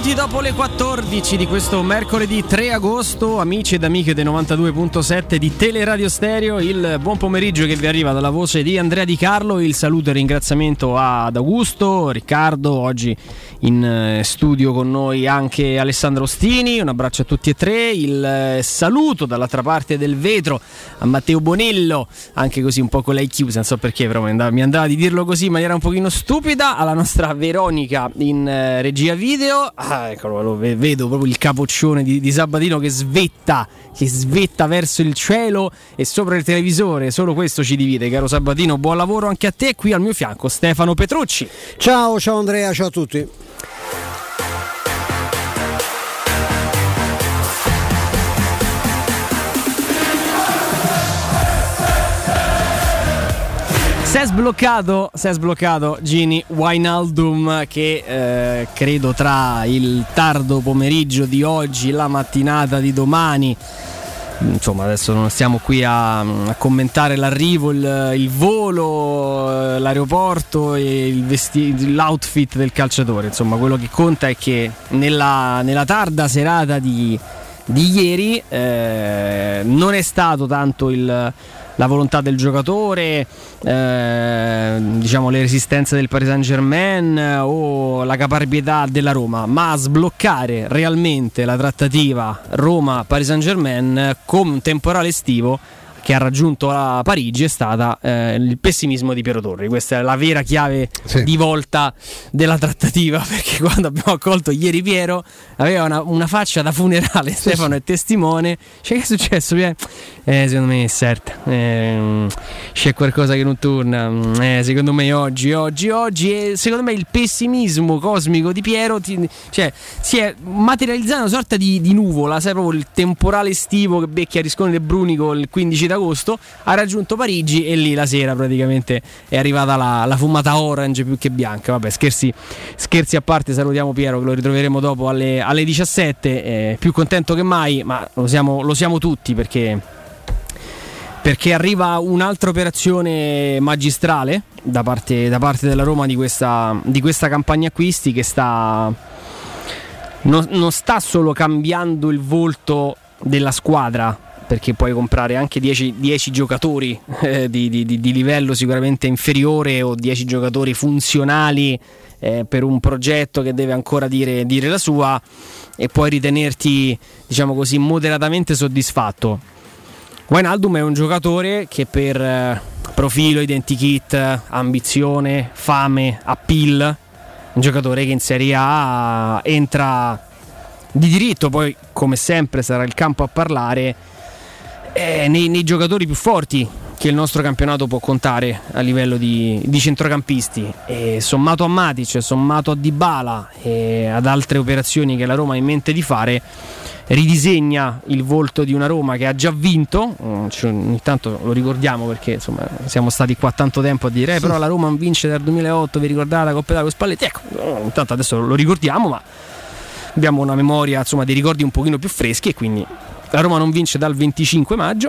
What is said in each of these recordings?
minuti dopo le 14 di questo mercoledì 3 agosto, amici ed amiche dei 92.7 di Teleradio Stereo, il buon pomeriggio che vi arriva dalla voce di Andrea Di Carlo, il saluto e il ringraziamento ad Augusto, Riccardo, oggi in studio con noi anche Alessandro Ostini, un abbraccio a tutti e tre, il saluto dall'altra parte del vetro a Matteo Bonello, anche così un po' con lei chiusa, non so perché, però mi andava di dirlo così in maniera un pochino stupida, alla nostra Veronica in regia video, eccolo, vedo proprio il capoccione di Sabatino che svetta verso il cielo e sopra il televisore, solo questo ci divide, caro Sabatino, buon lavoro anche a te. Qui al mio fianco Stefano Petrucci. Ciao Andrea, ciao a tutti. Si è sbloccato Gini Wijnaldum che credo tra il tardo pomeriggio di oggi e la mattinata di domani, insomma adesso non stiamo qui a commentare l'arrivo, il volo, l'aeroporto e l'outfit del calciatore, insomma quello che conta è che nella tarda serata di ieri non è stato tanto la volontà del giocatore, diciamo le resistenze del Paris Saint-Germain o la caparbietà della Roma, ma a sbloccare realmente la trattativa Roma-Paris Saint-Germain con un temporale estivo che ha raggiunto a Parigi è stata il pessimismo di Piero Torri. Questa è la vera chiave di volta della trattativa, perché quando abbiamo accolto ieri Piero aveva una faccia da funerale, Stefano è testimone. Cioè, che è successo? Secondo me è certo, c'è qualcosa che non torna, secondo me oggi e secondo me il pessimismo cosmico di Piero si è materializzato una sorta di nuvola, sai, proprio il temporale estivo che becchia Riscone e Brunico il 15 d'agosto, ha raggiunto Parigi e lì la sera praticamente è arrivata la fumata orange più che bianca. Vabbè, scherzi a parte, salutiamo Piero che lo ritroveremo dopo alle 17, più contento che mai, ma lo siamo tutti perché arriva un'altra operazione magistrale da parte della Roma di questa campagna acquisti che non sta solo cambiando il volto della squadra, perché puoi comprare anche 10 giocatori di livello sicuramente inferiore o 10 giocatori funzionali per un progetto che deve ancora dire la sua e puoi ritenerti, diciamo così, moderatamente soddisfatto. Wijnaldum è un giocatore che per profilo, identikit, ambizione, fame, appeal, un giocatore che in Serie A entra di diritto, poi come sempre sarà il campo a parlare, nei giocatori più forti che il nostro campionato può contare a livello di centrocampisti, e sommato a Matic, sommato a Dybala e ad altre operazioni che la Roma ha in mente di fare, ridisegna il volto di una Roma che ha già vinto. Ogni tanto lo ricordiamo perché insomma siamo stati qua tanto tempo a dire però la Roma non vince dal 2008, vi ricordate la Coppa Italia con Spalletti? Ecco, intanto adesso lo ricordiamo, ma abbiamo una memoria, insomma, dei ricordi un pochino più freschi, e quindi la Roma non vince dal 25 maggio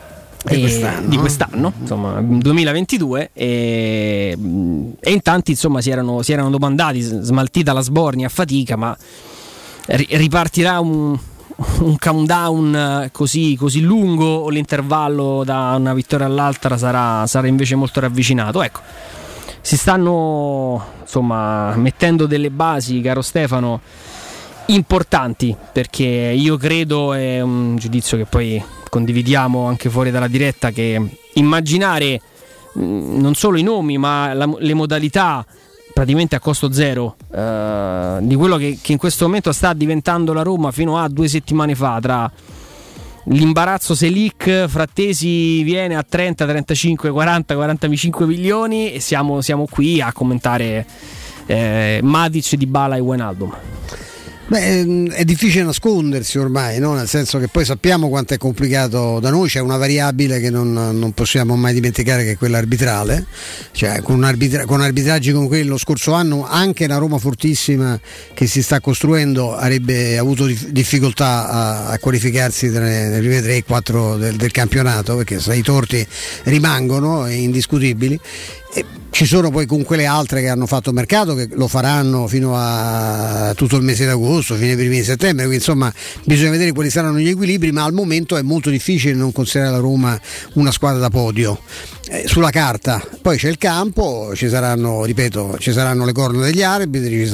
di quest'anno, insomma 2022, e in tanti insomma si erano domandati, smaltita la sbornia a fatica, ma ripartirà un countdown così lungo o l'intervallo da una vittoria all'altra sarà invece molto ravvicinato? Ecco, si stanno insomma mettendo delle basi, caro Stefano, importanti, perché io credo, è un giudizio che poi condividiamo anche fuori dalla diretta, che immaginare non solo i nomi ma le modalità praticamente a costo zero di quello che in questo momento sta diventando la Roma fino a 2 settimane fa, tra l'imbarazzo Selic, Frattesi viene a 30, 35, 40, 45 milioni e siamo qui a commentare Matic, Dybala e Wijnaldum. Beh, è difficile nascondersi ormai, no? Nel senso che poi sappiamo quanto è complicato da noi, c'è una variabile che non possiamo mai dimenticare, che è quella arbitrale, cioè con arbitraggi come quello lo scorso anno anche una Roma fortissima che si sta costruendo avrebbe avuto difficoltà a qualificarsi nelle prime 3-4 del campionato, perché i torti rimangono indiscutibili. Ci sono poi comunque le altre che hanno fatto mercato, che lo faranno fino a tutto il mese d'agosto, fino ai primi di settembre, quindi insomma bisogna vedere quali saranno gli equilibri, ma al momento è molto difficile non considerare la Roma una squadra da podio. Sulla carta poi c'è il campo, ci saranno le corna degli arbitri,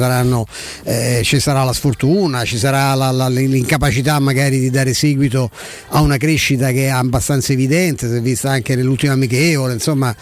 ci sarà la sfortuna, ci sarà l'incapacità magari di dare seguito a una crescita che è abbastanza evidente, si è vista anche nell'ultima amichevole, insomma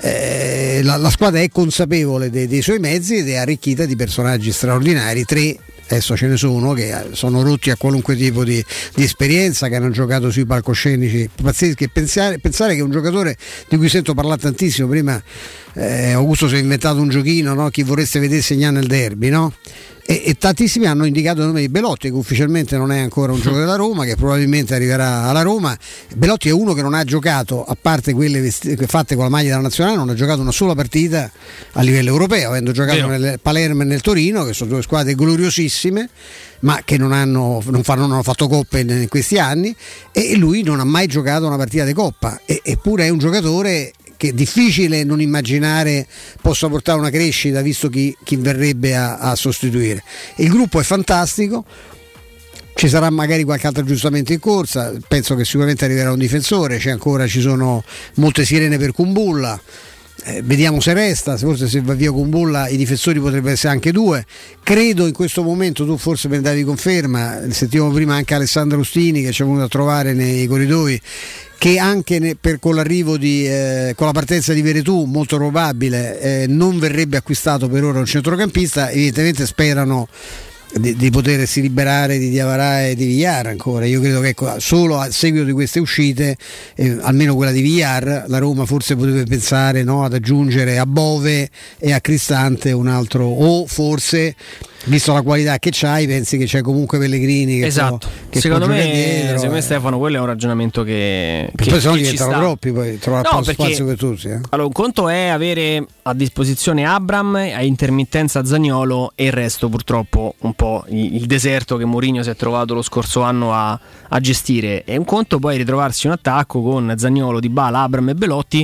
la squadra è consapevole dei suoi mezzi ed è arricchita di personaggi straordinari, 3 adesso ce ne sono che sono rotti a qualunque tipo di esperienza, che hanno giocato sui palcoscenici pazzeschi. Pensare che un giocatore di cui sento parlare tantissimo, prima Augusto si è inventato un giochino, no? Chi vorreste vedere segnare nel derby, no? E tantissimi hanno indicato il nome di Belotti, che ufficialmente non è ancora un giocatore della Roma, che probabilmente arriverà alla Roma. Belotti è uno che non ha giocato, a parte quelle fatte con la maglia della nazionale, non ha giocato una sola partita a livello europeo, avendo giocato nel Palermo e nel Torino, che sono due squadre gloriosissime, ma che non hanno fatto coppe in questi anni, e lui non ha mai giocato una partita di coppa, eppure è un giocatore che è difficile non immaginare possa portare una crescita, visto chi verrebbe a sostituire. Il gruppo è fantastico, ci sarà magari qualche altro aggiustamento in corsa, penso che sicuramente arriverà un difensore, ci sono molte sirene per Kumbulla. Vediamo se resta, forse se va via Kumbulla i difensori potrebbero essere anche 2. Credo in questo momento, tu forse me ne davi conferma, sentivamo prima anche Alessandro Ustini che ci è venuto a trovare nei corridoi, che anche con l'arrivo con la partenza di Veretù, molto probabile, non verrebbe acquistato per ora un centrocampista. Evidentemente sperano di potersi liberare di Diawara e di Villar ancora. Io credo che solo a seguito di queste uscite, almeno quella di Villar, la Roma forse potrebbe pensare, no, ad aggiungere a Bove e a Cristante un altro, o forse, visto la qualità che c'hai, pensi che c'è comunque Pellegrini che esatto. Secondo me Stefano, quello è un ragionamento che poi se no diventano troppi, poi trovare spazio per tutti. Allora, un conto è avere a disposizione Abram, a intermittenza Zaniolo, e il resto purtroppo un po' il deserto che Mourinho si è trovato lo scorso anno a gestire. E un conto poi ritrovarsi un attacco con Zaniolo, Dybala, Abram e Belotti.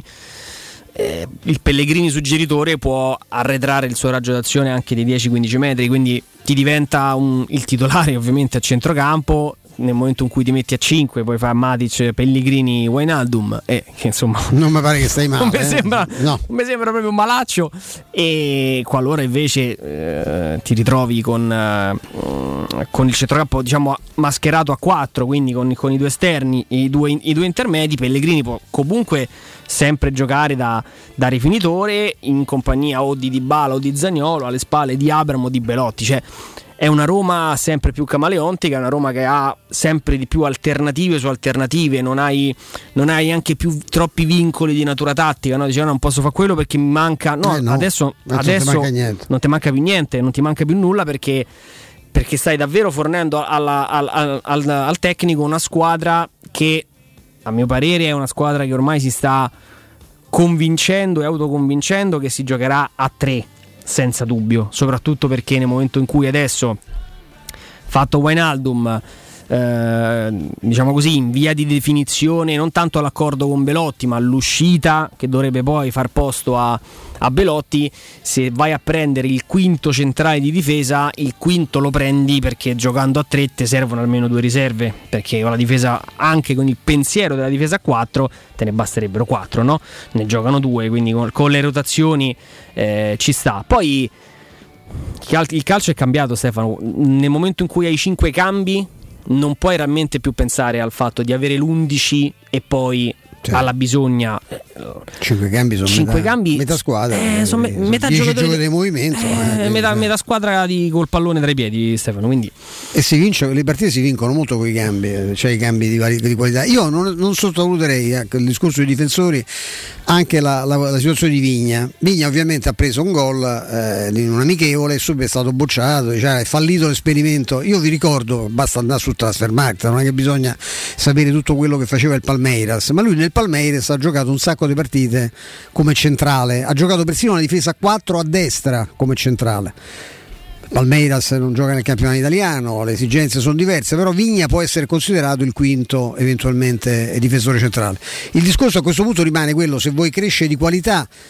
Il Pellegrini suggeritore può arretrare il suo raggio d'azione anche di 10-15 metri, quindi ti diventa il titolare ovviamente a centrocampo. Nel momento in cui ti metti a 5 poi fa Matic, Pellegrini, Wijnaldum, che insomma non mi pare che stai male, non mi sembra proprio un malaccio. E qualora invece ti ritrovi con il centrocampo, diciamo, mascherato a 4, quindi con i 2 esterni, i due intermedi, Pellegrini può comunque sempre giocare da rifinitore in compagnia o di Dybala o di Zaniolo, alle spalle di Abramo o di Belotti. Cioè è una Roma sempre più camaleontica, è una Roma che ha sempre di più alternative su alternative, non hai anche più troppi vincoli di natura tattica, no? Dice non posso fare quello perché mi manca, adesso non ti manca più niente, non ti manca più nulla, perché stai davvero fornendo al tecnico una squadra che, a mio parere, è una squadra che ormai si sta convincendo e autoconvincendo che si giocherà a 3 senza dubbio, soprattutto perché nel momento in cui adesso, fatto Wijnaldum, diciamo così, in via di definizione non tanto all'accordo con Belotti ma all'uscita che dovrebbe poi far posto a Belotti, se vai a prendere il quinto centrale di difesa, il quinto lo prendi perché giocando a 3 te servono almeno 2 riserve, perché con la difesa, anche con il pensiero della difesa a 4, te ne basterebbero 4, no? Ne giocano 2, quindi con le rotazioni ci sta. Poi il calcio è cambiato, Stefano, nel momento in cui hai 5 cambi non puoi realmente più pensare al fatto di avere l'11 e poi alla bisogna 5 cambi sono metà squadra, sono metà giocatori di movimento, metà squadra col pallone tra i piedi, Stefano, quindi. E si vince, le partite si vincono molto con i cambi, cioè i cambi di qualità. Io non sottovaluterei il discorso dei difensori, anche la situazione di Vigna ovviamente ha preso un gol in un amichevole e subito è stato bocciato, è fallito l'esperimento. Io vi ricordo, basta andare sul Transfermarkt, non è che bisogna sapere tutto quello che faceva il Palmeiras, ma lui nel Palmeiras ha giocato un sacco di partite come centrale, ha giocato persino una difesa a 4 a destra come centrale. Palmeiras non gioca nel campionato italiano, le esigenze sono diverse, però Vigna può essere considerato il quinto eventualmente difensore centrale. Il discorso a questo punto rimane quello: se vuoi crescere di qualità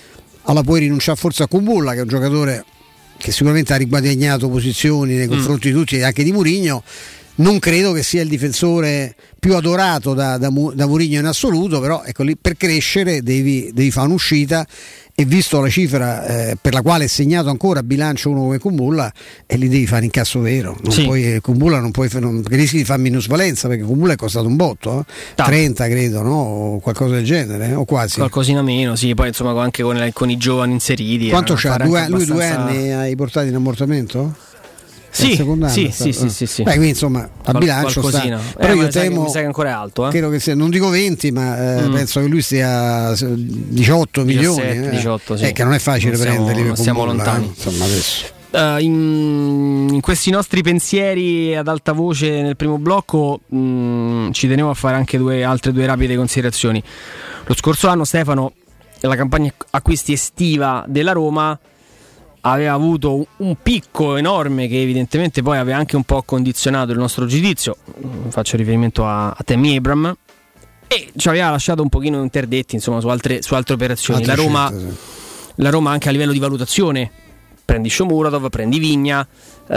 Allora puoi rinunciare forse a Kumbulla, che è un giocatore che sicuramente ha riguadagnato posizioni nei confronti di tutti, anche di Mourinho. Non credo che sia il difensore più adorato da Mourinho in assoluto, però ecco lì, per crescere devi fare un'uscita, e visto la cifra per la quale è segnato ancora a bilancio uno come Kumbulla, e lì devi fare incasso vero. Kumbulla non rischi di fare minusvalenza, perché Kumbulla è costato un botto, 30 credo, no? O qualcosa del genere, o quasi qualcosina meno, sì. Poi insomma anche con i giovani inseriti. Quanto c'ha? Lui 2 anni hai portato in ammortamento? Sì. Beh, quindi insomma a bilancio sta. Però io temo, mi sa che ancora è alto, credo che sia, non dico 20, ma penso che lui stia 18 milioni, 18, sì. Che non è facile prenderli, siamo lontani. Insomma, adesso. In questi nostri pensieri ad alta voce nel primo blocco ci tenevo a fare anche altre due rapide considerazioni. Lo scorso anno, Stefano, la campagna acquisti estiva della Roma aveva avuto un picco enorme che evidentemente poi aveva anche un po' condizionato il nostro giudizio. Faccio riferimento a Tammy Abraham, e ci aveva lasciato un pochino interdetti, insomma, su altre operazioni. La Roma anche a livello di valutazione, prendi Shomurodov, prendi Vigna,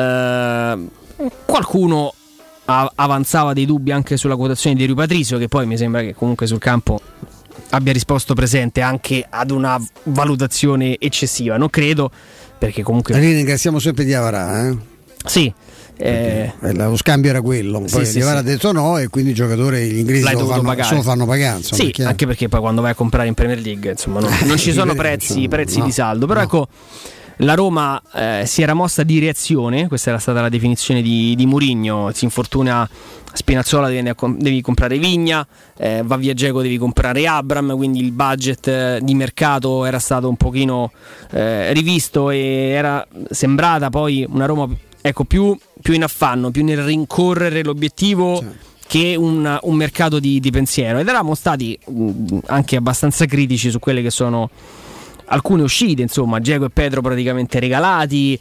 qualcuno avanzava dei dubbi anche sulla quotazione di Rui Patricio, che poi mi sembra che comunque sul campo abbia risposto presente anche ad una valutazione eccessiva. Non credo, perché comunque ringraziamo sempre Diawara, sì, lo scambio era quello, poi Diawara ha detto no, e quindi i giocatori gli inglesi se lo fanno pagare, insomma, sì, anche perché poi quando vai a comprare in Premier League, insomma, non ci sono prezzi di saldo, però ecco, la Roma si era mossa di reazione, questa era stata la definizione di Mourinho. Si infortuna Spinazzola, devi comprare Vigna, va via Dzeko, devi comprare Abraham, quindi il budget di mercato era stato un pochino rivisto, e era sembrata poi una Roma, ecco, più in affanno, più nel rincorrere l'obiettivo, che un mercato di pensiero. Ed eravamo stati anche abbastanza critici su quelle che sono alcune uscite, insomma, Dzeko e Pedro praticamente regalati,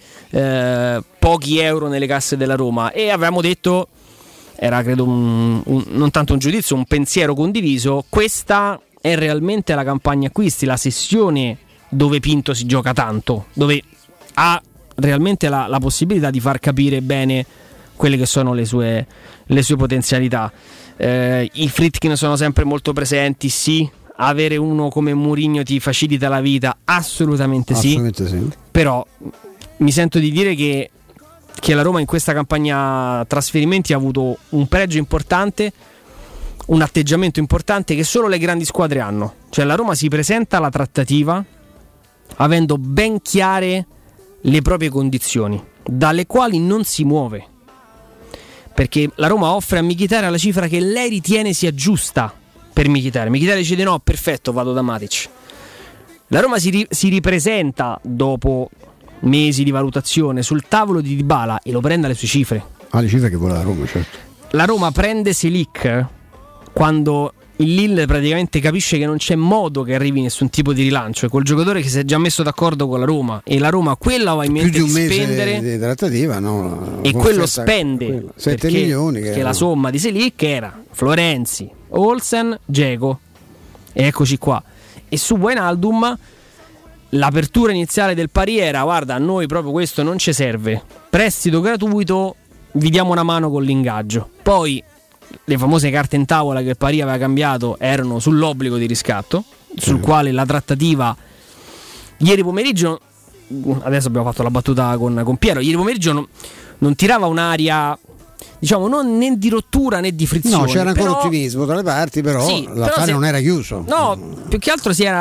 pochi euro nelle casse della Roma, e avevamo detto, era credo non tanto un giudizio, un pensiero condiviso: questa è realmente la campagna acquisti, la sessione dove Pinto si gioca tanto, dove ha realmente la possibilità di far capire bene quelle che sono le sue potenzialità. I Friedkin sono sempre molto presenti, sì. Avere uno come Mourinho ti facilita la vita? Assolutamente sì. Però mi sento di dire che la Roma in questa campagna trasferimenti ha avuto un pregio importante, un atteggiamento importante che solo le grandi squadre hanno. Cioè la Roma si presenta alla trattativa avendo ben chiare le proprie condizioni, dalle quali non si muove, perché la Roma offre a Mkhitaryan la cifra che lei ritiene sia giusta per Mkhitaryan dice no, perfetto, vado da Matic. La Roma si ripresenta dopo mesi di valutazione sul tavolo di Dybala e lo prende alle sue cifre. Le cifre che vuole la Roma, certo. La Roma prende Selic quando il Lille praticamente capisce che non c'è modo che arrivi nessun tipo di rilancio, è quel giocatore che si è già messo d'accordo con la Roma, e la Roma quella va in mente più di un di mese spendere di trattativa, no? E quello spende 7 milioni che la somma di Selic era Florenzi, Olsen, Dzeko, e eccoci qua. E su Wijnaldum l'apertura iniziale del pari era: guarda, a noi proprio questo non ci serve, prestito gratuito, vi diamo una mano con l'ingaggio. Poi le famose carte in tavola che il Pari aveva cambiato erano sull'obbligo di riscatto, sul quale la trattativa ieri pomeriggio, adesso abbiamo fatto la battuta con Piero, ieri pomeriggio non tirava un'aria, diciamo, non né di rottura né di frizione. No, c'era ancora ottimismo tra le parti, però sì, l'affare non era chiuso. No, più che altro si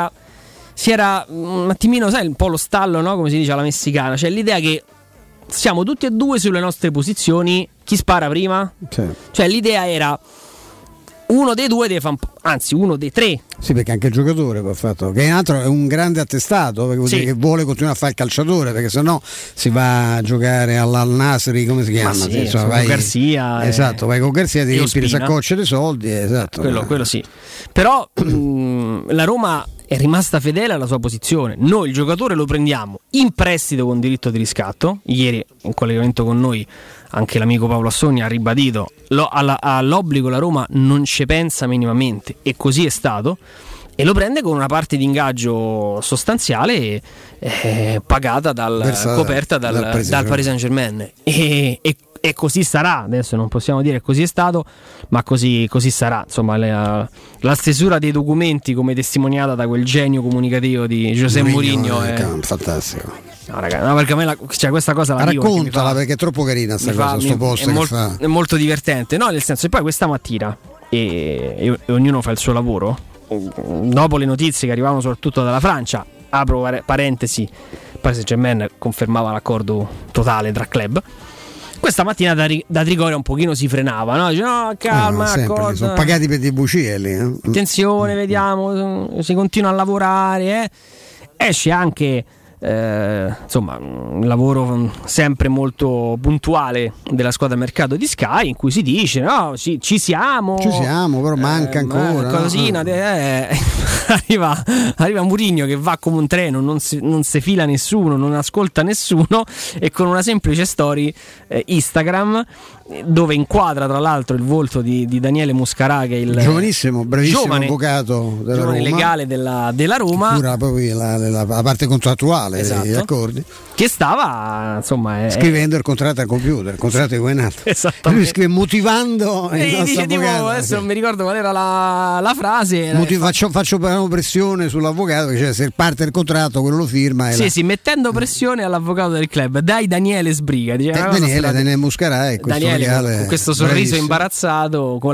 era un attimino, sai, un po' lo stallo, no? Come si dice alla messicana, cioè l'idea che siamo tutti e due sulle nostre posizioni, chi spara prima? Sì. Cioè l'idea era uno dei due deve fare, anzi uno dei tre. Sì, perché anche il giocatore va fatto, che altro è un grande attestato, perché vuol dire che vuole continuare a fare il calciatore, perché sennò si va a giocare all'Al Nasri, come si chiama? Sì, insomma, vai con Garzia. Esatto, vai con Garzia, ti riempi le saccocce dei soldi, esatto. Quello sì. Però la Roma è rimasta fedele alla sua posizione. Noi il giocatore lo prendiamo in prestito con diritto di riscatto. Ieri in collegamento con noi anche l'amico Paolo Assogna ha ribadito all'obbligo la Roma non ci pensa minimamente, e così è stato. e lo prende con una parte di ingaggio sostanziale pagata coperta dal Paris Saint-Germain e così sarà. Adesso non possiamo dire così è stato, ma così sarà. Insomma, la stesura dei documenti come testimoniata da quel genio comunicativo di José Mourinho è fantastico. No, raga, no, perché a me questa cosa la raccontala perché è troppo carina sta cosa, sto post è molto divertente, no? Nel senso che poi questa mattina e ognuno fa il suo lavoro. Dopo le notizie che arrivavano soprattutto dalla Francia, apro parentesi, Paris Saint-Germain confermava l'accordo totale tra club. Questa mattina da Trigoria un pochino si frenava, no? Dice, no, calma, sono pagati per dei bucie lì. Attenzione, vediamo, si continua a lavorare. Esce anche insomma un lavoro sempre molto puntuale della squadra mercato di Sky, in cui si dice no, sì, ci siamo però manca ancora cosina, arriva Mourinho che va come un treno, non si fila nessuno, non ascolta nessuno, e con una semplice story Instagram dove inquadra tra l'altro il volto di Daniele Muscarà, che è il giovanissimo, bravissimo avvocato della Roma, legale della Roma, che cura proprio la parte contrattuale, esatto, degli accordi, che stava insomma scrivendo il contratto al computer, il contratto di Wijnaldum. Esattamente. Lui scrive motivando il nostro dice, avvocato, adesso non mi ricordo qual era la frase. Faccio pressione sull'avvocato, cioè se parte il contratto quello lo firma mettendo pressione all'avvocato del club. Dai Daniele sbriga, Daniele Muscarà, e questo Daniele, con questo sorriso bravissimo, imbarazzato, con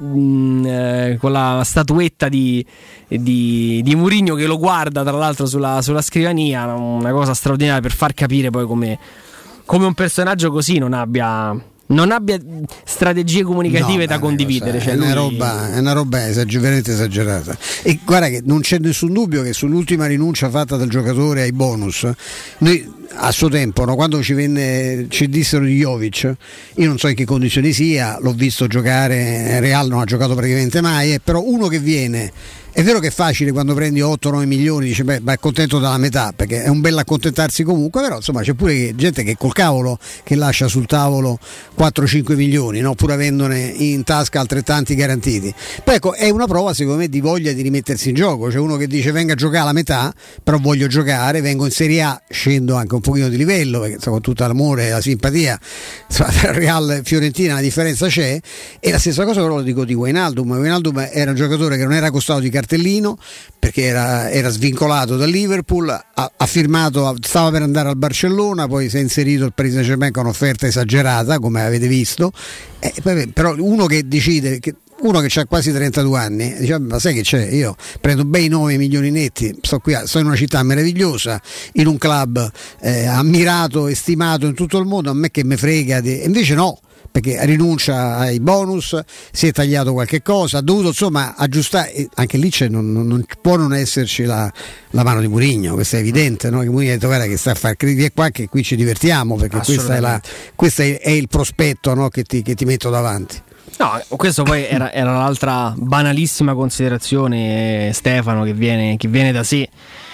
la statuetta di Mourinho che lo guarda tra l'altro sulla scrivania, una cosa straordinaria per far capire poi come un personaggio così non abbia strategie comunicative da condividere. È una roba veramente esagerata. E guarda che non c'è nessun dubbio che sull'ultima rinuncia fatta dal giocatore ai bonus, noi a suo tempo, no, quando ci dissero di Jovic, io non so in che condizioni sia, l'ho visto giocare, Real non ha giocato praticamente mai, però uno che viene, è vero che è facile quando prendi 8-9 milioni, dici beh, è contento dalla metà, perché è un bel accontentarsi comunque, però insomma c'è pure gente che col cavolo che lascia sul tavolo 4-5 milioni, no? Pur avendone in tasca altrettanti garantiti. Poi ecco, è una prova secondo me di voglia di rimettersi in gioco. C'è uno che dice venga a giocare alla metà, però voglio giocare, vengo in Serie A, scendo anche un pochino di livello, perché insomma, con tutto l'amore e la simpatia, insomma, tra Real e Fiorentina la differenza c'è. E la stessa cosa però lo dico di Wijnaldum era un giocatore che non era costato di cartellino, perché era svincolato dal Liverpool, ha firmato, stava per andare al Barcellona, poi si è inserito il Paris Saint-Germain con un'offerta esagerata, come avete visto, però uno che decide uno che ha quasi 32 anni dice ma sai che c'è, io prendo bei 9 milioni netti, sto in una città meravigliosa, in un club ammirato e stimato in tutto il mondo, a me che me frega invece no, perché rinuncia ai bonus, si è tagliato qualche cosa, ha dovuto insomma aggiustare, anche lì non può non esserci la mano di Mourinho, questo è evidente, no? Che Mourinho ha detto guarda che sta a fare critiche qua, che qui ci divertiamo, perché questo è il prospetto, no? che ti metto davanti. No, questo poi era l'altra banalissima considerazione, Stefano, che viene da sé.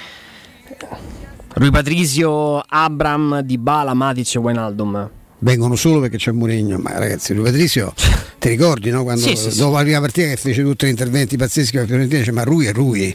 Rui Patricio, Abraham, Dybala, Matic e Wijnaldum vengono solo perché c'è Mourinho, ma ragazzi, Rui Patricio ti ricordi, no? Quando dopo la prima partita che fece tutti gli interventi pazzeschi per Fiorentina, dice ma Rui è Rui.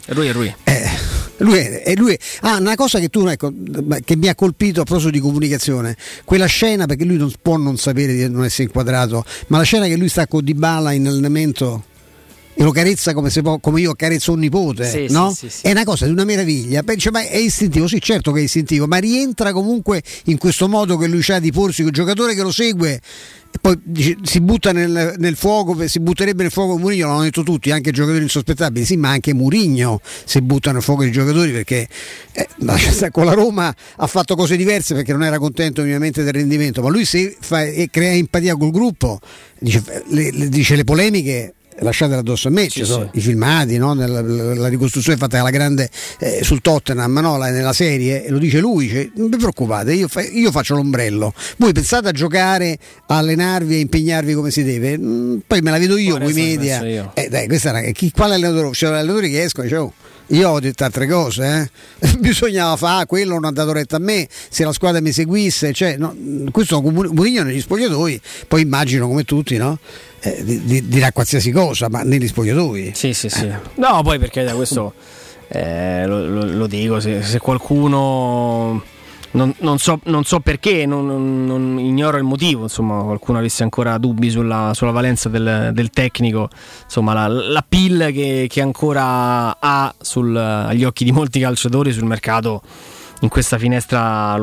Lui una cosa che che mi ha colpito a proposito di comunicazione, quella scena, perché lui non può non sapere di non essere inquadrato, ma la scena che lui sta con Dybala in allenamento e lo carezza come io carezzo un nipote, no? Sì. È una cosa di una meraviglia, ma è istintivo, sì, certo che è istintivo, ma rientra comunque in questo modo che lui ha di porsi con il giocatore che lo segue e poi si butta nel fuoco, si butterebbe nel fuoco Mourinho, l'hanno detto tutti, anche giocatori insospettabili, sì, ma anche Mourinho si butta nel fuoco dei giocatori, perché con la Roma ha fatto cose diverse perché non era contento ovviamente del rendimento, ma lui crea empatia col gruppo, dice le polemiche lasciatela addosso a me, ci sono i filmati, no? La ricostruzione fatta alla grande sul Tottenham, no? Nella serie, e lo dice lui, non vi preoccupate, io faccio l'ombrello, voi pensate a giocare, a allenarvi e impegnarvi come si deve, poi me la vedo io con i media, dai, questa quale allenatore? C'è allenatori che escono e dice io ho detto altre cose, bisognava fare quello, non ha dato retta a me, se la squadra mi seguisse, cioè, no, questo Mourinho negli spogliatoi, poi immagino come tutti, no? Dirà qualsiasi cosa, ma negli spogliatoi. Sì. No, poi perché da questo lo dico, se qualcuno non so perché, non ignoro il motivo, insomma, qualcuno avesse ancora dubbi sulla valenza del tecnico, insomma, la PIL che ancora ha agli occhi di molti calciatori sul mercato in questa finestra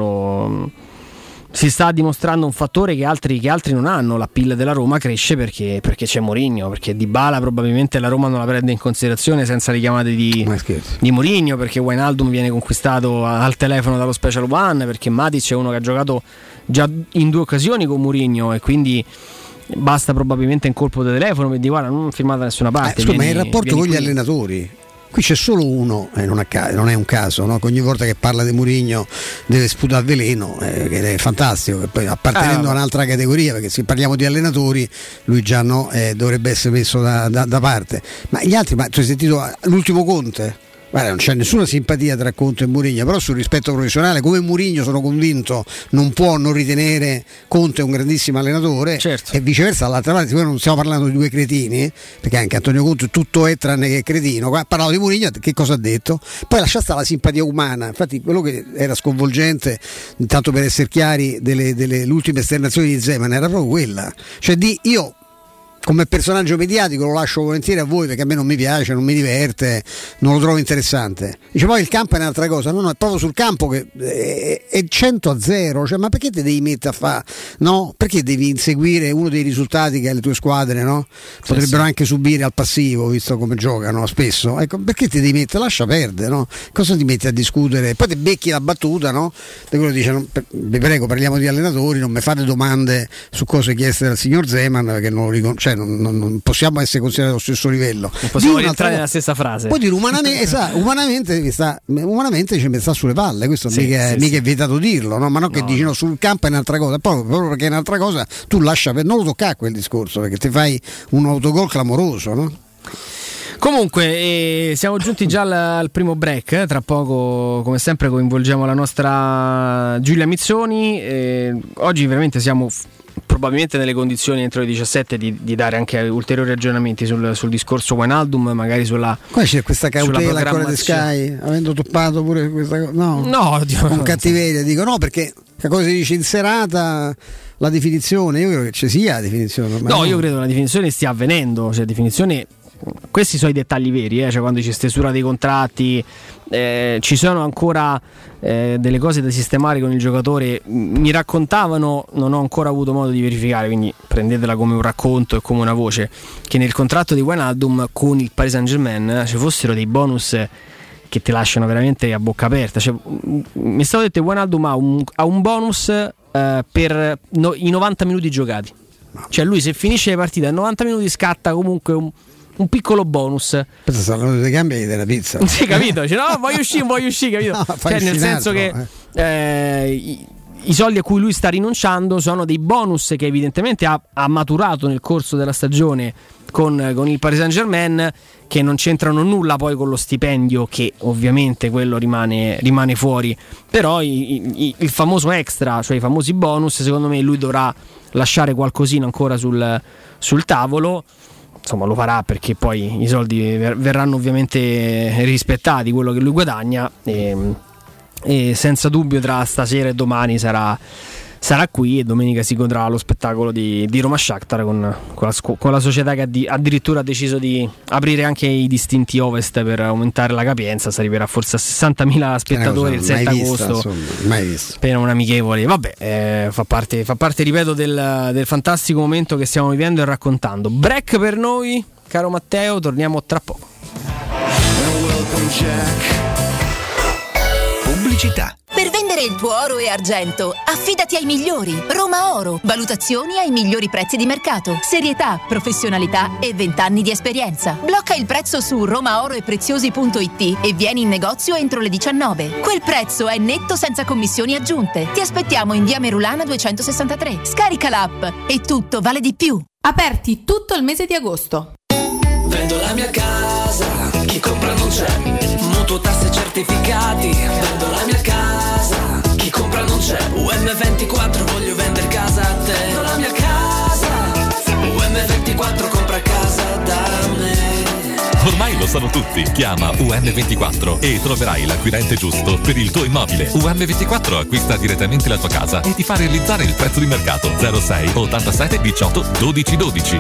si sta dimostrando un fattore che altri non hanno. La PIL della Roma cresce perché c'è Mourinho, perché Dybala probabilmente la Roma non la prende in considerazione senza le chiamate di Mourinho, perché Wijnaldum viene conquistato al telefono dallo Special One, perché Matic è uno che ha giocato già in 2 occasioni con Mourinho e quindi basta probabilmente un colpo di telefono per dire guarda, non firmate da nessuna parte. Ma il rapporto con gli allenatori, qui c'è solo uno, non è un caso, no? Che ogni volta che parla di Mourinho deve sputare veleno, che è fantastico, che poi appartenendo a un'altra categoria, perché se parliamo di allenatori lui già dovrebbe essere messo da parte. Ma gli altri, tu hai sentito l'ultimo Conte? Guarda, non c'è nessuna simpatia tra Conte e Mourinho, però sul rispetto professionale, come Mourinho sono convinto non può non ritenere Conte un grandissimo allenatore, certo. E viceversa dall'altra parte. Noi non stiamo parlando di 2 cretini, perché anche Antonio Conte tutto è tranne che cretino. Qua parlavo di Mourinho, che cosa ha detto? Poi lascia stare la simpatia umana. Infatti quello che era sconvolgente, intanto per essere chiari, delle ultime esternazioni di Zeman era proprio quella, cioè io come personaggio mediatico lo lascio volentieri a voi, perché a me non mi piace, non mi diverte, non lo trovo interessante. Dice poi il campo è un'altra cosa, no, è proprio sul campo che è 100-0, cioè, ma perché ti devi mettere a fare, no? Perché devi inseguire uno dei risultati che le tue squadre, no? Potrebbero anche subire al passivo, visto come giocano spesso. Ecco, perché ti devi mettere? Lascia perdere, no? Cosa ti metti a discutere? Poi ti becchi la battuta, no? Di quello dice, vi prego, parliamo di allenatori, non mi fate domande su cose chieste dal signor Zeman, perché non lo riconosco. Non possiamo essere considerati allo stesso livello, non possiamo rientrare nella stessa frase. Puoi dire umanamente ci mi sta sulle palle, questo mica è vietato dirlo, no? Ma non che dici no, sul campo è un'altra cosa, proprio perché è un'altra cosa tu lascia non lo toccare quel discorso, perché ti fai un autogol clamoroso, no? Comunque siamo giunti già al primo break, tra poco come sempre coinvolgiamo la nostra Giulia Mizzoni, oggi veramente siamo probabilmente nelle condizioni entro le 17 di dare anche ulteriori ragionamenti sul discorso Wijnaldum, magari qua c'è questa cautela ancora di Sky, avendo toppato pure questa cosa, no con cattiveria, dico no, perché cosa si dice in serata, la definizione, io credo che ci sia la definizione io credo che la definizione stia avvenendo, cioè definizione. Questi sono i dettagli veri, cioè quando c'è stesura dei contratti, ci sono ancora delle cose da sistemare con il giocatore. Mi raccontavano, non ho ancora avuto modo di verificare, quindi prendetela come un racconto e come una voce, che nel contratto di Wijnaldum con il Paris Saint-Germain ci fossero dei bonus che ti lasciano veramente a bocca aperta. Cioè, mi è stato detto che Wijnaldum ha un bonus per i 90 minuti giocati, cioè lui se finisce le partite a 90 minuti scatta comunque un piccolo bonus. Pensa, stanno dei cambi della pizza. Sì, capito? Cioè, no, voglio uscire, capito? No, cioè, nel senso che i soldi a cui lui sta rinunciando sono dei bonus che evidentemente ha maturato nel corso della stagione con il Paris Saint-Germain, che non c'entrano nulla poi con lo stipendio, che ovviamente quello rimane fuori. Però il famoso extra, cioè i famosi bonus, secondo me lui dovrà lasciare qualcosina ancora sul tavolo. Insomma, lo farà perché poi i soldi verranno ovviamente rispettati, quello che lui guadagna, e senza dubbio tra stasera e domani sarà qui, e domenica si godrà lo spettacolo di Roma Shakhtar con la società che addirittura ha deciso di aprire anche i distinti ovest per aumentare la capienza. Si arriverà forse a 60.000 spettatori il 7 agosto, mai visto. Appena un amichevole. Vabbè, fa parte ripeto del fantastico momento che stiamo vivendo e raccontando. Break per noi, caro Matteo, torniamo tra poco. Pubblicità. Per vendere il tuo oro e argento, affidati ai migliori. Roma Oro. Valutazioni ai migliori prezzi di mercato. Serietà, professionalità e 20 anni di esperienza. Blocca il prezzo su romaoroepreziosi.it e vieni in negozio entro le 19. Quel prezzo è netto senza commissioni aggiunte. Ti aspettiamo in via Merulana 263. Scarica l'app e tutto vale di più. Aperti tutto il mese di agosto. Vendo la mia casa, chi compra non c'è. Mutuo, tasse, certificati, vendo la mia casa. Chi compra non c'è. UM24, voglio vendere casa a te. Vendo la mia casa. UM24, compra casa da me. Ormai lo sanno tutti. Chiama UM24 e troverai l'acquirente giusto per il tuo immobile. UM24 acquista direttamente la tua casa e ti fa realizzare il prezzo di mercato. 06 87 18 12 12.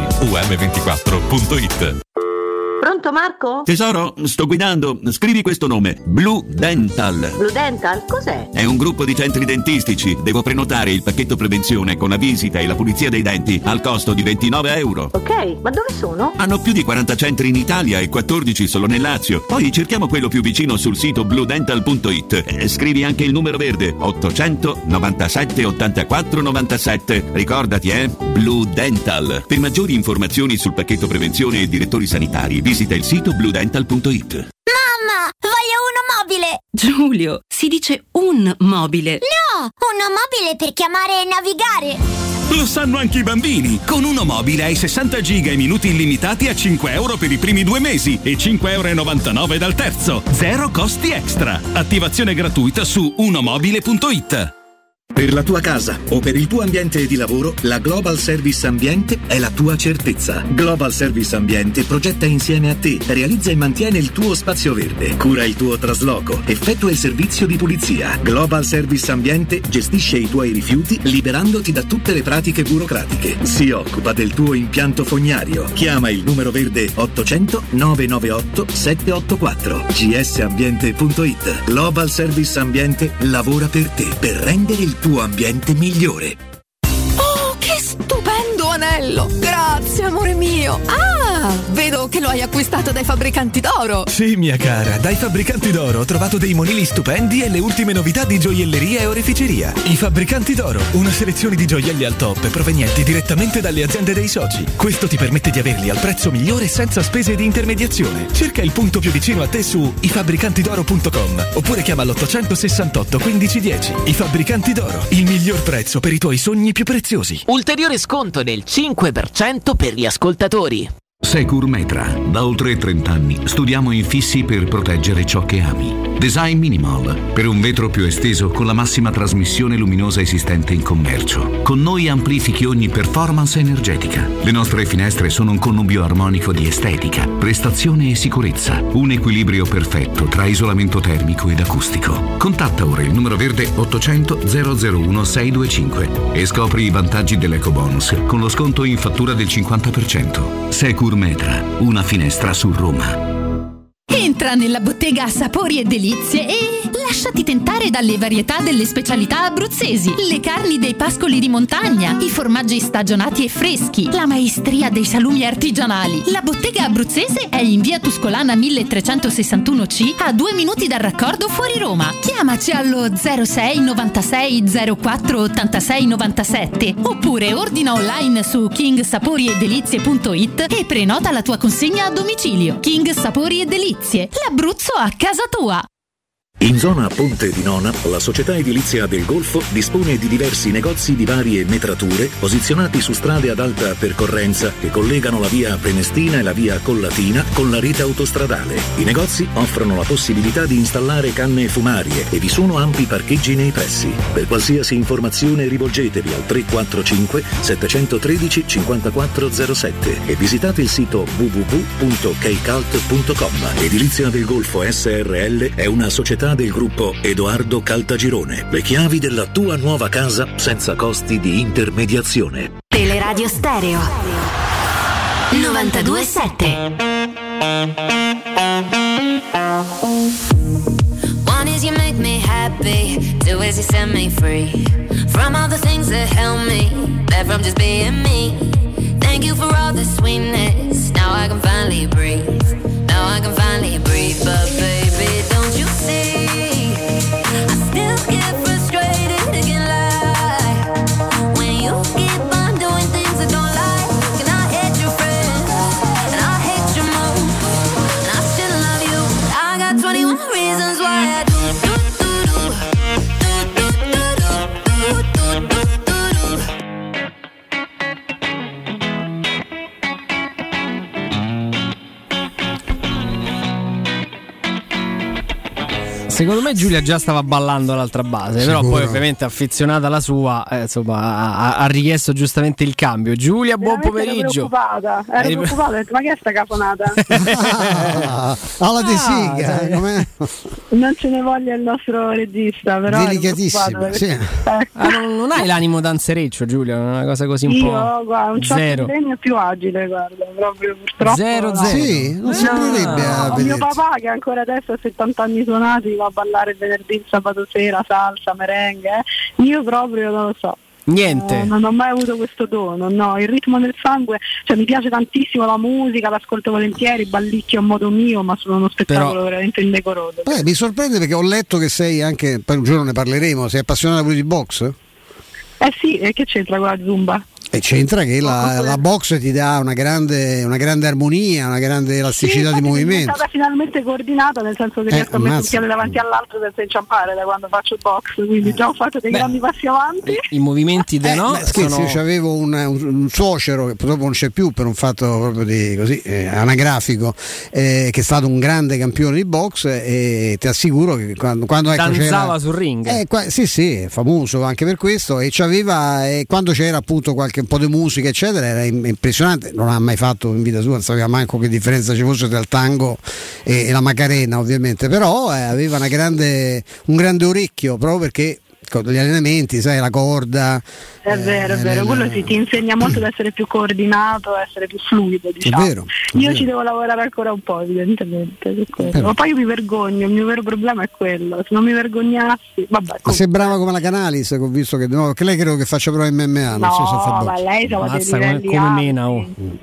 UM24.it. Pronto Marco? Tesoro, sto guidando. Scrivi questo nome: Blue Dental. Blue Dental? Cos'è? È un gruppo di centri dentistici. Devo prenotare il pacchetto prevenzione con la visita e la pulizia dei denti al costo di €29. Ok, ma dove sono? Hanno più di 40 centri in Italia e 14 solo nel Lazio. Poi cerchiamo quello più vicino sul sito bluedental.it. Scrivi anche il numero verde: 800 97 84 97. Ricordati, Blue Dental. Per maggiori informazioni sul pacchetto prevenzione e direttori sanitari, visita il sito bluedental.it. Mamma, voglio uno mobile! Giulio, si dice un mobile. No, uno mobile per chiamare e navigare. Lo sanno anche i bambini. Con Uno Mobile hai 60 giga e minuti illimitati a €5 per i primi 2 mesi e €5,99 dal terzo. Zero costi extra. Attivazione gratuita su unomobile.it. Per la tua casa o per il tuo ambiente di lavoro, la Global Service Ambiente è la tua certezza. Global Service Ambiente progetta insieme a te, realizza e mantiene il tuo spazio verde, cura il tuo trasloco, effettua il servizio di pulizia. Global Service Ambiente gestisce i tuoi rifiuti liberandoti da tutte le pratiche burocratiche. Si occupa del tuo impianto fognario. Chiama il numero verde 800 998 784. gsambiente.it. Global Service Ambiente lavora per te, per rendere il tuo ambiente migliore. Oh, che stupendo anello! Grazie, amore mio! Ah, vedo che lo hai acquistato dai fabbricanti d'oro! Sì, mia cara, dai fabbricanti d'oro ho trovato dei monili stupendi e le ultime novità di gioielleria e oreficeria. I fabbricanti d'oro, una selezione di gioielli al top provenienti direttamente dalle aziende dei soci. Questo ti permette di averli al prezzo migliore senza spese di intermediazione. Cerca il punto più vicino a te su ifabbricantidoro.com oppure chiama l'868 1510. I fabbricanti d'oro, il miglior prezzo per i tuoi sogni più preziosi. Ulteriore sconto del 5% per gli ascoltatori. Securmetra. Da oltre 30 anni studiamo infissi per proteggere ciò che ami. Design Minimal, per un vetro più esteso con la massima trasmissione luminosa esistente in commercio. Con noi amplifichi ogni performance energetica. Le nostre finestre sono un connubio armonico di estetica, prestazione e sicurezza. Un equilibrio perfetto tra isolamento termico ed acustico. Contatta ora il numero verde 800 001 625 e scopri i vantaggi dell'ecobonus con lo sconto in fattura del 50%. Securmetra, una finestra su Roma. Entra nella bottega Sapori e Delizie e lasciati tentare dalle varietà delle specialità abruzzesi, le carni dei pascoli di montagna, i formaggi stagionati e freschi, la maestria dei salumi artigianali. La bottega abruzzese è in via Tuscolana 1361C, a 2 minuti dal raccordo fuori Roma. Chiamaci allo 06 96 04 86 97 oppure ordina online su kingsaporiedelizie.it e prenota la tua consegna a domicilio. King Sapori e Delizie, l'Abruzzo a casa tua. In zona Ponte di Nona, la società edilizia del Golfo dispone di diversi negozi di varie metrature posizionati su strade ad alta percorrenza che collegano la via Prenestina e la via Collatina con la rete autostradale. I negozi offrono la possibilità di installare canne fumarie e vi sono ampi parcheggi nei pressi. Per qualsiasi informazione rivolgetevi al 345 713 5407 e visitate il sito www.keicalt.com. Edilizia del Golfo SRL è una società del gruppo Edoardo Caltagirone. Le chiavi della tua nuova casa senza costi di intermediazione. Teleradio Stereo 92.7. One is you make me happy, two is you set me free from all the things that held me back from just being me. Thank you for all the sweetness. Now I can finally breathe. Now I can finally breathe. But baby, don't you see? I still get frustrated and get lie when you keep on doing things I don't like. And I hate your friends and I hate your moves and I still love you. I got 21 reasons why I do. Secondo me Giulia già stava ballando all'altra base, sicuro. però poi ovviamente affezionata alla sua, insomma, ha richiesto giustamente il cambio. Giulia, buon pomeriggio. Ero preoccupata, ho detto, ma che è sta caponata? Alla De Sica, non ce ne voglia il nostro regista, però delicatissimo, sì. Non hai l'animo danzereccio, Giulia, una cosa così un po'. Guarda, un zero. legno più agile, guarda, proprio purtroppo. 0-0. Sì, non sembrerebbe. Mio papà, che ancora adesso ha 70 anni suonati, va a ballare venerdì, il sabato sera, salsa, merengue. Io proprio non lo so. Niente. Non ho mai avuto questo dono, no, il ritmo nel sangue, cioè mi piace tantissimo la musica, l'ascolto volentieri, ballicchio a modo mio, ma sono uno spettacolo veramente indecoroso. Mi sorprende perché ho letto che sei anche, poi un giorno ne parleremo, sei appassionata pure di box? Sì, e che c'entra con la zumba? E c'entra che la box ti dà una grande armonia, una grande elasticità di movimento. È stata finalmente coordinata, nel senso che riesco a mettere un piede davanti all'altro senza inciampare da quando faccio box, quindi già ho fatto dei grandi passi avanti. I movimenti scherzi, io avevo un suocero che purtroppo non c'è più per un fatto proprio di così anagrafico, che è stato un grande campione di box, e ti assicuro che quando danzava sul ring. Sì, è famoso anche per questo, e c'aveva, quando c'era appunto un po' di musica eccetera, era impressionante. Non ha mai fatto in vita sua, non sapeva manco che differenza ci fosse tra il tango e la Macarena, ovviamente, però aveva un grande orecchio, proprio perché con gli allenamenti, sai, la corda. È vero, quello ti insegna molto ad essere più coordinato, a essere più fluido, diciamo. È vero. Io ci devo lavorare ancora un po', evidentemente. Ma poi io mi vergogno, il mio vero problema è quello. Se non mi vergognassi, vabbè. Ma sei brava come la Canalis, che ho visto che lei credo che faccia però MMA, non so se fa box. Ma lei sa dei livelli come mena,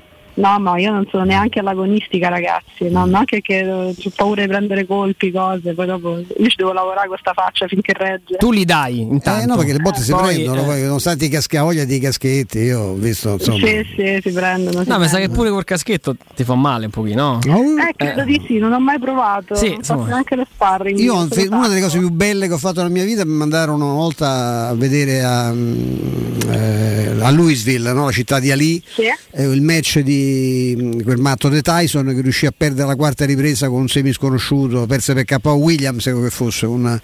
No, ma io non sono neanche all'agonistica, ragazzi, no, anche che ho paura di prendere colpi, cose, poi dopo io ci devo lavorare con questa faccia finché regge. Tu li dai intanto? No, perché le botte si prendono, poi non stati i voglia di caschetti, io ho visto, insomma. Sì, si prendono. No, mi sa che pure col caschetto ti fa male un pochino, no? Credo di sì, non ho mai provato, non faccio neanche le sparring. Io una delle cose più belle che ho fatto nella mia vita mi mandarono una volta a vedere a Louisville, no? La città di Ali, il match di quel matto di Tyson che riuscì a perdere la quarta ripresa con un semisconosciuto, perse per KO Williams, che fosse un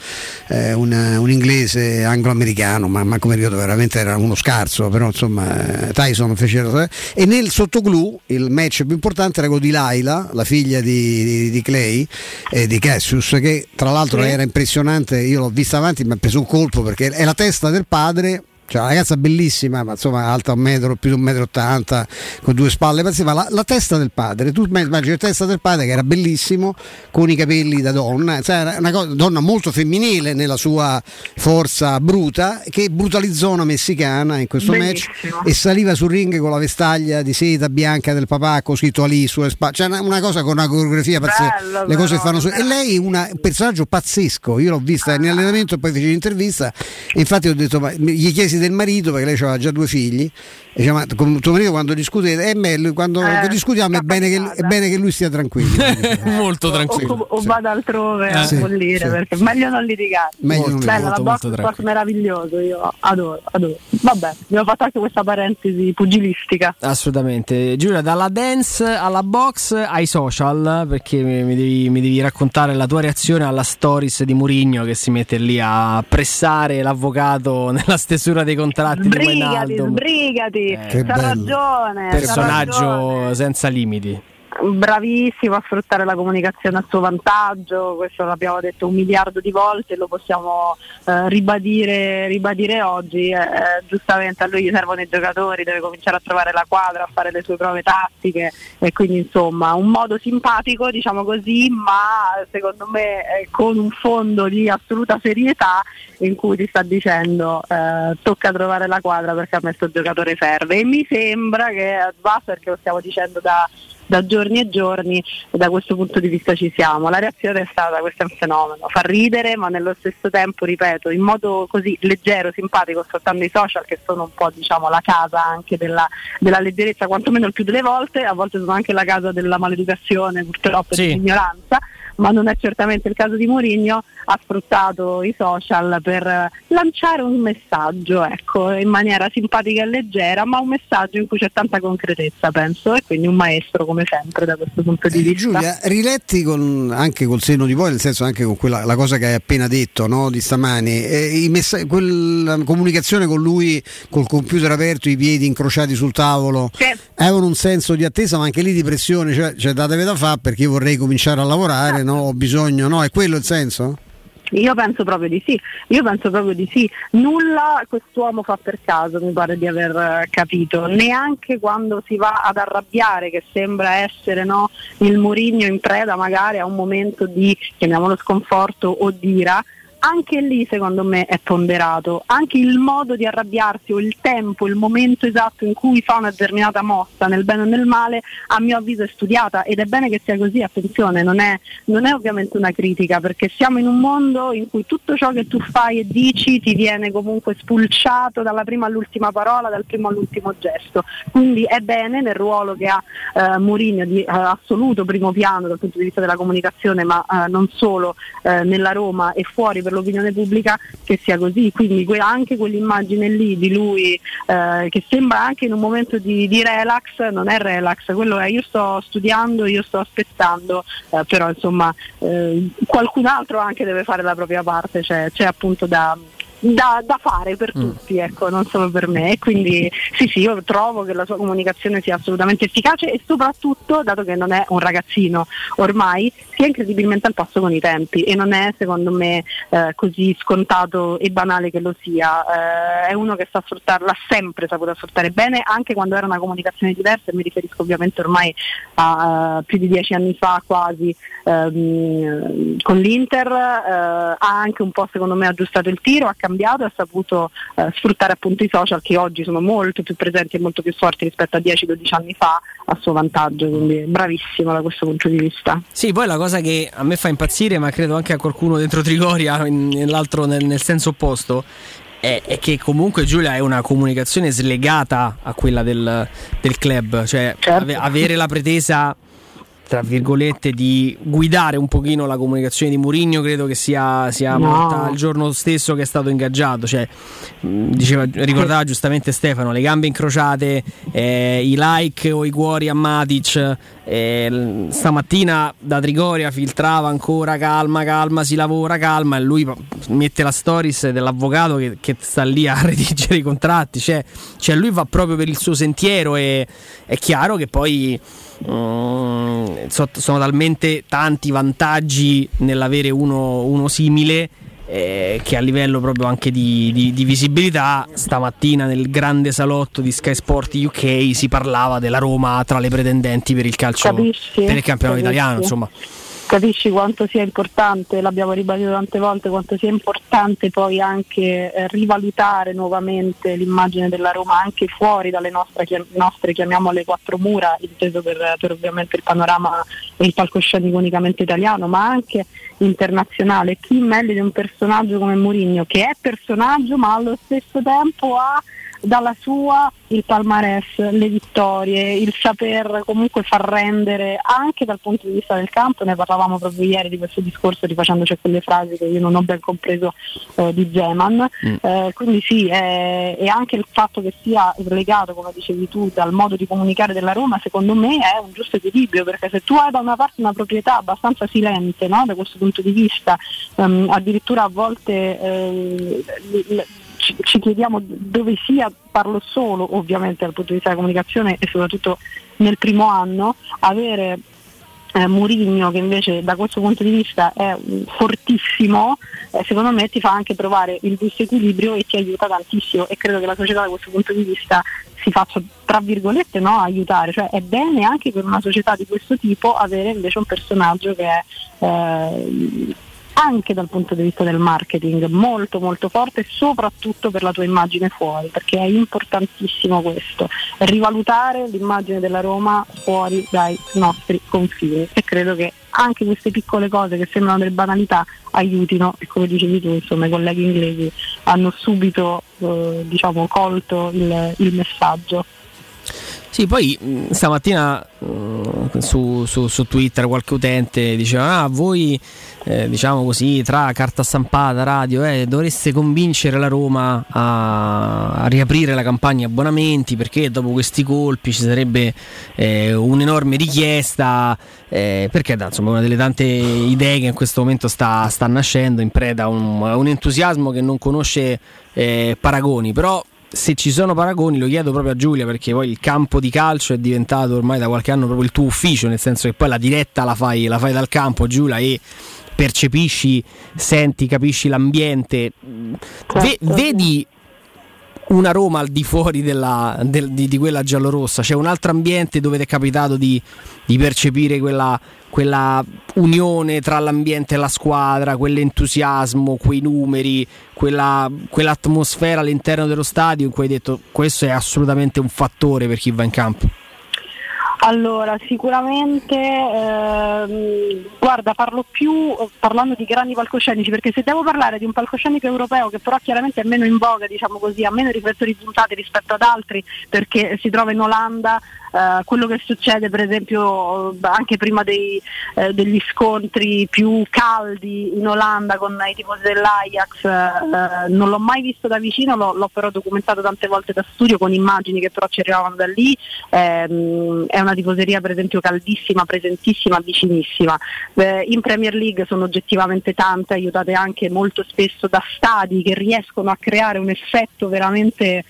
inglese anglo-americano, ma come ricordo veramente era uno scarso, però insomma Tyson fece, e nel sottoglu il match più importante era quello di Laila, la figlia di Clay, di Cassius, che tra l'altro era impressionante. Io l'ho vista avanti, mi ha preso un colpo perché è la testa del padre, cioè una ragazza bellissima, ma insomma alta più di 1,80 m, con due spalle pazzie, ma la testa del padre, tu immagini la testa del padre che era bellissimo, con i capelli da donna, cioè era una donna molto femminile nella sua forza bruta, che brutalizzò una messicana in questo match e saliva sul ring con la vestaglia di seta bianca del papà, così lì sulle spalle, cioè una cosa con una coreografia pazzesca, le cose che fanno e lei un personaggio pazzesco. Io l'ho vista in allenamento e poi feci l'intervista, e infatti ho detto, ma gli chiesi del marito, perché lei aveva già 2 figli, e diceva, ma con tuo marito quando discute quando discutiamo è bene che lui stia tranquillo. Molto tranquillo, o vada altrove a bollire, perché meglio non litigare. Bella, la box è un sport meraviglioso, io adoro. Vabbè, abbiamo fatto anche questa parentesi pugilistica. Assolutamente. Giulia, dalla dance alla box ai social, perché mi devi raccontare la tua reazione alla stories di Mourinho che si mette lì a pressare l'avvocato nella stesura dei contratti di Wijnaldum. Sbrigati, c'ha ragione. Personaggio senza limiti. Bravissimo a sfruttare la comunicazione a suo vantaggio, questo l'abbiamo detto 1 miliardo di volte, lo possiamo ribadire oggi. Giustamente a lui gli servono i giocatori, deve cominciare a trovare la quadra, a fare le sue prove tattiche, e quindi insomma un modo simpatico, diciamo così, ma secondo me con un fondo di assoluta serietà, in cui ti sta dicendo tocca trovare la quadra perché a me sto giocatore serve, e mi sembra che va, perché lo stiamo dicendo da giorni e giorni, e da questo punto di vista ci siamo. La reazione è stata, questo è un fenomeno, fa ridere, ma nello stesso tempo, ripeto, in modo così leggero, simpatico, sfruttando i social che sono un po', diciamo, la casa anche della leggerezza, quantomeno il più delle volte, a volte sono anche la casa della maleducazione, purtroppo, dell'ignoranza, ma non è certamente il caso di Mourinho, ha sfruttato i social per lanciare un messaggio, ecco, in maniera simpatica e leggera, ma un messaggio in cui c'è tanta concretezza, penso, e quindi un maestro come sempre da questo punto di vista. Giulia, riletti anche col senno di poi, nel senso anche con la cosa che hai appena detto, no, di stamani, quella comunicazione con lui col computer aperto, i piedi incrociati sul tavolo, avevano un senso di attesa, ma anche lì di pressione, cioè datevi da fare perché io vorrei cominciare a lavorare, no, ho bisogno, no, è quello il senso? Io penso proprio di sì, nulla quest'uomo fa per caso, mi pare di aver capito, neanche quando si va ad arrabbiare, che sembra essere, no, il Mourinho in preda magari a un momento di, chiamiamolo, sconforto o di ira. Anche lì secondo me è ponderato, anche il modo di arrabbiarsi o il tempo, il momento esatto in cui fa una determinata mossa, nel bene o nel male, a mio avviso è studiata, ed è bene che sia così, attenzione, non è ovviamente una critica, perché siamo in un mondo in cui tutto ciò che tu fai e dici ti viene comunque spulciato dalla prima all'ultima parola, dal primo all'ultimo gesto, quindi è bene nel ruolo che ha Mourinho di assoluto primo piano dal punto di vista della comunicazione, ma non solo nella Roma e fuori per l'opinione pubblica, che sia così, quindi anche quell'immagine lì di lui che sembra anche in un momento di relax, non è relax, quello è io sto studiando, io sto aspettando, però insomma qualcun altro anche deve fare la propria parte, c'è appunto da fare per tutti, ecco, non solo per me, e quindi sì, io trovo che la sua comunicazione sia assolutamente efficace e soprattutto, dato che non è un ragazzino ormai, sia incredibilmente al passo con i tempi, e non è secondo me così scontato e banale che lo sia, è uno che l'ha sempre saputo sfruttare bene, anche quando era una comunicazione diversa, e mi riferisco ovviamente ormai a più di 10 anni fa quasi, con l'Inter, ha anche un po' secondo me aggiustato il tiro, ha cambiato, ha saputo sfruttare appunto i social, che oggi sono molto più presenti e molto più forti rispetto a 10-12 anni fa, a suo vantaggio, quindi bravissimo da questo punto di vista. Sì, poi la cosa che a me fa impazzire, ma credo anche a qualcuno dentro Trigoria, nell'altro nel senso opposto, è che comunque Giulia è una comunicazione slegata a quella del club, cioè certo. Avere la pretesa, tra virgolette, di guidare un pochino la comunicazione di Mourinho credo che sia morta il giorno stesso che è stato ingaggiato, cioè ricordava giustamente Stefano, le gambe incrociate, i like o i cuori a Matic, stamattina da Trigoria filtrava ancora calma, si lavora, calma, e lui mette la stories dell'avvocato che sta lì a redigere i contratti, cioè lui va proprio per il suo sentiero, e è chiaro che poi sono talmente tanti vantaggi nell'avere uno simile, che a livello proprio anche di visibilità, stamattina nel grande salotto di Sky Sport UK si parlava della Roma tra le pretendenti per il calcio, per il campionato italiano, insomma. Capisci quanto sia importante, l'abbiamo ribadito tante volte, quanto sia importante poi anche rivalutare nuovamente l'immagine della Roma anche fuori dalle nostre chiamiamole quattro mura, inteso per ovviamente il panorama e il palcoscenico unicamente italiano, ma anche internazionale. Chi meglio di un personaggio come Mourinho, che è personaggio ma allo stesso tempo ha dalla sua il palmarès, le vittorie, il saper comunque far rendere anche dal punto di vista del campo. Ne parlavamo proprio ieri di questo discorso, rifacendoci quelle frasi che io non ho ben compreso di Zeman, quindi sì, e anche il fatto che sia legato, come dicevi tu, dal modo di comunicare della Roma, secondo me è un giusto equilibrio, perché se tu hai da una parte una proprietà abbastanza silente, no, da questo punto di vista, addirittura a volte ci chiediamo dove sia, parlo solo ovviamente dal punto di vista della comunicazione e soprattutto nel primo anno, avere Mourinho che invece da questo punto di vista è fortissimo, secondo me ti fa anche trovare il giusto equilibrio e ti aiuta tantissimo, e credo che la società da questo punto di vista si faccia, tra virgolette, no, aiutare, cioè è bene anche per una società di questo tipo avere invece un personaggio che è anche dal punto di vista del marketing molto molto forte, soprattutto per la tua immagine fuori, perché è importantissimo questo, rivalutare l'immagine della Roma fuori dai nostri confini, e credo che anche queste piccole cose che sembrano delle banalità aiutino, e come dicevi tu, insomma, i colleghi inglesi hanno subito colto il messaggio. Sì, poi stamattina su Twitter qualche utente diceva: voi diciamo così, tra carta stampata, radio, dovreste convincere la Roma a riaprire la campagna abbonamenti, perché dopo questi colpi ci sarebbe un'enorme richiesta, perché insomma una delle tante idee che in questo momento sta nascendo in preda a un entusiasmo che non conosce paragoni. Però se ci sono paragoni lo chiedo proprio a Giulia, perché poi il campo di calcio è diventato ormai da qualche anno proprio il tuo ufficio, nel senso che poi la diretta la fai dal campo, Giulia, e percepisci, senti, capisci l'ambiente. Vedi una Roma al di fuori di quella giallorossa? C'è un altro ambiente dove ti è capitato di percepire quella unione tra l'ambiente e la squadra, quell'entusiasmo, quei numeri, quell'atmosfera all'interno dello stadio in cui hai detto questo è assolutamente un fattore per chi va in campo? Allora, sicuramente, guarda, parlo più parlando di grandi palcoscenici, perché se devo parlare di un palcoscenico europeo che però chiaramente è meno in voga, diciamo così, ha meno riflettori puntati rispetto ad altri, perché si trova in Olanda, quello che succede per esempio anche prima degli scontri più caldi in Olanda con i tifosi dell'Ajax, non l'ho mai visto da vicino, l'ho però documentato tante volte da studio con immagini che però ci arrivavano da lì. È una tifoseria per esempio caldissima, presentissima, vicinissima. In Premier League sono oggettivamente tante, aiutate anche molto spesso da stadi che riescono a creare un effetto veramente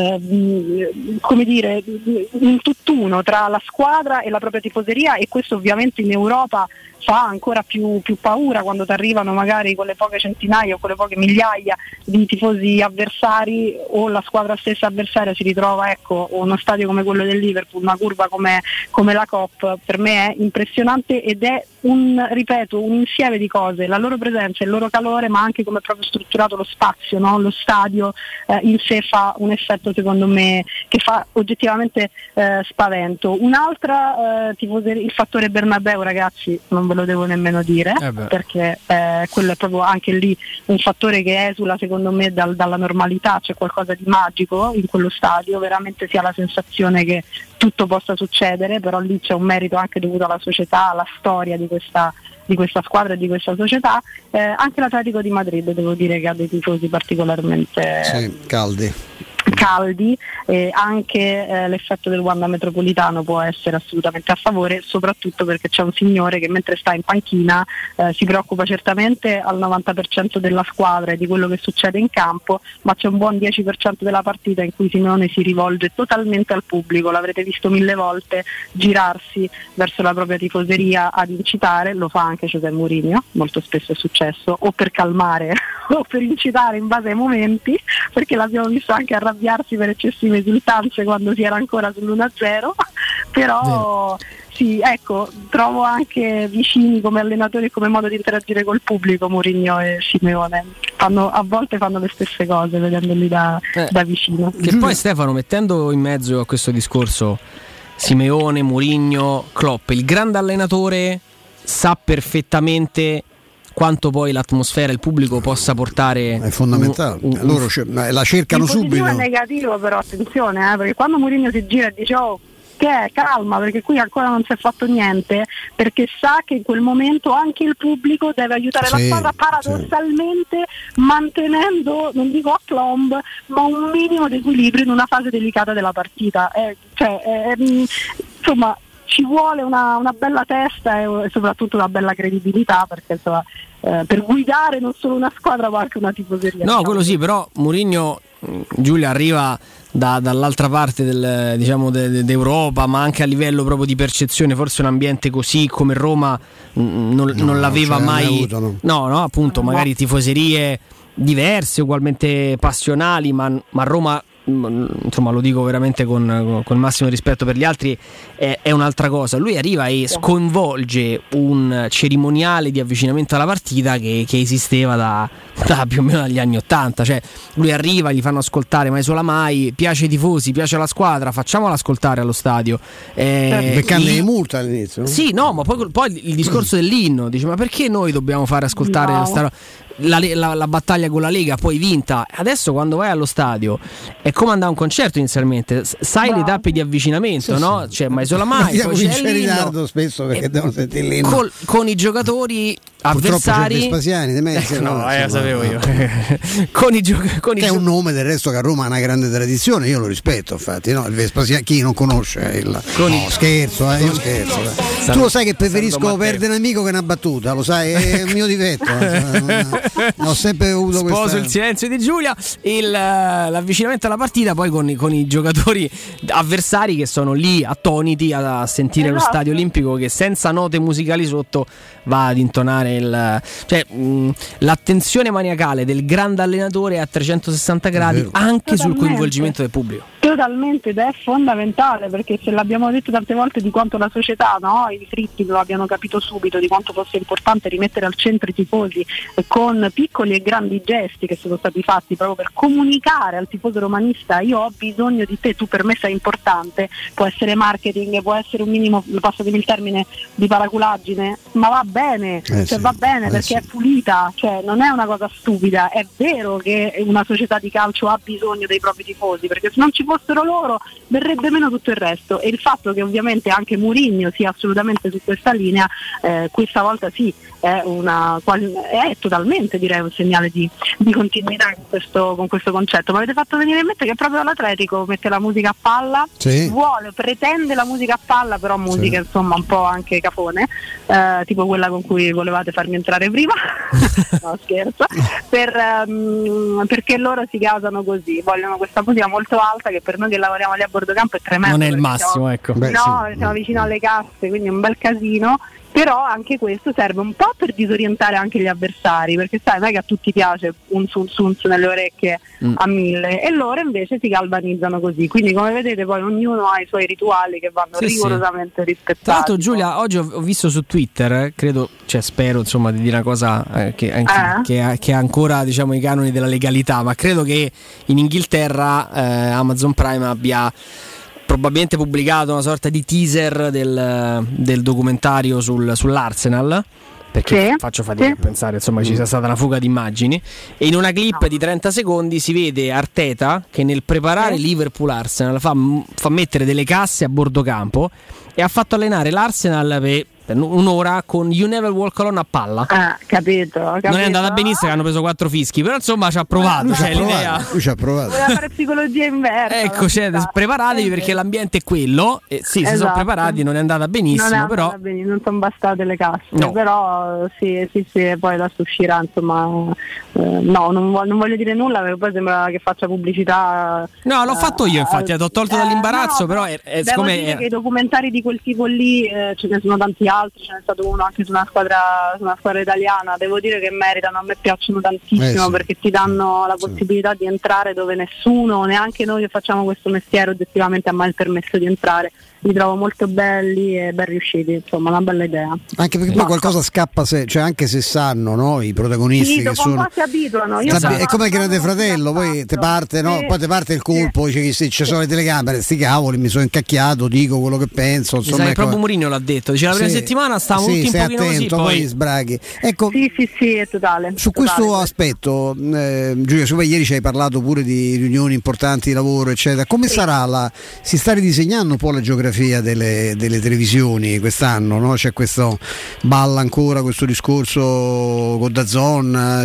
come dire, un tutt'uno tra la squadra e la propria tifoseria, e questo ovviamente in Europa fa ancora più paura quando ti arrivano magari quelle poche centinaia o quelle poche migliaia di tifosi avversari, o la squadra stessa avversaria si ritrova, ecco, uno stadio come quello del Liverpool, una curva come la Cop. Per me è impressionante ed è un insieme di cose, la loro presenza, il loro calore, ma anche come è proprio strutturato lo spazio, no? Lo stadio in sé fa un effetto secondo me che fa oggettivamente spavento. Un'altra tifoseria, il fattore Bernabeu, ragazzi, non ve lo devo nemmeno dire, perché quello è proprio anche lì un fattore che esula secondo me dalla normalità. C'è qualcosa di magico in quello stadio, veramente si ha la sensazione che tutto possa succedere, però lì c'è un merito anche dovuto alla società, alla storia di questa squadra e di questa società. Anche l'Atletico di Madrid devo dire che ha dei tifosi particolarmente caldi, e anche l'effetto del Wanda Metropolitano può essere assolutamente a favore, soprattutto perché c'è un signore che mentre sta in panchina si preoccupa certamente al 90% della squadra e di quello che succede in campo, ma c'è un buon 10% della partita in cui Simeone si rivolge totalmente al pubblico. L'avrete visto 1000 volte girarsi verso la propria tifoseria ad incitare, lo fa anche José Mourinho, molto spesso è successo, o per calmare o per incitare in base ai momenti, perché l'abbiamo visto anche arrabbiarsi per eccessive esultanze quando si era ancora sull'1-0, però sì, ecco, trovo anche vicini come allenatori e come modo di interagire col pubblico Mourinho e Simeone. A volte fanno le stesse cose vedendoli da vicino. Che poi, Stefano, mettendo in mezzo a questo discorso Simeone, Mourinho, Klopp, il grande allenatore sa perfettamente quanto poi l'atmosfera, il pubblico possa portare. È fondamentale. Loro la cercano subito. È negativo, però attenzione, perché quando Mourinho si gira e dice che è calma, perché qui ancora non si è fatto niente, perché sa che in quel momento anche il pubblico deve aiutare la squadra, paradossalmente mantenendo, non dico a plomb, ma un minimo di equilibrio in una fase delicata della partita. Insomma, ci vuole una bella testa e soprattutto una bella credibilità, perché insomma, per guidare non solo una squadra ma anche una tifoseria. No, quello sì, però Mourinho, Giulia, arriva dall'altra parte d'Europa, ma anche a livello proprio di percezione, forse un ambiente così come Roma non l'aveva mai avuto, no, appunto, magari tifoserie diverse, ugualmente passionali, ma Roma, insomma, lo dico veramente con il massimo rispetto per gli altri, è un'altra cosa. Lui arriva e sconvolge un cerimoniale di avvicinamento alla partita che esisteva da più o meno dagli anni '80. Cioè, lui arriva, gli fanno ascoltare Mai Sola Mai, piace ai tifosi, piace alla squadra, facciamola ascoltare allo stadio. Beccando di multa all'inizio, no? Sì, no, ma poi il discorso dell'inno, dice: ma perché noi dobbiamo fare ascoltare sta roba? la battaglia con la Lega poi vinta. Adesso quando vai allo stadio è come andare a un concerto inizialmente, sai le tappe di avvicinamento, no? C'è Ma Isola Mai, poi c'è in ritardo spesso perché devono sentire l'inno con i giocatori avversari. C'è Vespasiani, sapevo io. con che è un nome del resto che a Roma ha una grande tradizione, io lo rispetto, infatti, no? Il Vespasiani, chi non conosce scherzo, io scherzo. Tu lo sai che preferisco perdere un amico che una battuta, lo sai, è un mio difetto. Ho sempre avuto Sposo il silenzio di Giulia. L'avvicinamento alla partita poi con i giocatori avversari che sono lì attoniti a sentire lo stadio olimpico che senza note musicali sotto va ad intonare l'attenzione maniacale del grande allenatore a 360 gradi anche sul coinvolgimento del pubblico. Totalmente, ed è fondamentale, perché se l'abbiamo detto tante volte di quanto la società, no, i diritti lo abbiano capito subito, di quanto fosse importante rimettere al centro i tifosi con piccoli e grandi gesti che sono stati fatti proprio per comunicare al tifoso romanista: io ho bisogno di te, tu per me sei importante. Può essere marketing, può essere un minimo, passatemi il termine, di paraculaggine, ma va bene, va bene perché è pulita, non è una cosa stupida. È vero che una società di calcio ha bisogno dei propri tifosi, perché se non ci fossero loro verrebbe meno tutto il resto, e il fatto che ovviamente anche Mourinho sia assolutamente su questa linea, questa volta sì, è totalmente, direi, un segnale di continuità con questo concetto. Ma avete fatto venire in mente che proprio l'Atletico mette la musica a palla, pretende la musica a palla, però musica insomma un po' anche cafone, tipo quella con cui volevate farmi entrare prima. No, scherzo, perché loro si gasano così, vogliono questa musica molto alta che per noi che lavoriamo lì a bordo campo è tremendo. Non è il massimo, ecco. Siamo vicino alle casse, quindi è un bel casino. Però anche questo serve un po' per disorientare anche gli avversari, perché sai, non è che a tutti piace un sunsunz nelle orecchie a 1000, e loro invece si galvanizzano così. Quindi come vedete poi ognuno ha i suoi rituali che vanno rigorosamente rispettati. Tra l'altro Giulia, oggi ho visto su Twitter, credo, spero insomma di dire una cosa che ha ancora, diciamo, i canoni della legalità, ma credo che in Inghilterra Amazon Prime abbia probabilmente pubblicato una sorta di teaser del documentario sull'Arsenal, perché faccio fatica a pensare insomma ci sia stata una fuga di immagini, e in una clip di 30 secondi si vede Arteta che nel preparare Liverpool-Arsenal fa mettere delle casse a bordo campo e ha fatto allenare l'Arsenal per un'ora con You Never Walk Alone a palla. Capito. Non è andata benissimo, che hanno preso 4 fischi, però insomma ci ha provato. L'idea. Lui ci ha provato. Voleva fare psicologia inversa. Ecco, preparatevi perché l'ambiente è quello. Si sono preparati, non è andata benissimo, però non sono bastate le casse. Però sì, poi adesso uscirà, insomma. Non voglio dire nulla perché poi sembra che faccia pubblicità. No, l'ho fatto io, infatti, l'ho tolto dall'imbarazzo, però devo dire che i documentari di quel tipo lì ce ne sono tanti altri, ce n'è stato uno anche su una squadra italiana, devo dire che meritano, a me piacciono tantissimo perché ti danno la possibilità di entrare dove nessuno, neanche noi che facciamo questo mestiere oggettivamente ha mai il permesso di entrare. Li trovo molto belli e ben riusciti, insomma, una bella idea. Anche perché poi qualcosa scappa, anche se sanno, no, i protagonisti che sono. Si abituano. È come il Grande Fratello, poi te parte, poi te parte il colpo, dice che se ci sono le telecamere, sti cavoli, mi sono incacchiato, dico quello che penso. Insomma, proprio Mourinho l'ha detto, dice la prima settimana stavo tutti un pochino attento, così, poi sbraghi. Ecco, sì, è totale. Su questo aspetto, Giulia, ieri ci hai parlato pure di riunioni importanti di lavoro, eccetera. Come sarà si sta ridisegnando un po' la geografia delle televisioni quest'anno, no? C'è questo balla ancora questo discorso con DAZN,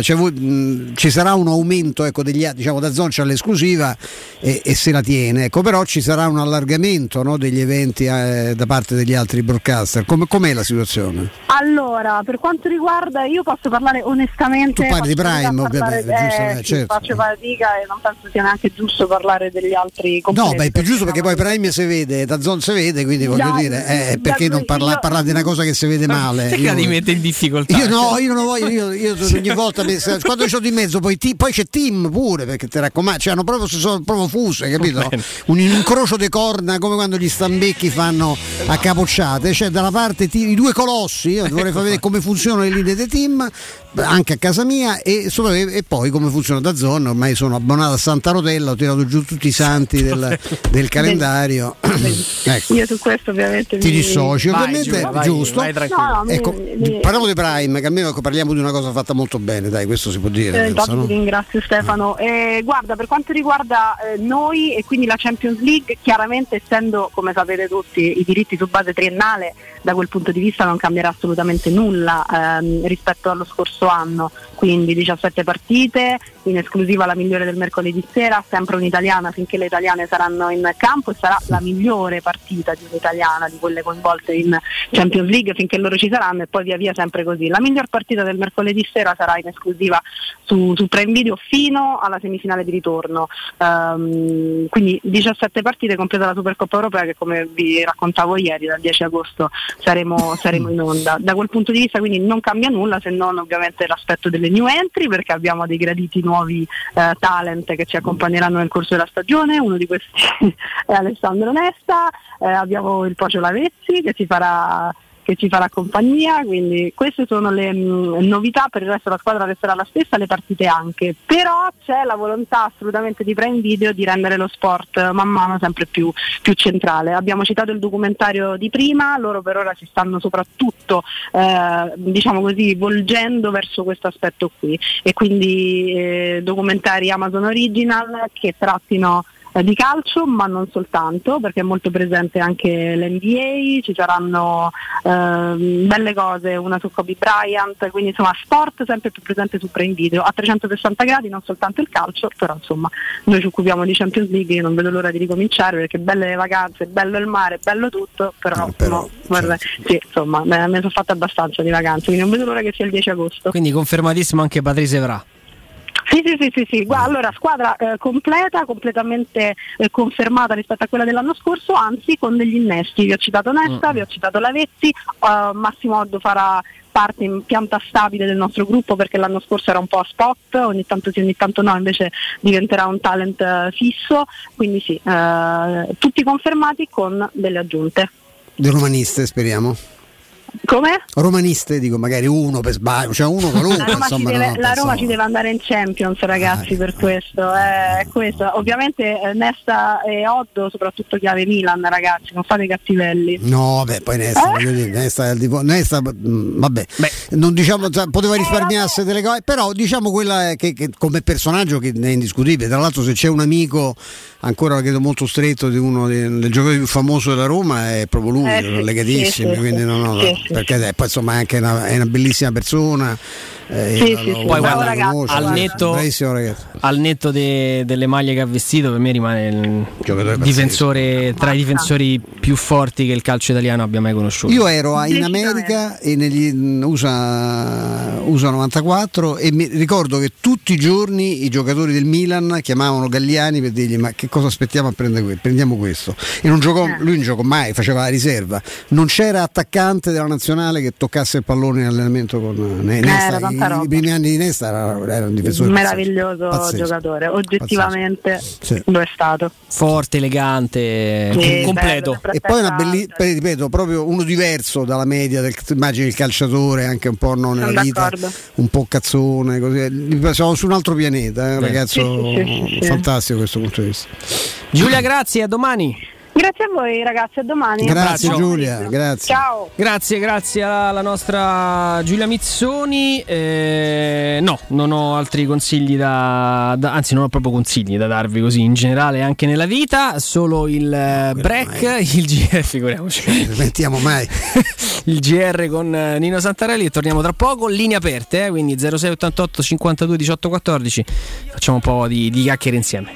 ci sarà un aumento, ecco, diciamo DAZN c'ha l'esclusiva e se la tiene, ecco, però ci sarà un allargamento, no, degli eventi da parte degli altri broadcaster. Com'è la situazione? Allora, per quanto riguarda, io posso parlare onestamente. Tu parli di Prime, ovviamente, certo. Faccio fatica e non penso sia neanche giusto parlare degli altri competitor. No, è più giusto perché poi Prime si vede, DAZN si vede, quindi voglio dire, perché non parlare di una cosa che si vede male? Perché ti mette in difficoltà? Io non lo voglio, io ogni volta quando c'ho di mezzo poi c'è Team pure, perché ti raccomando, sono proprio fuse, capito? Un incrocio di corna come quando gli stambecchi fanno a capocciate, c'è dalla parte i due colossi, io vorrei far vedere come funzionano le linee dei Team anche a casa mia e poi come funziona DAZN. Ormai sono abbonato a Santa Rotella, ho tirato giù tutti i santi del calendario Io su questo ovviamente ti dissoci, ovviamente, vai, giusto. vai Parliamo di Prime, che almeno parliamo di una cosa fatta molto bene, dai, questo si può dire. Infatti ti ringrazio Stefano. Guarda, per quanto riguarda noi e quindi la Champions League, chiaramente essendo, come sapete tutti, i diritti su base triennale, da quel punto di vista non cambierà assolutamente nulla rispetto allo scorso anno, quindi 17 partite, in esclusiva la migliore del mercoledì sera, sempre un'italiana finché le italiane saranno in campo, e sarà la migliore partita di un'italiana, di quelle coinvolte in Champions League finché loro ci saranno, e poi via via sempre così. La miglior partita del mercoledì sera sarà in esclusiva su Prime Video fino alla semifinale di ritorno, quindi 17 partite compresa la Supercoppa Europea, che come vi raccontavo ieri dal 10 agosto saremo in onda. Da quel punto di vista quindi non cambia nulla, se non ovviamente l'aspetto delle new entry, perché abbiamo dei graditi nuovi talent che ci accompagneranno nel corso della stagione. Uno di questi è Alessandro Nesta, abbiamo il Pocio Lavezzi che ci farà compagnia, quindi queste sono le novità. Per il resto la squadra resterà la stessa, le partite anche, però c'è la volontà assolutamente di Prime Video di rendere lo sport man mano sempre più centrale. Abbiamo citato il documentario di prima, loro per ora si stanno soprattutto diciamo così volgendo verso questo aspetto qui, e quindi documentari Amazon Original che trattino di calcio, ma non soltanto, perché è molto presente anche l'NBA, ci saranno belle cose, una su Kobe Bryant, quindi insomma sport sempre più presente su Prime Video a 360 gradi, non soltanto il calcio, però insomma noi ci occupiamo di Champions League, io non vedo l'ora di ricominciare perché belle le vacanze, bello il mare, bello tutto, però guarda, sì, insomma me ne sono fatta abbastanza di vacanze, quindi non vedo l'ora che sia il 10 agosto. Quindi confermatissimo anche Patrice Evra. Sì. Guarda, allora squadra completa, completamente confermata rispetto a quella dell'anno scorso, anzi con degli innesti. Vi ho citato Nesta, vi ho citato Lavezzi, Massimo Oddo farà parte in pianta stabile del nostro gruppo perché l'anno scorso era un po' a spot, ogni tanto sì, ogni tanto no, invece diventerà un talent fisso, quindi sì, tutti confermati con delle aggiunte. De romaniste speriamo. Come? Romaniste, dico, magari uno per sbaglio, cioè uno qualunque. La Roma ci deve andare in Champions, ragazzi, per questo. Questo. Ovviamente Nesta e Oddo, soprattutto chiave Milan, ragazzi, non fate cattivelli. No, beh, poi Nesta, vabbè, non diciamo, poteva risparmiarsi delle cose, però diciamo quella che come personaggio che è indiscutibile. Tra l'altro se c'è un amico ancora credo molto stretto di uno del giocatore più famoso della Roma è proprio lui, legatissimo, quindi perché poi insomma è anche è una bellissima persona. Poi guarda, al netto delle maglie che ha vestito, per me rimane il difensore tra i difensori più forti che il calcio italiano abbia mai conosciuto. Io ero in America e negli USA 94 e mi ricordo che tutti i giorni i giocatori del Milan chiamavano Galliani per dirgli ma che cosa aspettiamo a prendere questo? Prendiamo questo. E lui non giocò mai, faceva la riserva, non c'era attaccante della nazionale che toccasse il pallone in allenamento con Nesta. I primi anni di Nesta era un difensore meraviglioso, pazzesco, giocatore, oggettivamente lo è stato, forte, elegante, completo, e poi ripeto, proprio uno diverso dalla media immagini il calciatore, anche un po' non nella vita, un po' cazzone, così. Siamo su un altro pianeta, un ragazzo fantastico da questo punto di vista. Giulia, grazie, a domani. Grazie a voi ragazzi, a domani. Grazie Giulia, grazie. Ciao. Grazie alla nostra Giulia Mizzoni. No, non ho altri consigli anzi non ho proprio consigli da darvi così in generale anche nella vita, solo il break, il GR, figuriamoci. Non smettiamo mai. Il GR con Nino Santarelli e torniamo tra poco, linee aperte, quindi 06 88 52 18 14. Facciamo un po' di chiacchiere insieme.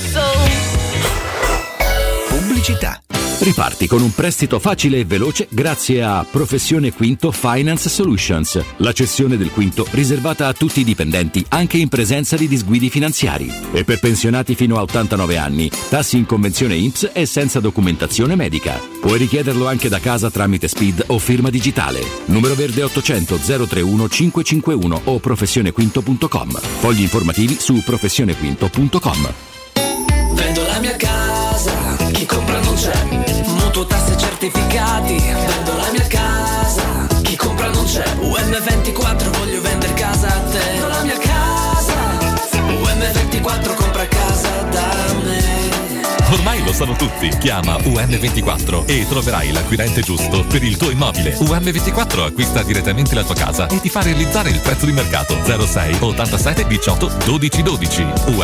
Pubblicità. Riparti con un prestito facile e veloce grazie a Professione Quinto Finance Solutions, la cessione del quinto riservata a tutti i dipendenti anche in presenza di disguidi finanziari, e per pensionati fino a 89 anni, tassi in convenzione INPS e senza documentazione medica. Puoi richiederlo anche da casa tramite SPID o firma digitale. Numero verde 800 031 551 o professionequinto.com. Fogli informativi su professionequinto.com. Vendo la mia casa, chi compra non c'è, mutuo, tasse, certificati. Vendo la mia casa, chi compra non c'è, UM24 voglio vendere casa a te. Vendo la mia casa, UM24 compra casa da me. Ormai lo sanno tutti. Chiama UM24 e troverai l'acquirente giusto per il tuo immobile. UM24 acquista direttamente la tua casa e ti fa realizzare il prezzo di mercato. 06 87 18 12 12.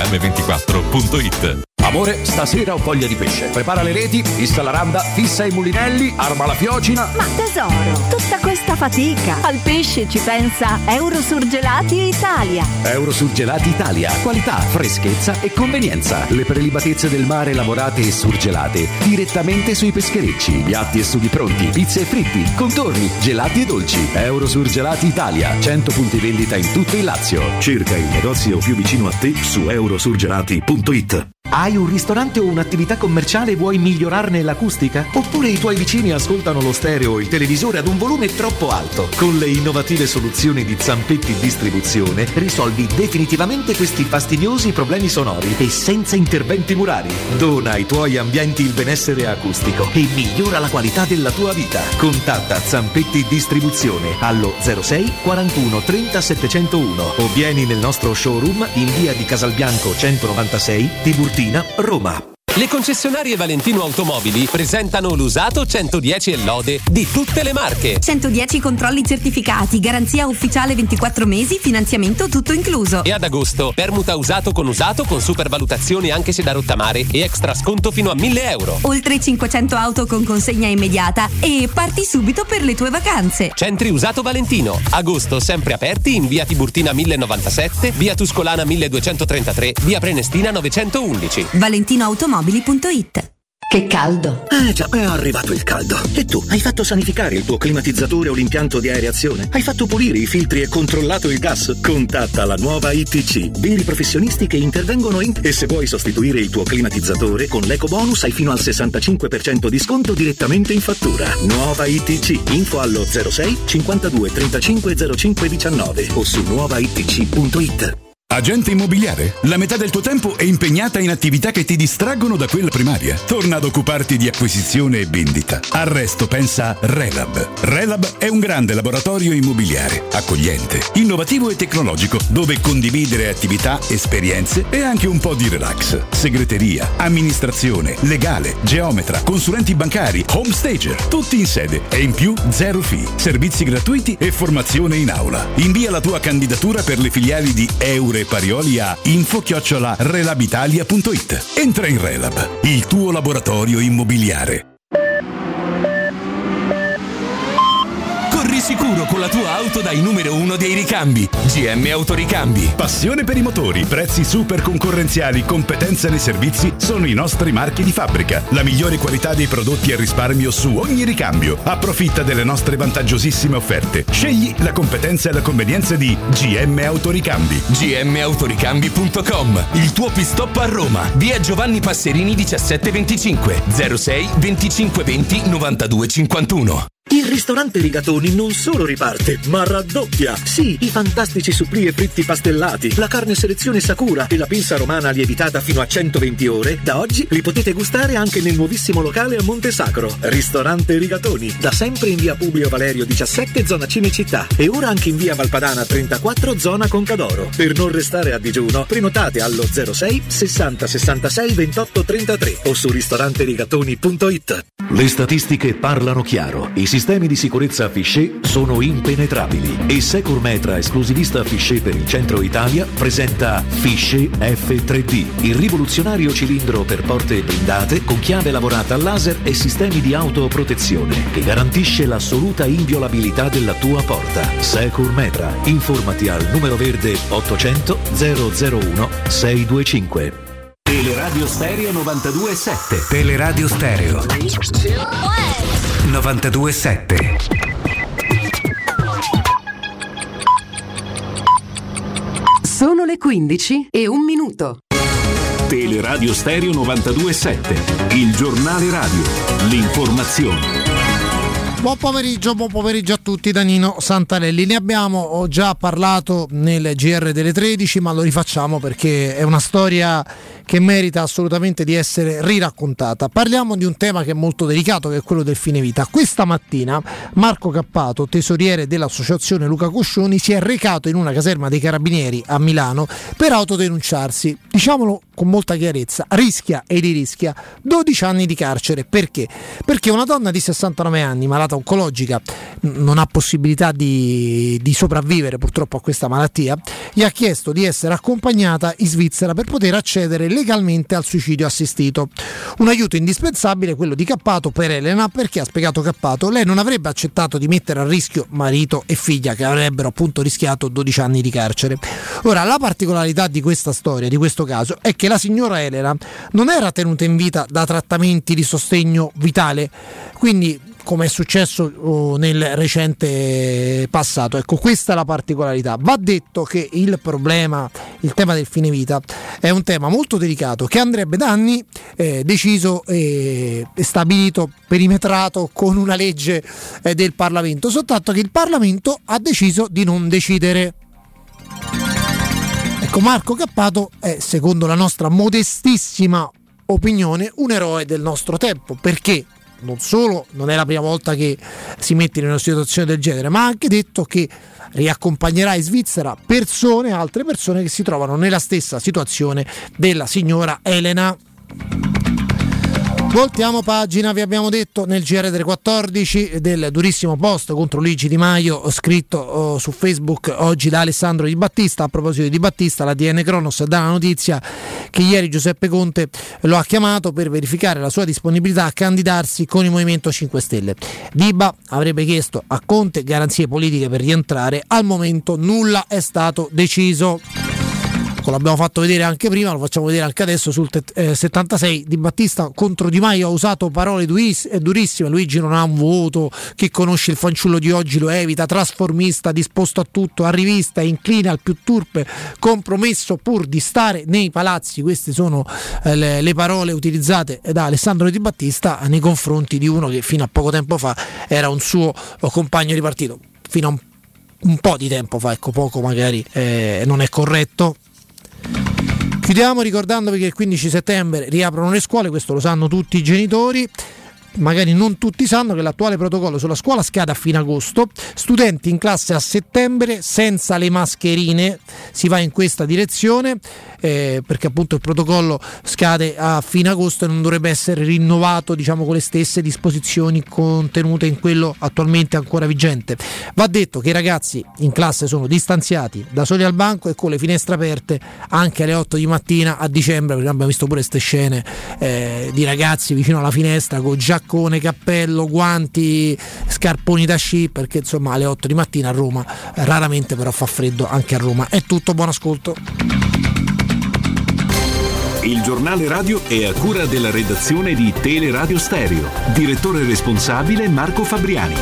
UM24.it. Amore, stasera ho voglia di pesce. Prepara le reti, fissa la randa, fissa i mulinelli, arma la fiocina. Ma tesoro, tutta questa fatica. Al pesce ci pensa Eurosurgelati Italia. Eurosurgelati Italia. Qualità, freschezza e convenienza. Le prelibatezze del mare lavorate e surgelate direttamente sui pescherecci. Piatti e sughi pronti, pizze e fritti, contorni, gelati e dolci. Eurosurgelati Italia. 100 punti vendita in tutto il Lazio. Cerca il negozio più vicino a te su eurosurgelati.it. Hai un ristorante o un'attività commerciale e vuoi migliorarne l'acustica? Oppure i tuoi vicini ascoltano lo stereo o il televisore ad un volume troppo alto? Con le innovative soluzioni di Zampetti Distribuzione risolvi definitivamente questi fastidiosi problemi sonori e senza interventi murari. Dona ai tuoi ambienti il benessere acustico e migliora la qualità della tua vita. Contatta Zampetti Distribuzione allo 06 41 30 701 o vieni nel nostro showroom in via di Casalbianco 196 Tiburtina, Roma. Le concessionarie Valentino Automobili presentano l'usato 110 e lode di tutte le marche. 110 controlli certificati, garanzia ufficiale 24 mesi, finanziamento tutto incluso. E ad agosto, permuta usato con supervalutazioni anche se da rottamare e extra sconto fino a 1.000 euro. Oltre 500 auto con consegna immediata e parti subito per le tue vacanze. Centri Usato Valentino. Agosto sempre aperti in via Tiburtina 1097, via Tuscolana 1233, via Prenestina 911. ValentinoAutomobili.it. Che caldo! Già, è arrivato il caldo. E tu, hai fatto sanificare il tuo climatizzatore o l'impianto di areazione? Hai fatto pulire i filtri e controllato il gas? Contatta la nuova ITC, veri professionisti che intervengono E se vuoi sostituire il tuo climatizzatore, con l'EcoBonus hai fino al 65% di sconto direttamente in fattura. Nuova ITC, info allo 06 52 35 05 19 o su nuovaitc.it. Agente immobiliare? La metà del tuo tempo è impegnata in attività che ti distraggono da quella primaria. Torna ad occuparti di acquisizione e vendita. Al resto pensa Relab. Relab è un grande laboratorio immobiliare, accogliente, innovativo e tecnologico, dove condividere attività, esperienze e anche un po' di relax. Segreteria, amministrazione, legale, geometra, consulenti bancari, home stager, tutti in sede e in più zero fee, servizi gratuiti e formazione in aula. Invia la tua candidatura per le filiali di Euro Parioli a info@relabitalia.it. Entra in Relab, il tuo laboratorio immobiliare. Corri sicuro con la tua auto dai numero 1 dei ricambi. GM Autoricambi. Passione per i motori, prezzi super concorrenziali, competenza nei servizi sono i nostri marchi di fabbrica. La migliore qualità dei prodotti e risparmio su ogni ricambio. Approfitta delle nostre vantaggiosissime offerte. Scegli la competenza e la convenienza di GM Autoricambi. gmautoricambi.com. Il tuo pit-stop a Roma. Via Giovanni Passerini 1725 06 25 20 92 51. Il ristorante Rigatoni non solo riparte, ma raddoppia! Sì, i fantastici supplì e fritti pastellati, la carne selezione Sakura e la pinza romana lievitata fino a 120 ore, da oggi li potete gustare anche nel nuovissimo locale a Monte Sacro. Ristorante Rigatoni, da sempre in via Publio Valerio 17, zona Cinecittà, e ora anche in via Valpadana 34, zona Concadoro. Per non restare a digiuno, prenotate allo 06 60 66 28 33 o su ristoranterigatoni.it. Le statistiche parlano chiaro. I sistemi di sicurezza Fichet sono impenetrabili e Securmetra, esclusivista Fichet per il centro Italia, presenta Fichet F3D, il rivoluzionario cilindro per porte blindate con chiave lavorata a laser e sistemi di autoprotezione che garantisce l'assoluta inviolabilità della tua porta. Securmetra. Informati al numero verde 800 001 625. Teleradio Stereo 92.7. Teleradio Stereo 92.7. Sono le 15 e un minuto. Teleradio Stereo 92.7. Il giornale radio. L'informazione. Buon pomeriggio a tutti da Nino Santarelli. Ne abbiamo già parlato nel GR delle 13, ma lo rifacciamo perché è una storia che merita assolutamente di essere riraccontata. Parliamo di un tema che è molto delicato, che è quello del fine vita. Questa mattina Marco Cappato, tesoriere dell'associazione Luca Coscioni, si è recato in una caserma dei Carabinieri a Milano per autodenunciarsi. Diciamolo con molta chiarezza, rischia e ririschia 12 anni di carcere. Perché? Perché una donna di 69 anni, malata oncologica, non ha possibilità di sopravvivere purtroppo a questa malattia, gli ha chiesto di essere accompagnata in Svizzera per poter accedere legalmente al suicidio assistito. Un aiuto indispensabile quello di Cappato per Elena, perché ha spiegato Cappato, lei non avrebbe accettato di mettere a rischio marito e figlia, che avrebbero appunto rischiato 12 anni di carcere. Ora, la particolarità di questa storia, di questo caso, è che la signora Elena non era tenuta in vita da trattamenti di sostegno vitale, quindi come è successo nel recente passato. Ecco, questa è la particolarità. Va detto che il tema del fine vita è un tema molto delicato, che andrebbe da anni deciso e stabilito, perimetrato con una legge del Parlamento, soltanto che il Parlamento ha deciso di non decidere. Ecco, Marco Cappato è, secondo la nostra modestissima opinione, un eroe del nostro tempo, perché non solo non è la prima volta che si mette in una situazione del genere, ma ha anche detto che riaccompagnerà in Svizzera altre persone che si trovano nella stessa situazione della signora Elena. Voltiamo pagina, vi abbiamo detto nel GR delle 14 del durissimo post contro Luigi Di Maio scritto su Facebook oggi da Alessandro Di Battista. A proposito di Di Battista, la DN Cronos dà la notizia che ieri Giuseppe Conte lo ha chiamato per verificare la sua disponibilità a candidarsi con il Movimento 5 Stelle. Diba avrebbe chiesto a Conte garanzie politiche per rientrare, al momento nulla è stato deciso. L'abbiamo fatto vedere anche prima, lo facciamo vedere anche adesso sul 76. Di Battista contro Di Maio ha usato parole durissime. Luigi non ha un voto, chi conosce il fanciullo di oggi lo evita, trasformista, disposto a tutto, arrivista, incline al più turpe, compromesso pur di stare nei palazzi. Queste sono le parole utilizzate da Alessandro Di Battista nei confronti di uno che fino a poco tempo fa era un suo compagno di partito, fino a un po' di tempo fa, ecco, poco magari non è corretto. Chiudiamo ricordandovi che il 15 settembre riaprono le scuole, questo lo sanno tutti i genitori. Magari non tutti sanno che l'attuale protocollo sulla scuola scade a fine agosto, studenti in classe a settembre senza le mascherine, si va in questa direzione perché appunto il protocollo scade a fine agosto e non dovrebbe essere rinnovato, diciamo, con le stesse disposizioni contenute in quello attualmente ancora vigente. Va detto che i ragazzi in classe sono distanziati, da soli al banco e con le finestre aperte anche alle 8 di mattina a dicembre, perché abbiamo visto pure queste scene di ragazzi vicino alla finestra con giaccone, cappello, guanti, scarponi da sci, perché insomma alle 8 di mattina a Roma raramente però fa freddo anche a Roma. È tutto, buon ascolto. Il giornale radio è a cura della redazione di Teleradio Stereo. Direttore responsabile Marco Fabriani.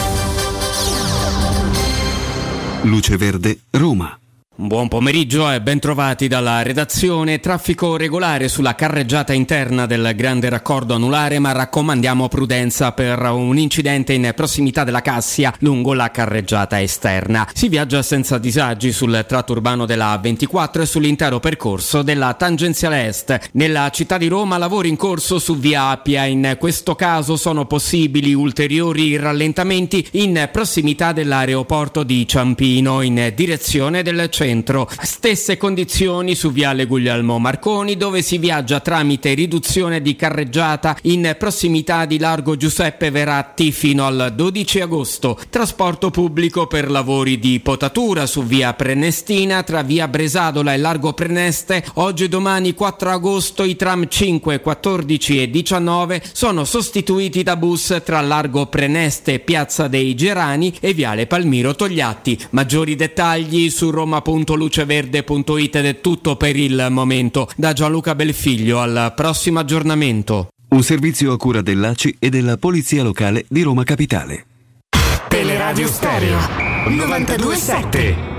Luce Verde, Roma. Buon pomeriggio e ben trovati dalla redazione. Traffico regolare sulla carreggiata interna del grande raccordo anulare, ma raccomandiamo prudenza per un incidente in prossimità della Cassia lungo la carreggiata esterna. Si viaggia senza disagi sul tratto urbano della A24 e sull'intero percorso della tangenziale est. Nella città di Roma lavori in corso su via Appia, in questo caso sono possibili ulteriori rallentamenti in prossimità dell'aeroporto di Ciampino in direzione del centro. Stesse condizioni su viale Guglielmo Marconi, dove si viaggia tramite riduzione di carreggiata in prossimità di largo Giuseppe Veratti fino al 12 agosto. Trasporto pubblico per lavori di potatura su via Prenestina tra via Bresadola e largo Preneste. Oggi e domani 4 agosto i tram 5, 14 e 19 sono sostituiti da bus tra largo Preneste, piazza dei Gerani e viale Palmiro Togliatti. Maggiori dettagli su roma.luceverde.it ed è tutto per il momento. Da Gianluca Belfiglio al prossimo aggiornamento. Un servizio a cura dell'ACI e della Polizia Locale di Roma Capitale. Teleradio Stereo 92.7.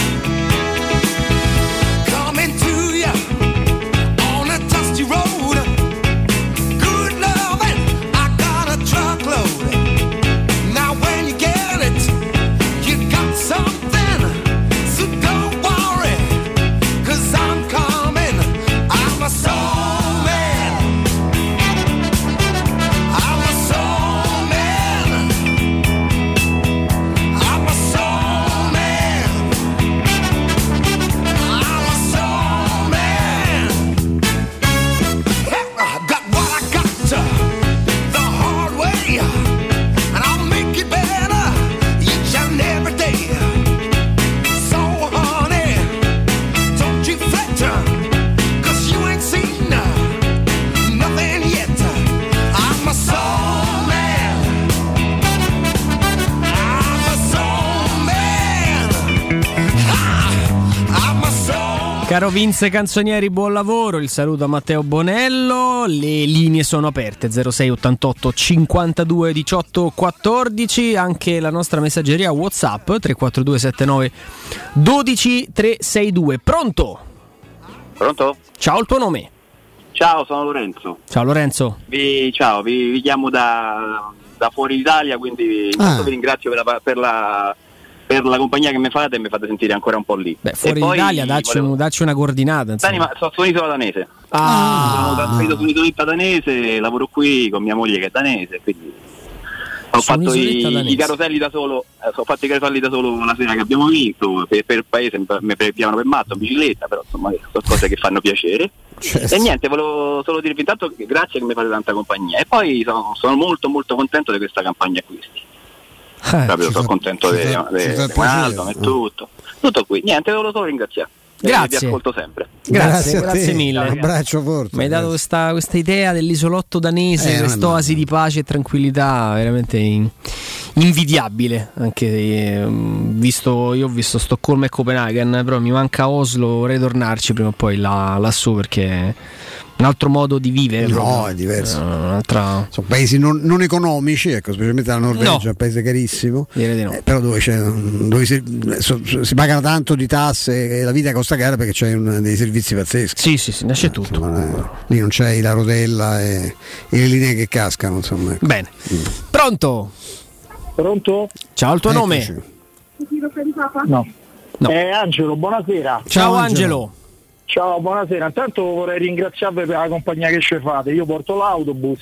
Coming to you on a dusty road. Caro Vince Canzonieri, buon lavoro. Il saluto a Matteo Bonello. Le linee sono aperte 06 88 52 18 14. Anche la nostra messaggeria WhatsApp 342 79 12 362. Pronto? Ciao, il tuo nome? Ciao, sono Lorenzo. Ciao Lorenzo. Vi chiamo da fuori Italia, quindi vi ringrazio per la compagnia che mi fate e mi fate sentire ancora un po' lì. Beh, fuori Italia, dacci una coordinata. Ma sono un'isola danese. Sono trasferito su un'isoletta danese, lavoro qui con mia moglie che è danese, quindi ho fatto i caroselli da solo. Ho fatto i caroselli da solo la sera che abbiamo vinto. Per il paese mi prendevano per matto in bicicletta, però insomma sono cose che fanno piacere. Certo. E niente, volevo solo dirvi intanto che grazie che mi fate tanta compagnia. E poi sono molto molto contento di questa campagna acquisti. Proprio sono contento di Ronaldo e tutto qui. Niente, volevo solo ringraziare. Grazie. Vi ascolto sempre. Grazie mille. Un abbraccio forte. Mi hai dato questa idea dell'isolotto danese, quest'oasi di pace e tranquillità veramente invidiabile. Anche io ho visto Stoccolma e Copenaghen, però mi manca Oslo, vorrei tornarci prima o poi lassù perché è un altro modo di vivere. No, è diverso. Sono paesi non economici, ecco, specialmente la Norvegia, è un paese carissimo. Però dove si pagano tanto di tasse e la vita costa cara perché c'è dei servizi pazzeschi. Sì, c'è tutto. Lì non c'è la rotella e le linee che cascano, insomma. Ecco. Bene. Pronto? Ciao, il tuo nome? No. Angelo, buonasera. Ciao Angelo. Ciao, buonasera. Intanto vorrei ringraziarvi per la compagnia che ci fate. Io porto l'autobus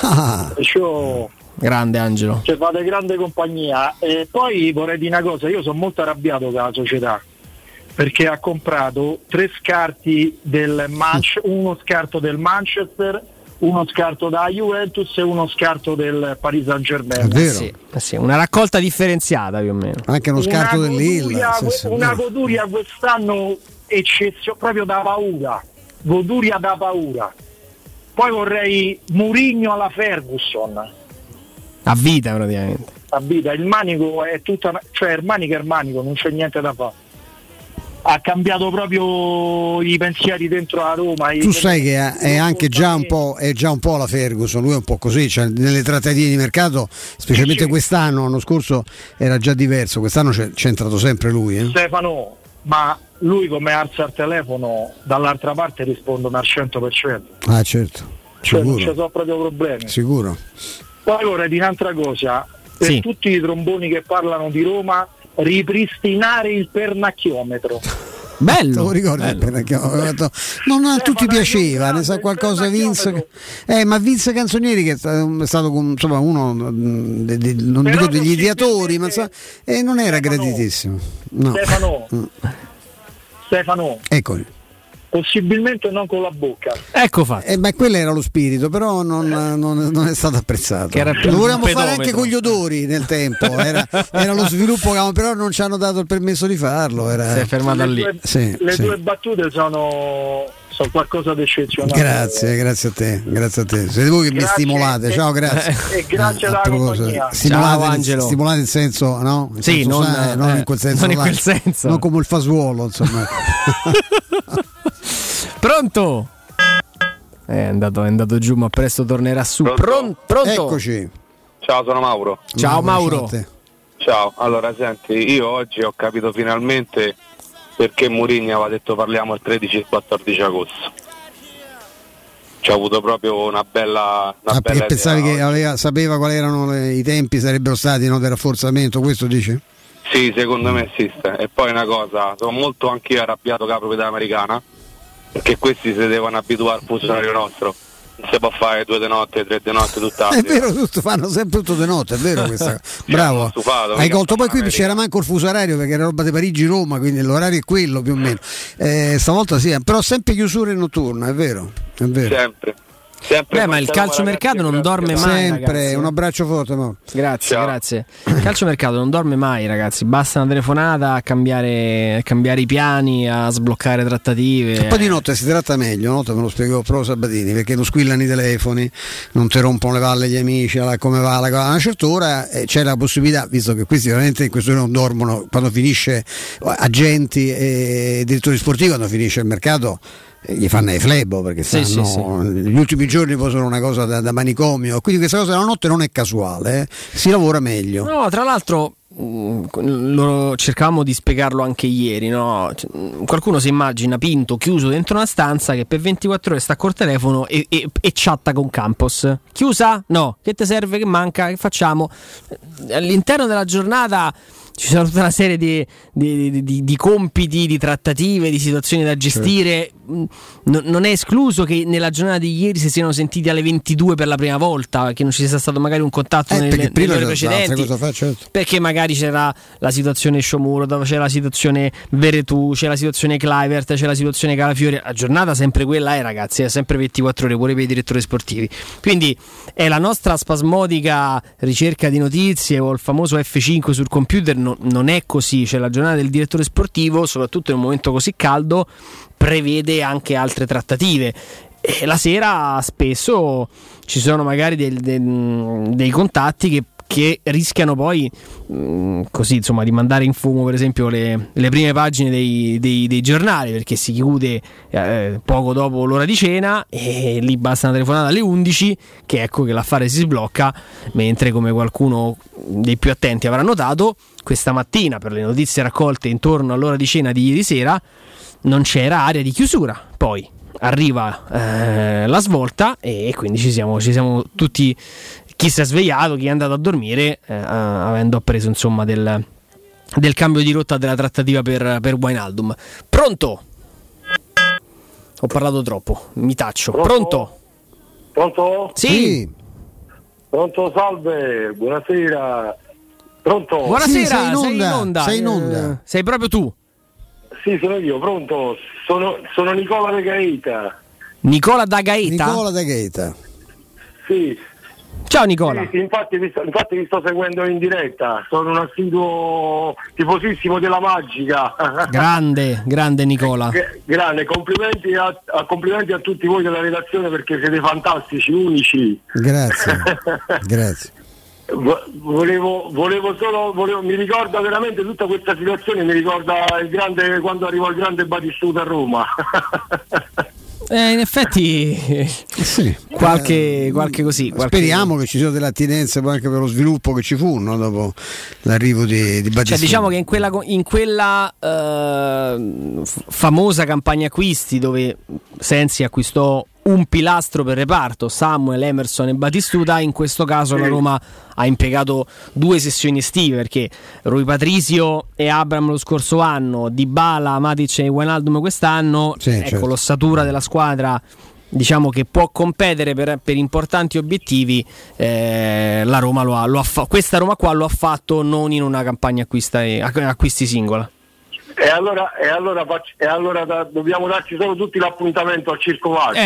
e grande Angelo. Ci fate grande compagnia. E poi vorrei dire una cosa, io sono molto arrabbiato con la società perché ha comprato 3 scarti del uno scarto del Manchester, uno scarto da Juventus e uno scarto del Paris Saint-Germain. È vero. Sì, una raccolta differenziata più o meno. Anche uno scarto del Lille. Una goduria quest'anno proprio da paura, goduria da paura. Poi vorrei Mourinho alla Ferguson a vita praticamente, il manico è tutta, cioè il manico non c'è niente da fare, ha cambiato proprio i pensieri dentro la Roma. Tu sai che è anche già un po' la Ferguson, lui è un po' così, cioè nelle trattative di mercato, specialmente quest'anno, l'anno scorso era già diverso, quest'anno c'è entrato sempre lui. Stefano, ma lui come alza il telefono dall'altra parte rispondono al 100%. Ah, certo. Cioè non ci sono proprio problemi. Sicuro. Poi vorrei dire un'altra cosa, per tutti i tromboni che parlano di Roma, ripristinare il pernacchiometro. Bello, lo ricordo bello. Non a tutti piaceva, ne sa qualcosa Vince. Ma Vince Canzonieri che è stato insomma uno non dico degli ideatori, ma non era graditissimo. No. Stefano. Eccoli. Possibilmente non con la bocca. Ecco fatto. Ma quello era lo spirito, però non è stato apprezzato. Lo volevamo fare anche con gli odori nel tempo. Era lo sviluppo, però non ci hanno dato il permesso di farlo. Si è fermato lì. Le tue battute sono qualcosa di eccezionale. Grazie a te. Siete voi che mi stimolate. Ciao, grazie. E grazie alla compagnia. Ciao Angelo. Stimolate in senso, no? In sì, senso non in quel senso. Non in quel senso. Non come il fasuolo, insomma. Pronto? È andato giù, ma presto tornerà su. Pronto? Eccoci. Ciao, sono Mauro. Ciao Mauro. Ciao, allora senti, io oggi ho capito finalmente perché Mourinho aveva detto parliamo il 13 e il 14 agosto. Ci ha avuto proprio una bella perché pensavi che sapeva quali erano i tempi sarebbero stati, no, del rafforzamento, questo dici? Sì, secondo me esiste. E poi una cosa, sono molto anch'io arrabbiato con la proprietà americana, perché questi si devono abituare al fuso orario nostro. Non si può fare 2 di notte, 3 di notte, tutt'altro. È vero, fanno sempre tutto di notte, è vero questa. Bravo. Hai colto, poi qui c'era manco il fuso orario perché era roba di Parigi-Roma, quindi l'orario è quello più o meno. Stavolta sì, però sempre chiusura notturna, è vero. Sempre. Ma il calciomercato non dorme mai, sempre, ragazzi. Un abbraccio forte, no? Grazie. Il calciomercato non dorme mai, ragazzi. Basta una telefonata a cambiare i piani, a sbloccare trattative. Un po' di notte si tratta meglio, no? Te me lo spiegò proprio Sabatini, perché non squillano i telefoni, non ti rompono le palle gli amici, come va la cosa. A una certa ora c'è la possibilità, visto che questi veramente in questo non dormono, quando finisce agenti e direttori sportivi, quando finisce il mercato gli fanno i flebo, perché gli ultimi giorni poi sono una cosa da manicomio, quindi questa cosa della notte non è casuale, si lavora meglio. No, tra l'altro cercavamo di spiegarlo anche ieri, no? Qualcuno si immagina Pinto chiuso dentro una stanza che per 24 ore sta col telefono e chatta con Campos. Chiusa? No. Che ti serve? Che manca? Che facciamo? All'interno della giornata ci sono tutta una serie di compiti, di trattative, di situazioni da gestire. Non è escluso che nella giornata di ieri si siano sentiti alle 22 per la prima volta, che non ci sia stato magari un contatto nelle ore precedenti, perché magari c'era la situazione Sciomuro, c'era la situazione Veretù, c'è la situazione Kluivert, c'è la situazione Calafiori. La giornata sempre quella ragazzi, è sempre 24 ore pure per i direttori sportivi, quindi è la nostra spasmodica ricerca di notizie o il famoso F5 sul computer. Non è così, cioè la giornata del direttore sportivo, soprattutto in un momento così caldo, prevede anche altre trattative e la sera spesso ci sono magari dei contatti che rischiano poi così insomma di mandare in fumo per esempio le prime pagine dei giornali, perché si chiude poco dopo l'ora di cena e lì basta una telefonata alle 11 che ecco che l'affare si sblocca, mentre come qualcuno dei più attenti avrà notato questa mattina per le notizie raccolte intorno all'ora di cena di ieri sera non c'era area di chiusura, poi arriva la svolta e quindi ci siamo tutti, chi si è svegliato, chi è andato a dormire avendo appreso insomma del cambio di rotta della trattativa per Wijnaldum. Pronto? Ho parlato troppo, mi taccio. Pronto? Sì. Pronto, salve, buonasera. Pronto? Buonasera, sì, sei in onda. Sei proprio tu? Sì, sono io, pronto. Sono Nicola da Gaeta. Nicola da Gaeta? Nicola da Gaeta. Sì. Ciao Nicola. Sì, infatti vi sto seguendo in diretta. Sono un assiduo tifosissimo della Magica. Grande Nicola. Grande, complimenti a tutti voi della redazione, perché siete fantastici, unici. Grazie. Volevo mi ricorda veramente tutta questa situazione, mi ricorda quando arrivò il grande Batistuta a Roma. In effetti sì, qualche così. Speriamo che ci siano delle attinenze poi anche per lo sviluppo che ci fu, no? Dopo l'arrivo di Batistuta. Cioè, diciamo che in quella famosa campagna acquisti dove Sensi acquistò un pilastro per reparto, Samuel, Emerson e Batistuta, in questo caso la Roma ha impiegato 2 sessioni estive, perché Rui Patricio e Abraham lo scorso anno, Dybala, Matic e Wijnaldum quest'anno, certo. L'ossatura della squadra diciamo che può competere per importanti obiettivi, la Roma questa Roma qua lo ha fatto non in una campagna acquisti singola. E allora dobbiamo darci solo tutti l'appuntamento al Circo Valle.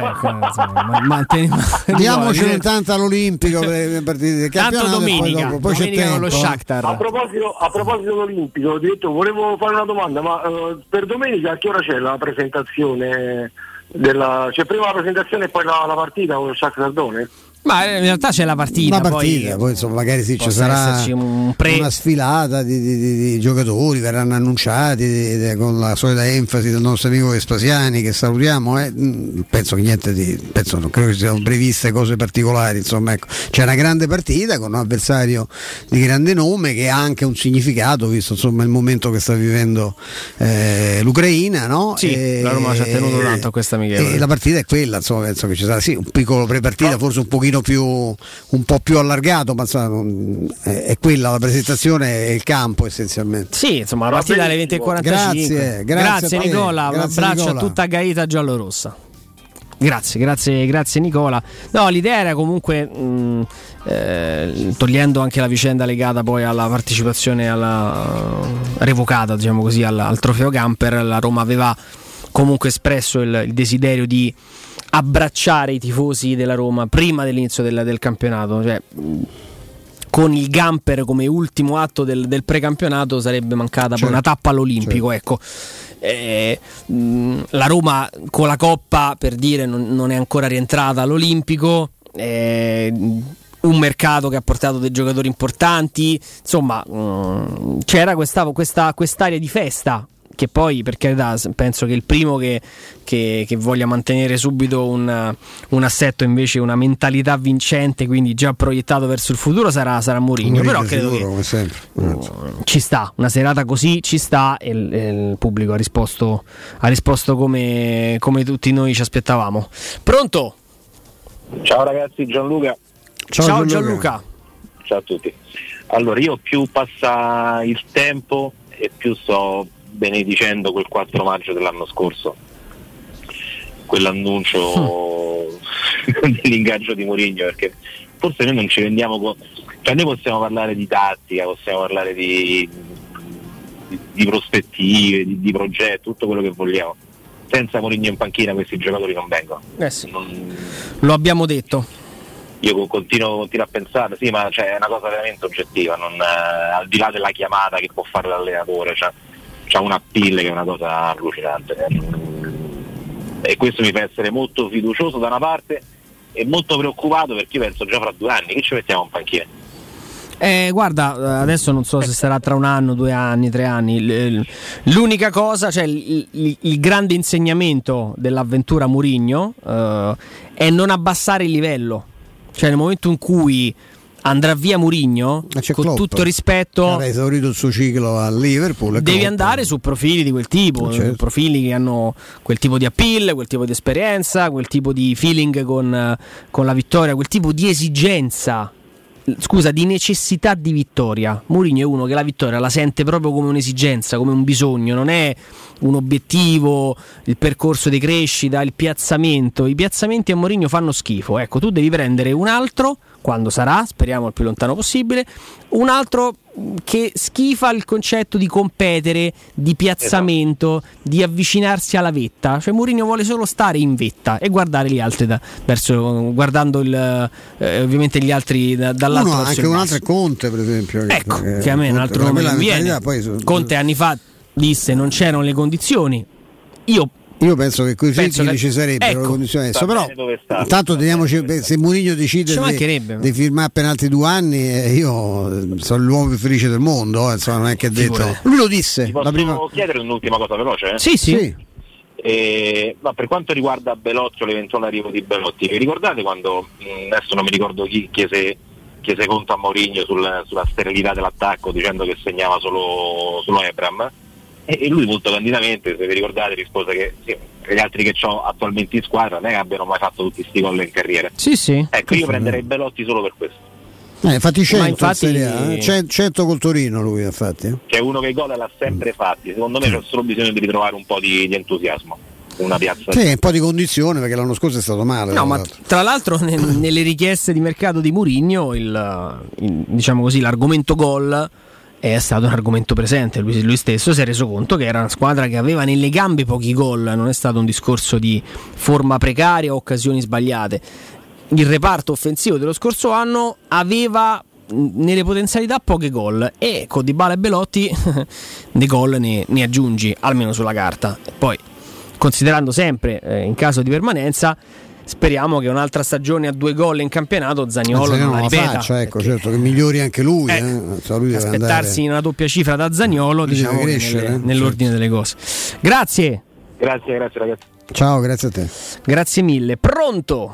Diamoci tanto all'Olimpico per le partite del campionato. Tanto domenica c'è tempo. Con lo Shakhtar. A proposito dell'Olimpico, ho detto, volevo fare una domanda, ma per domenica a che ora c'è la presentazione c'è prima la presentazione e poi la partita con lo Shakhtar Donetsk? Ma in realtà c'è la partita, poi insomma magari sì, ci sarà una sfilata di giocatori, verranno annunciati con la solita enfasi del nostro amico Vespasiani, che salutiamo. Penso che non credo che siano previste cose particolari, insomma, ecco. C'è una grande partita con un avversario di grande nome che ha anche un significato, visto insomma il momento che sta vivendo l'Ucraina, no? Sì, la Roma ci ha tenuto tanto a questa amichevole. E la partita è quella, insomma, penso che ci sarà un piccolo prepartita, forse un po' più allargato, ma è quella la presentazione e il campo essenzialmente. Sì, insomma la partita alle 20:45. Grazie Nicola, un abbraccio a tutta Gaeta giallorossa. Grazie Nicola. No, l'idea era comunque togliendo anche la vicenda legata poi alla partecipazione revocata, diciamo così, al trofeo Gamper, la Roma aveva comunque espresso il desiderio di abbracciare i tifosi della Roma prima dell'inizio del campionato, cioè con il Gamper come ultimo atto del precampionato sarebbe mancata poi una tappa all'Olimpico, ecco. La Roma con la Coppa, per dire, non è ancora rientrata all'Olimpico, un mercato che ha portato dei giocatori importanti, insomma c'era quest'area di festa, che poi, per carità, penso che il primo che voglia mantenere subito un assetto, invece una mentalità vincente, quindi già proiettato verso il futuro, sarà Mourinho. Però credo che come sempre. Ci sta, una serata così ci sta, e il pubblico ha risposto come tutti noi ci aspettavamo. Pronto? Ciao ragazzi, Gianluca. Ciao Gianluca. Ciao a tutti. Allora, io più passa il tempo e più sto benedicendo quel 4 maggio dell'anno scorso, quell'annuncio dell'ingaggio di Mourinho, perché forse noi non ci rendiamo conto, cioè noi possiamo parlare di tattica, possiamo parlare di prospettive, di progetti, tutto quello che vogliamo. Senza Mourinho in panchina questi giocatori non vengono. Sì. Lo abbiamo detto. Io continuo a pensare, sì, ma è una cosa veramente oggettiva, al di là della chiamata che può fare l'allenatore, c'ha una appeal che è una cosa allucinante, e questo mi fa essere molto fiducioso da una parte e molto preoccupato, perché io penso già fra 2 anni che ci mettiamo in panchina. Guarda, adesso non so se sarà tra 1 anno, 2 anni, 3 anni. L'unica cosa, cioè il grande insegnamento dell'avventura Mourinho è non abbassare il livello. Cioè nel momento in cui andrà via Mourinho, con Klopp, tutto rispetto, ha esaurito il suo ciclo al Liverpool, devi Klopp andare su profili di quel tipo, certo. Profili che hanno quel tipo di appeal, quel tipo di esperienza, quel tipo di feeling con la vittoria, quel tipo di esigenza, di necessità di vittoria. Mourinho è uno che la vittoria la sente proprio come un'esigenza, come un bisogno, non è un obiettivo, il percorso di crescita, il piazzamento. I piazzamenti a Mourinho fanno schifo. Ecco, tu devi prendere un altro, quando sarà, speriamo il più lontano possibile, un altro che schifa il concetto di competere, di piazzamento, di avvicinarsi alla vetta. Cioè Mourinho vuole solo stare in vetta e guardare gli altri guardando ovviamente gli altri dall'altro verso anche il un basso. altro è Conte, per esempio, che a me è un altro nome che viene. Conte anni fa disse non c'erano le condizioni. Io penso che coi figli ci sarebbero le condizioni adesso, però intanto teniamoci, se Mourinho decide di firmare per altri 2 anni, io sono l'uomo più felice del mondo, insomma, non è che ha detto. Lui lo disse. Ti posso chiedere un'ultima cosa veloce? Sì. Ma per quanto riguarda Belotti o l'eventuale arrivo di Belotti, vi ricordate quando, adesso non mi ricordo chi chiese conto a Mourinho sulla sterilità dell'attacco, dicendo che segnava solo Ebram? E lui molto candidamente, se vi ricordate, rispose che sì, gli altri che ho attualmente in squadra non è che abbiano mai fatto tutti sti gol in carriera. Sì. Ecco, io prenderei Belotti solo per questo. Infatti 100 in Serie A, 100 col Torino lui infatti. Che è uno che i gol l'ha sempre fatti. Secondo me c'è solo bisogno di ritrovare un po' di entusiasmo. Una piazza. Sì, un po' di condizione, perché l'anno scorso è stato male. No, ma tra l'altro nelle richieste di mercato di Mourinho diciamo così, l'argomento gol è stato un argomento presente. Lui stesso si è reso conto che era una squadra che aveva nelle gambe pochi gol, non è stato un discorso di forma precaria o occasioni sbagliate. Il reparto offensivo dello scorso anno aveva nelle potenzialità poche gol, e con Dybala e Belotti dei gol ne aggiungi, almeno sulla carta. Poi, considerando sempre in caso di permanenza, speriamo che un'altra stagione a 2 gol in campionato Zaniolo non la ripeta, ecco, certo, che migliori anche lui, lui aspettarsi una doppia cifra da Zaniolo, diciamo, crescere, nell'ordine delle cose. Grazie ragazzi. Ciao, grazie a te. Grazie mille. Pronto?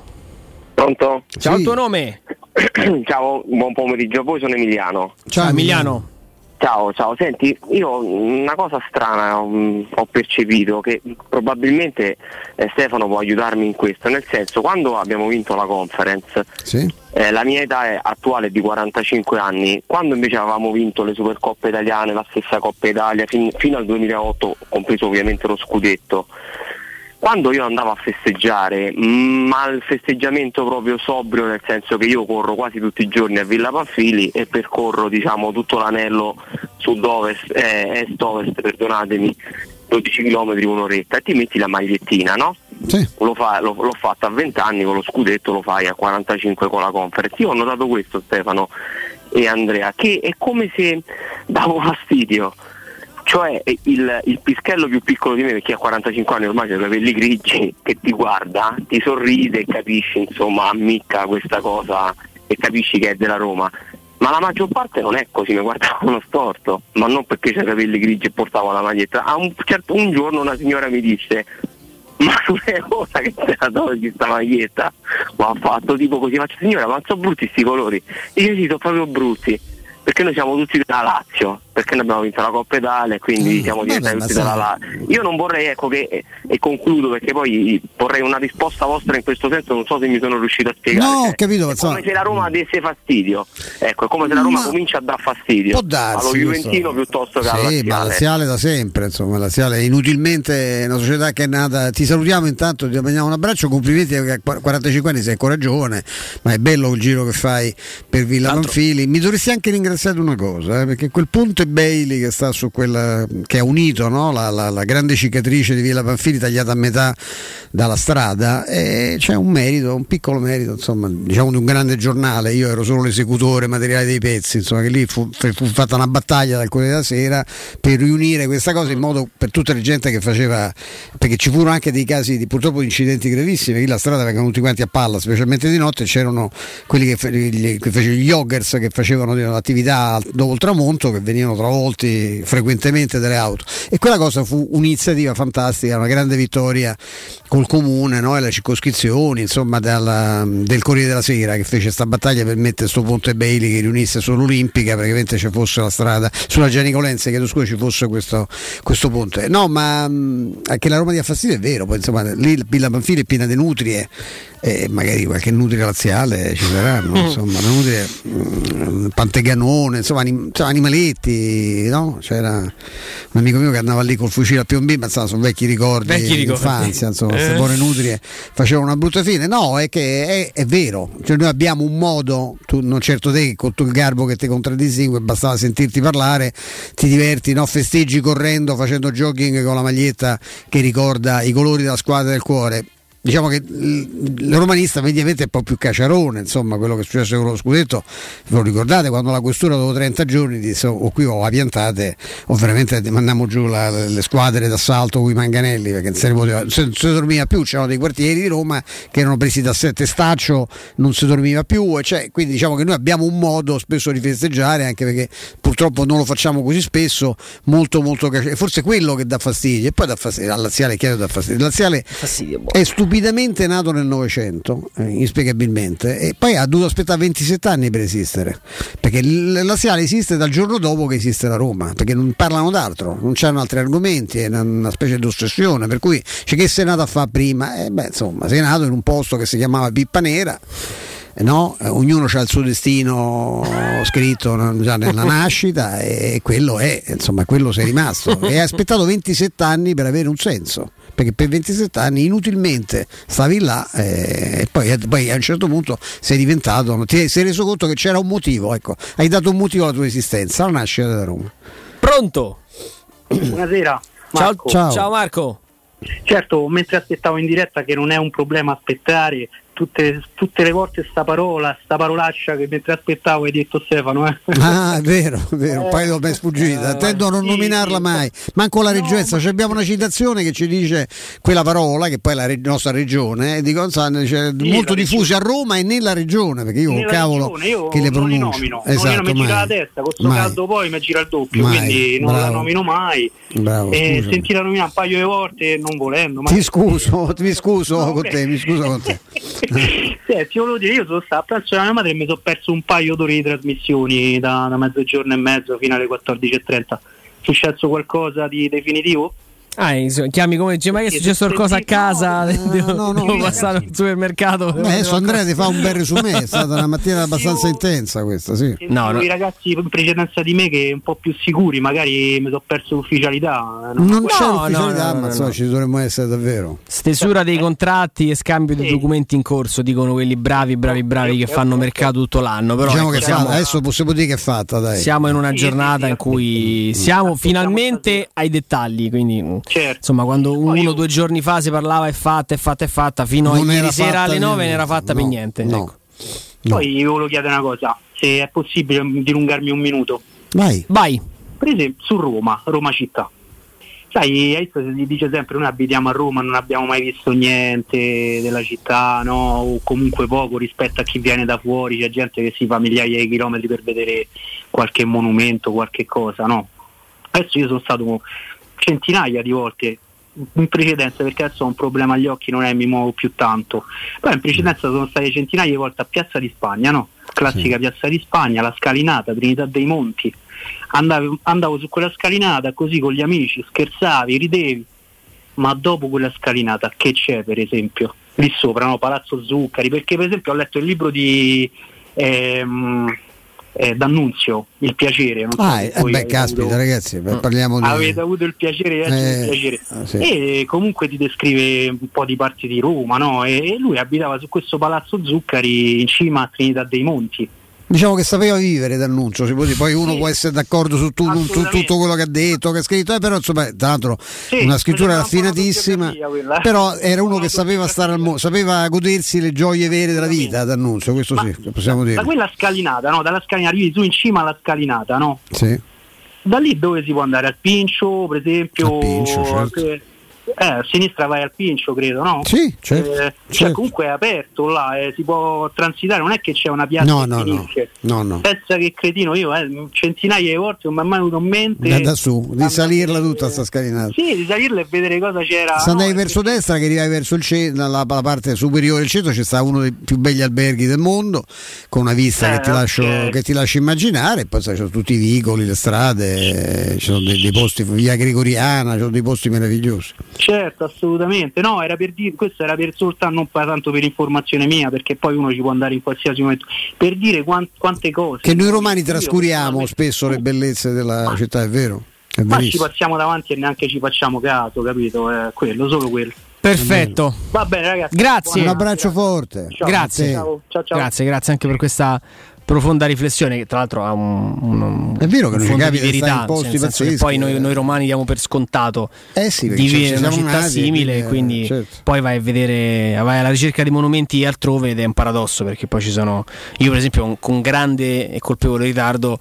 Ciao, il tuo nome? Ciao, buon pomeriggio. Voi sono Emiliano. Ciao Emiliano. Ciao, senti, io una cosa strana ho percepito, che probabilmente Stefano può aiutarmi in questo, nel senso, quando abbiamo vinto la Conference, la mia età attuale è di 45 anni, quando invece avevamo vinto le Supercoppe italiane, la stessa Coppa Italia, fino al 2008, compreso ovviamente lo scudetto, quando io andavo a festeggiare, ma il festeggiamento proprio sobrio, nel senso che io corro quasi tutti i giorni a Villa Pamphili e percorro, diciamo, tutto l'anello est-ovest, perdonatemi, 12 km, un'oretta, e ti metti la magliettina, no? l'ho fatto a 20 anni con lo scudetto, lo fai a 45 con la Conference. Io ho notato questo, Stefano e Andrea, che è come se davo fastidio, cioè il pischello più piccolo di me, perché ha 45 anni ormai, ha i capelli grigi, che ti guarda, ti sorride e capisci, insomma, ammicca questa cosa e capisci che è della Roma. Ma la maggior parte non è così, mi guardavano storto, ma non perché c'è i capelli grigi e portavo la maglietta. Un giorno una signora mi disse: ma non è ora che te la togli sta maglietta? Ma ha fatto tipo così, faccio: signora, ma sono brutti sti colori? E io sì, sono proprio brutti, perché noi siamo tutti della Lazio, perché noi abbiamo vinto la Coppa Italia e quindi siamo diventati tutti della Lazio. Io non vorrei, e concludo, perché poi vorrei una risposta vostra in questo senso, non so se mi sono riuscito a spiegare. No, ho capito, è come se la Roma desse fastidio, ecco, è come se la Roma comincia a dar fastidio, può darsi, allo Juventino piuttosto che alla Laziale. Ma Laziale da sempre, insomma, Laziale è inutilmente una società che è nata. Ti salutiamo intanto, ti mandiamo un abbraccio, complimenti, perché a 45 anni sei ancora giovane, ma è bello il giro che fai per Villa Pamphili. Mi dovresti anche ringraziare di una cosa, perché quel ponte Bailey che sta su quella, che ha unito, no, la grande cicatrice di Villa Pamphili tagliata a metà dalla strada, c'è un merito, un piccolo merito, insomma, diciamo, di un grande giornale. Io ero solo l'esecutore materiale dei pezzi, insomma, che lì fu fatta una battaglia dal Corriere della Sera per riunire questa cosa, in modo per tutta la gente che faceva, perché ci furono anche dei casi di purtroppo incidenti gravissimi, perché la strada venivano tutti quanti a palla, specialmente di notte. C'erano quelli che facevano gli joggers, che facevano attività dopo il tramonto, che venivano travolti frequentemente delle auto, e quella cosa fu un'iniziativa fantastica, una grande vittoria col comune, no? E le circoscrizioni, insomma, del Corriere della Sera, che fece sta battaglia per mettere sto ponte Bailey che riunisse solo l'Olimpica, praticamente ci fosse la strada sulla Gianicolense, che ci fosse questo ponte. No, ma anche la Roma dia fastidio è vero, poi insomma lì Villa Pamphili è piena di nutrie, magari qualche nutria laziale ci saranno, insomma, nutrie, Panteganone, insomma, animaletti, no? C'era un amico mio che andava lì col fucile a Piombino, ma insomma, sono vecchi ricordi d'infanzia, insomma, queste buone nutrie facevano una brutta fine. No, è che è vero, cioè noi abbiamo un modo, tu non certo te, con il garbo che ti contraddistingue, bastava sentirti parlare, ti diverti, no? Festeggi correndo, facendo jogging con la maglietta che ricorda i colori della squadra del cuore. Diciamo che il romanista mediamente è un po' più caciarone, insomma, quello che è successo con lo scudetto, ve lo ricordate, quando la questura dopo 30 giorni disse: o qui o la piantate o veramente mandiamo giù le squadre d'assalto con i manganelli, perché non si dormiva più. C'erano dei quartieri di Roma che erano presi da Testaccio, non si dormiva più, quindi diciamo che noi abbiamo un modo spesso di festeggiare, anche perché purtroppo non lo facciamo così spesso, molto molto caciarone, forse quello che dà fastidio. E poi dà fastidio al laziale, è chiaro, dà fastidio. Il laziale è stupidamente nato nel Novecento, inspiegabilmente, e poi ha dovuto aspettare 27 anni per esistere, perché il laziale esiste dal giorno dopo che esiste la Roma, perché non parlano d'altro, non c'erano altri argomenti, è una specie di ossessione, per cui che sei nato a fare prima? Insomma, sei nato in un posto che si chiamava Pippa Nera, no? Ognuno ha il suo destino scritto già nella nascita, e quello è, insomma, quello sei rimasto, e hai aspettato 27 anni per avere un senso, perché per 27 anni inutilmente stavi là, e poi a un certo punto sei diventato, ti sei reso conto che c'era un motivo, ecco, hai dato un motivo alla tua esistenza, la nascita della Roma. Pronto? Buonasera Marco. Ciao Marco. Certo, mentre aspettavo in diretta, che non è un problema aspettare, tutte le volte sta parolaccia che mentre aspettavo hai detto Stefano. Ah, è vero, poi l'ho ben sfuggita, tendo a non nominarla mai, manco la reggenza, abbiamo una citazione che ci dice quella parola, che poi è la nostra regione, di Gonzalo, molto diffusi a Roma e nella regione, perché io cavolo che le pronuncio, esatto, non mi gira la testa, con sto caldo poi mi gira il doppio, quindi non la nomino mai. Bravo, sentirla nominare un paio di volte non volendo, ma... mi scuso con te. Ti volevo dire, io sono stato a pranzo da mia madre e mi sono perso un paio d'ore di trasmissioni da mezzogiorno e mezzo fino alle 14:30. È successo qualcosa di definitivo? Chiami come dice, ma che è successo qualcosa a casa? Devo passare al supermercato. Adesso Andrea ti fa un bel resumé, è stata una mattina abbastanza intensa questa, sì. No. I ragazzi in precedenza di me che un po' più sicuri, magari mi sono perso l'ufficialità. Non c'è l'ufficialità, ma insomma ci dovremmo essere davvero. Stesura dei contratti e scambio di documenti in corso, dicono quelli bravi che fanno mercato tutto l'anno. Però diciamo che adesso possiamo dire che è fatta, dai. Siamo in una giornata in cui siamo finalmente ai dettagli, quindi certo. Insomma, quando 1 o 2 giorni fa si parlava è fatta, fino a ieri sera alle 9 non era fatta per niente. No. Ecco. Poi vi volevo chiedere una cosa, se è possibile dilungarmi un minuto. Vai. Per esempio su Roma città. Sai, adesso si dice sempre noi abitiamo a Roma, non abbiamo mai visto niente della città, no? O comunque poco rispetto a chi viene da fuori, c'è gente che si fa migliaia di chilometri per vedere qualche monumento, qualche cosa, no? Adesso io sono stato centinaia di volte in precedenza, perché adesso ho un problema agli occhi, non è mi muovo più tanto, però in precedenza sono state centinaia di volte a Piazza di Spagna, no? Classica Piazza di Spagna, la scalinata, Trinità dei Monti. Andavo su quella scalinata così con gli amici, scherzavi, ridevi, ma dopo quella scalinata che c'è, per esempio lì sopra, no? Palazzo Zuccari, perché per esempio ho letto il libro di D'Annunzio, Il piacere, non so caspita avuto... ragazzi, parliamo di... avete avuto il piacere di leggere Il piacere, sì. E comunque ti descrive un po' di parti di Roma, no? E lui abitava su questo Palazzo Zuccari in cima a Trinità dei Monti. Diciamo che sapeva vivere D'Annunzio, poi uno può essere d'accordo su tutto quello che ha detto, che ha scritto, però insomma, tra l'altro una scrittura raffinatissima, però era uno che sapeva stare sapeva godersi le gioie vere della vita, D'Annunzio, questo possiamo dire. Da quella scalinata, no? Dalla scalinata arrivi tu in cima alla scalinata, no? Sì. Da lì dove si può andare? Al Pincio, per esempio? Al Pincio, certo. A sinistra vai al Pincio, credo, no? Sì, certo. Cioè, comunque è aperto là, si può transitare, non è che c'è una piazza no. Pensa che cretino io, centinaia di volte non mi è mai venuto in mente da su, di salirla tutta sta scalinata. Sì, di salirla e vedere cosa c'era. Se andavi verso destra, che arrivavi verso il centro, la parte superiore del centro, c'è sta uno dei più belli alberghi del mondo, con una vista che ti lascio immaginare, poi ci sono tutti i vicoli, le strade, ci sono dei posti, via Gregoriana, ci sono dei posti meravigliosi. Certo, assolutamente, no, era per dire, questo era per soltanto, non tanto per informazione mia, perché poi uno ci può andare in qualsiasi momento, per dire quante cose. Che noi romani trascuriamo spesso le bellezze della città, è vero? È ma ci passiamo davanti e neanche ci facciamo caso, capito? Quello, solo quello. Perfetto. Va bene ragazzi. Grazie. Un abbraccio forte. Ciao. Grazie. Ciao. Grazie anche per questa profonda riflessione, che tra l'altro ha è vero che un fondo di verità, nel senso che poi noi romani diamo per scontato sì, di vivere in una città simile, quindi certo. Poi vai alla ricerca di monumenti altrove ed è un paradosso, perché poi ci sono, io per esempio con grande e colpevole ritardo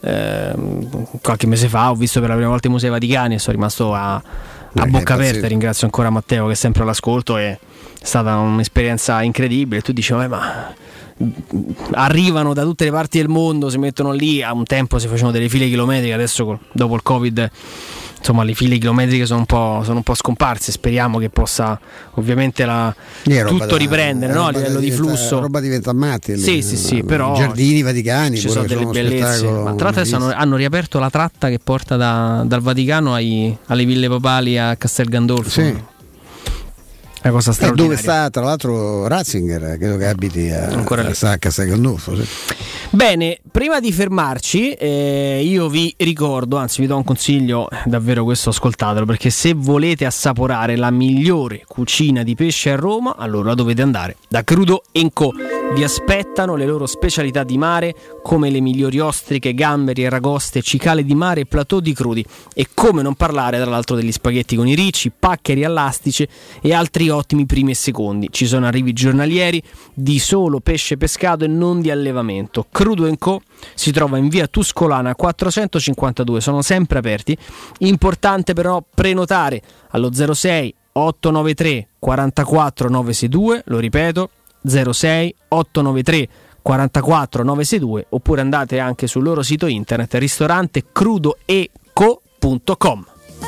qualche mese fa ho visto per la prima volta i Musei Vaticani e sono rimasto a bocca aperta. Ringrazio ancora Matteo che è sempre all'ascolto, è stata un'esperienza incredibile. Tu dici ma arrivano da tutte le parti del mondo, si mettono lì, a un tempo si facevano delle file chilometriche, adesso dopo il Covid insomma le file chilometriche sono un po' scomparse, speriamo che possa ovviamente tutto riprendere, no? A livello di flusso. La roba diventa matti. Sì, però i giardini vaticani ci sono delle bellezze. Ma tra l'altro adesso hanno riaperto la tratta che porta dal Vaticano alle ville papali a Castel Gandolfo. Sì. Una cosa straordinaria. Dove sta tra l'altro Ratzinger, credo che abiti a Castel Gandolfo. Sì. Bene, prima di fermarci io vi ricordo, anzi vi do un consiglio, davvero questo ascoltatelo, perché se volete assaporare la migliore cucina di pesce a Roma, allora dovete andare da Crudo & Co. Vi aspettano le loro specialità di mare, come le migliori ostriche, gamberi, aragoste, cicale di mare e plateau di crudi, e come non parlare tra l'altro degli spaghetti con i ricci, paccheri all'astice e altri ottimi primi e secondi. Ci sono arrivi giornalieri di solo pesce pescato e non di allevamento. Crudo & Co. si trova in via Tuscolana 452, sono sempre aperti. Importante però prenotare allo 06 893 44 962, lo ripeto 06 893 44 962, oppure andate anche sul loro sito internet ristorante crudoeco.com.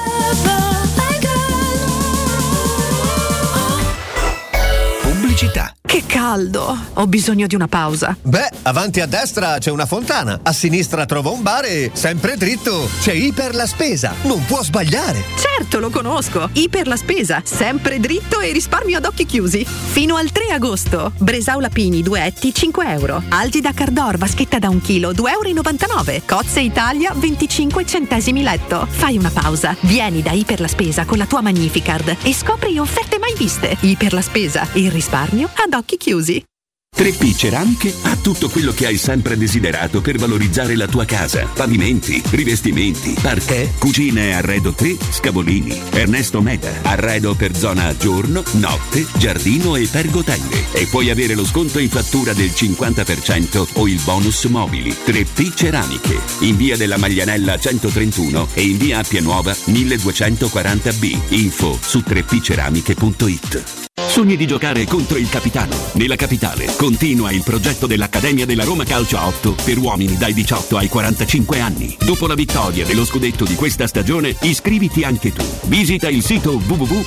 Pubblicità. Che caldo! Ho bisogno di una pausa. Beh, avanti a destra c'è una fontana, a sinistra trovo un bar e sempre dritto c'è Iper La Spesa. Non può sbagliare. Certo, lo conosco. Iper La Spesa, sempre dritto e risparmio ad occhi chiusi. Fino al 3 agosto. Bresaola Pini, 2 etti, 5 euro. Algida Cardor, vaschetta da 1 chilo, 2,99 euro. Cozze Italia, 25 centesimi letto. Fai una pausa. Vieni da Iper La Spesa con la tua Magnificard e scopri offerte mai viste. Iper La Spesa, il risparmio ad occhi chiusi. 3P Ceramiche ha tutto quello che hai sempre desiderato per valorizzare la tua casa. Pavimenti, rivestimenti, parquet, cucine e arredo 3, Scavolini. Ernesto Meda, arredo per zona giorno, notte, giardino e pergotelle. E puoi avere lo sconto in fattura del 50% o il bonus mobili. 3P Ceramiche, in via della Maglianella 131 e in via Appia Nuova 1240B. Info su 3pceramiche.it. Sogni di giocare contro il capitano? Nella capitale continua il progetto dell'Accademia della Roma Calcio 8 per uomini dai 18 ai 45 anni. Dopo la vittoria dello scudetto di questa stagione, iscriviti anche tu. Visita il sito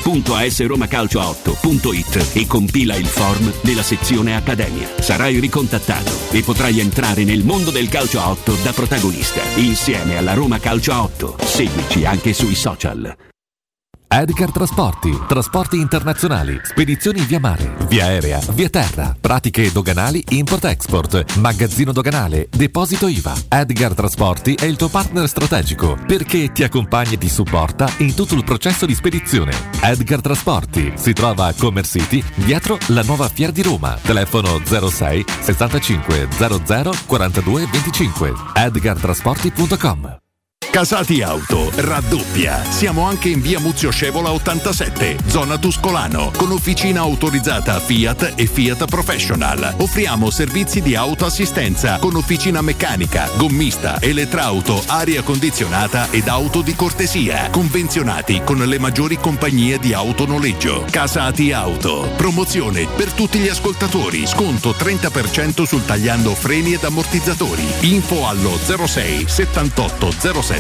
www.asromacalcio8.it e compila il form nella sezione Accademia. Sarai ricontattato e potrai entrare nel mondo del calcio 8 da protagonista, insieme alla Roma Calcio 8. Seguici anche sui social. Edgar Trasporti, trasporti internazionali, spedizioni via mare, via aerea, via terra, pratiche doganali, import-export, magazzino doganale, deposito IVA. Edgar Trasporti è il tuo partner strategico perché ti accompagna e ti supporta in tutto il processo di spedizione. Edgar Trasporti si trova a Commerce City, dietro la nuova Fiera di Roma. Telefono 06 65 00 42 25. edgartrasporti.com. Casati Auto raddoppia. Siamo anche in via Muzio Scevola 87, zona Tuscolano, con officina autorizzata Fiat e Fiat Professional. Offriamo servizi di autoassistenza con officina meccanica, gommista, elettrauto, aria condizionata ed auto di cortesia, convenzionati con le maggiori compagnie di autonoleggio. Casati Auto. Promozione per tutti gli ascoltatori. Sconto 30% sul tagliando freni ed ammortizzatori. Info allo 06 78 07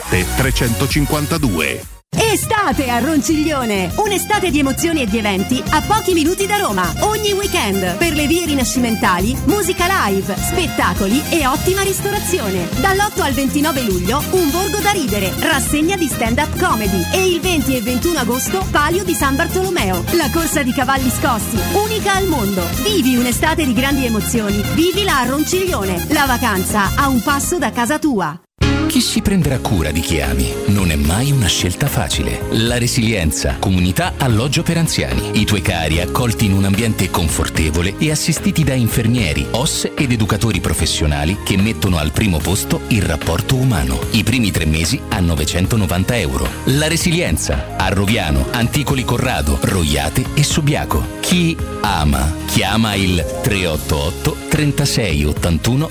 352. Estate a Ronciglione, un'estate di emozioni e di eventi a pochi minuti da Roma. Ogni weekend per le vie rinascimentali, musica live, spettacoli e ottima ristorazione. Dall'8 al 29 luglio un borgo da ridere, rassegna di stand-up comedy e il 20 e 21 agosto Palio di San Bartolomeo, la corsa di cavalli scossi, unica al mondo. Vivi un'estate di grandi emozioni, vivila a Ronciglione, la vacanza a un passo da casa tua. Chi si prenderà cura di chi ami? Non è mai una scelta facile. La Resilienza, comunità alloggio per anziani. I tuoi cari accolti in un ambiente confortevole e assistiti da infermieri, OS ed educatori professionali che mettono al primo posto il rapporto umano. I primi 3 mesi a €990. La Resilienza, a Roviano, Anticoli Corrado, Roiate e Subiaco. Chi ama, chiama il 388 36 81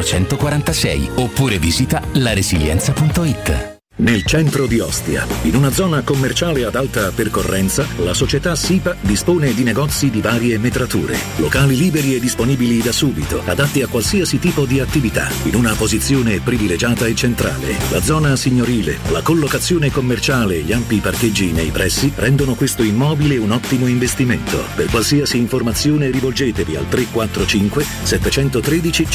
446 oppure visita laresilienza.it. Nel centro di Ostia, in una zona commerciale ad alta percorrenza, la società SIPA dispone di negozi di varie metrature, locali liberi e disponibili da subito, adatti a qualsiasi tipo di attività, in una posizione privilegiata e centrale. La zona signorile, la collocazione commerciale e gli ampi parcheggi nei pressi rendono questo immobile un ottimo investimento. Per qualsiasi informazione rivolgetevi al 345 713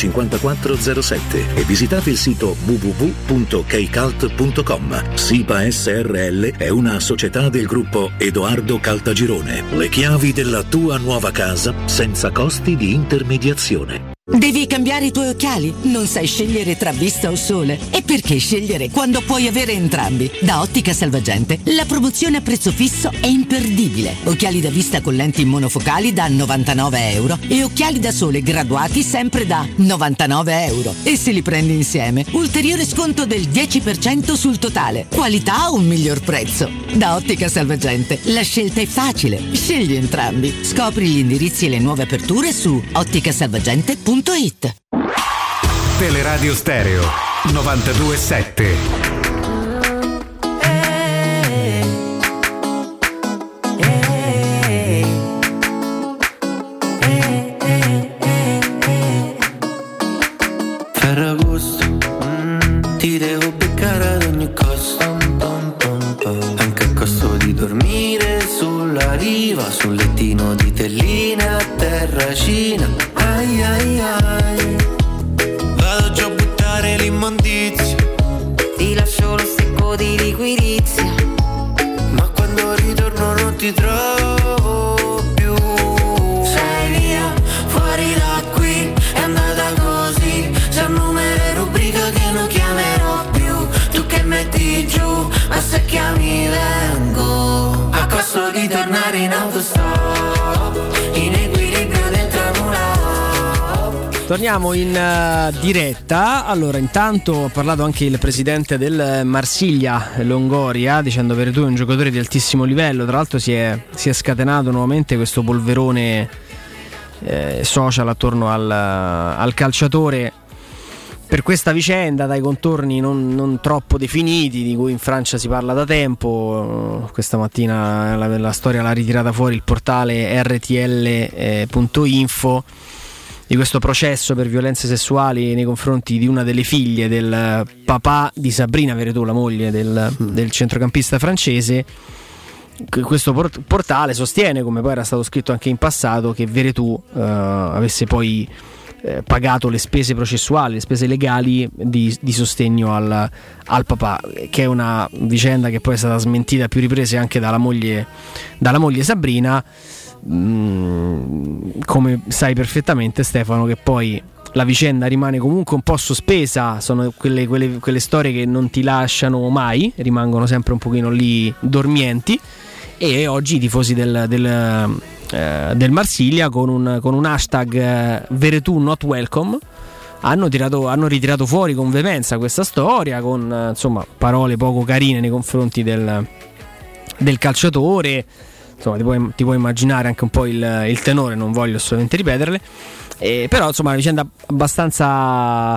5407 e visitate il sito www.keicalt.com. SIPA SRL è una società del gruppo Edoardo Caltagirone. Le chiavi della tua nuova casa senza costi di intermediazione. Devi cambiare i tuoi occhiali? Non sai scegliere tra vista o sole? E perché scegliere quando puoi avere entrambi? Da Ottica Salvagente la promozione a prezzo fisso è imperdibile. Occhiali da vista con lenti monofocali da €99 e occhiali da sole graduati sempre da €99. E se li prendi insieme, ulteriore sconto del 10% sul totale. Qualità o un miglior prezzo? Da Ottica Salvagente la scelta è facile. Scegli entrambi. Scopri gli indirizzi e le nuove aperture su otticasalvagente.it. Teleradio Stereo 92.7. Ferragosto, ti devo beccare ad ogni costo, anche a costo di dormire sulla riva, sul lettino di telline a terracina. Ai ai ai, vado già a buttare l'immondizia, ti lascio lo secco di liquirizia, ma quando ritorno non ti trovo più. Sei via, fuori da qui, è andata così, c'è un numero e rubrica che non chiamerò più. Tu che metti giù, ma se chiami vengo, a costo di tornare in autostop, in equilibrio dentro una. Torniamo in diretta. Allora, intanto ha parlato anche il presidente del Marsiglia, Longoria, dicendo che Veretout è un giocatore di altissimo livello. Tra l'altro si è scatenato nuovamente questo polverone social attorno al calciatore per questa vicenda dai contorni non troppo definiti, di cui in Francia si parla da tempo. Questa mattina la storia l'ha ritirata fuori il portale rtl.info, di questo processo per violenze sessuali nei confronti di una delle figlie del papà di Sabrina Veretout, la moglie del centrocampista francese. Questo portale sostiene, come poi era stato scritto anche in passato, che Veretout avesse poi pagato le spese processuali, le spese legali di sostegno al papà, che è una vicenda che poi è stata smentita a più riprese anche dalla moglie Sabrina. Come sai perfettamente, Stefano, che poi la vicenda rimane comunque un po' sospesa. Sono quelle storie che non ti lasciano mai, rimangono sempre un pochino lì dormienti, e oggi i tifosi del Marsiglia con un hashtag Veretout not welcome hanno ritirato fuori con veemenza questa storia, con insomma parole poco carine nei confronti del calciatore. Insomma, ti puoi immaginare anche un po' il tenore, non voglio assolutamente ripeterle, però insomma una vicenda abbastanza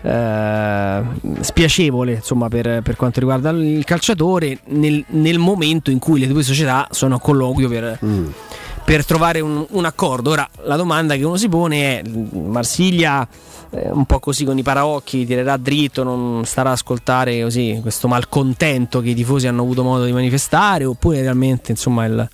spiacevole, insomma, per quanto riguarda il calciatore, nel momento in cui le due società sono a colloquio per trovare un accordo. Ora la domanda che uno si pone è: Marsiglia un po' così con i paraocchi tirerà dritto, non starà a ascoltare così questo malcontento che i tifosi hanno avuto modo di manifestare, oppure realmente insomma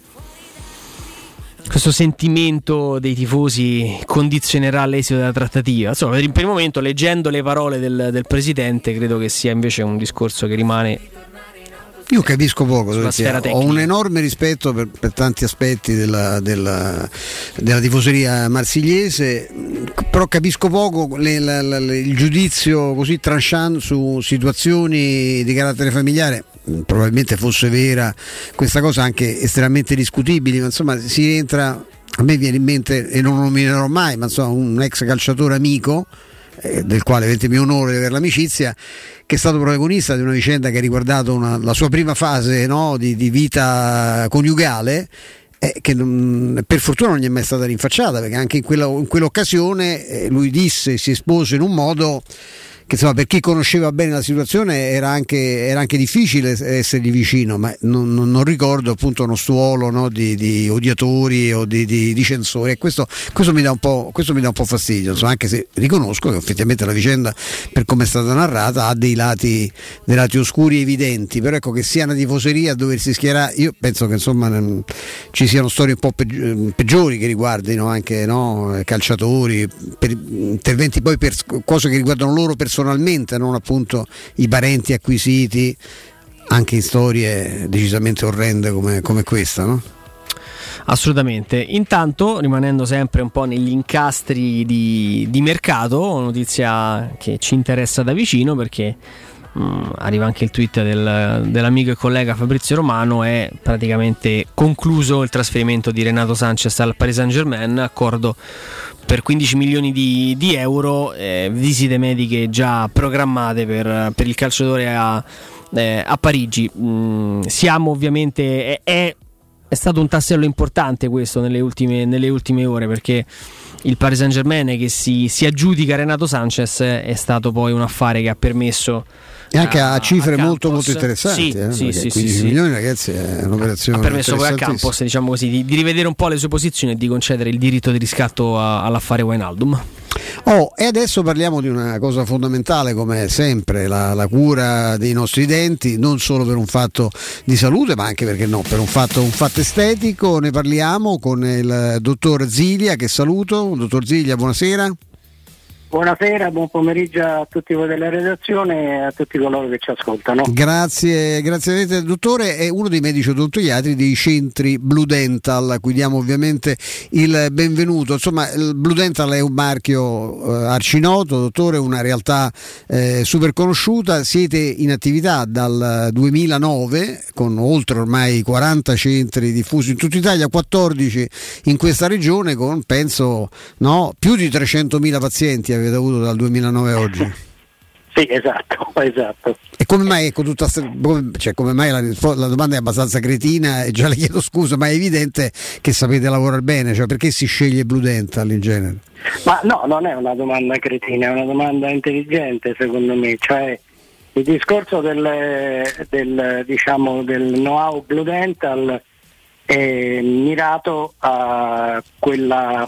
questo sentimento dei tifosi condizionerà l'esito della trattativa? Insomma, per il momento, leggendo le parole del presidente, credo che sia invece un discorso che rimane. Io capisco poco, ho un enorme rispetto per tanti aspetti della tifoseria marsigliese, però capisco poco il giudizio così tranchant su situazioni di carattere familiare. Probabilmente fosse vera questa cosa, anche estremamente discutibili, ma insomma si rientra, a me viene in mente, e non lo nominerò mai, ma insomma un ex calciatore amico, del quale avete onore di avere l'amicizia, che è stato protagonista di una vicenda che ha riguardato la sua prima fase, no, di vita coniugale, che per fortuna non gli è mai stata rinfacciata, perché anche in quell'occasione lui si espose in un modo che insomma per chi conosceva bene la situazione era anche difficile essergli vicino, ma non ricordo appunto uno stuolo, no, di odiatori o di censori, e questo mi dà un po' fastidio, insomma, anche se riconosco che effettivamente la vicenda, per come è stata narrata, ha dei lati oscuri evidenti, però ecco, che sia una tifoseria a doversi schierare, io penso che insomma ci siano storie un po' peggiori che riguardino anche, no, calciatori, per interventi poi per cose che riguardano loro personalmente, non appunto i parenti acquisiti, anche in storie decisamente orrende come questa, no? Assolutamente. Intanto, rimanendo sempre un po' negli incastri di mercato, notizia che ci interessa da vicino, perché arriva anche il tweet dell'amico e collega Fabrizio Romano. È praticamente concluso il trasferimento di Renato Sanchez al Paris Saint-Germain, accordo per 15 milioni di euro, visite mediche già programmate per il calciatore a Parigi. Siamo ovviamente è stato un tassello importante questo nelle ultime ore, perché il Paris Saint-Germain che si aggiudica Renato Sanchez è stato poi un affare che ha permesso, e anche a cifre molto interessanti, sì, 15 milioni, ragazzi, è un'operazione. Ha permesso poi a Campos, diciamo così, di rivedere un po' le sue posizioni e di concedere il diritto di riscatto all'affare Wijnaldum. E adesso parliamo di una cosa fondamentale, come sempre, la cura dei nostri denti, non solo per un fatto di salute, ma anche, perché no, per un fatto estetico. Ne parliamo con il dottor Zilia, che saluto. Dottor Zilia, buonasera. Buonasera, buon pomeriggio a tutti voi della redazione e a tutti coloro che ci ascoltano. Grazie a te, dottore. È uno dei medici odontoiatri dei centri Blue Dental, a cui diamo ovviamente il benvenuto. Insomma, il Blue Dental è un marchio arcinoto, dottore, una realtà super conosciuta. Siete in attività dal 2009 con oltre ormai 40 centri diffusi in tutta Italia, 14 in questa regione, con penso più di 300.000 pazienti avete avuto dal 2009 a oggi. Sì, esatto. E come mai, come mai la domanda è abbastanza cretina e già le chiedo scusa, ma è evidente che sapete lavorare bene, cioè perché si sceglie Blue Dental in genere? Ma no, non è una domanda cretina, è una domanda intelligente secondo me, cioè il discorso del know-how Blue Dental è mirato a quella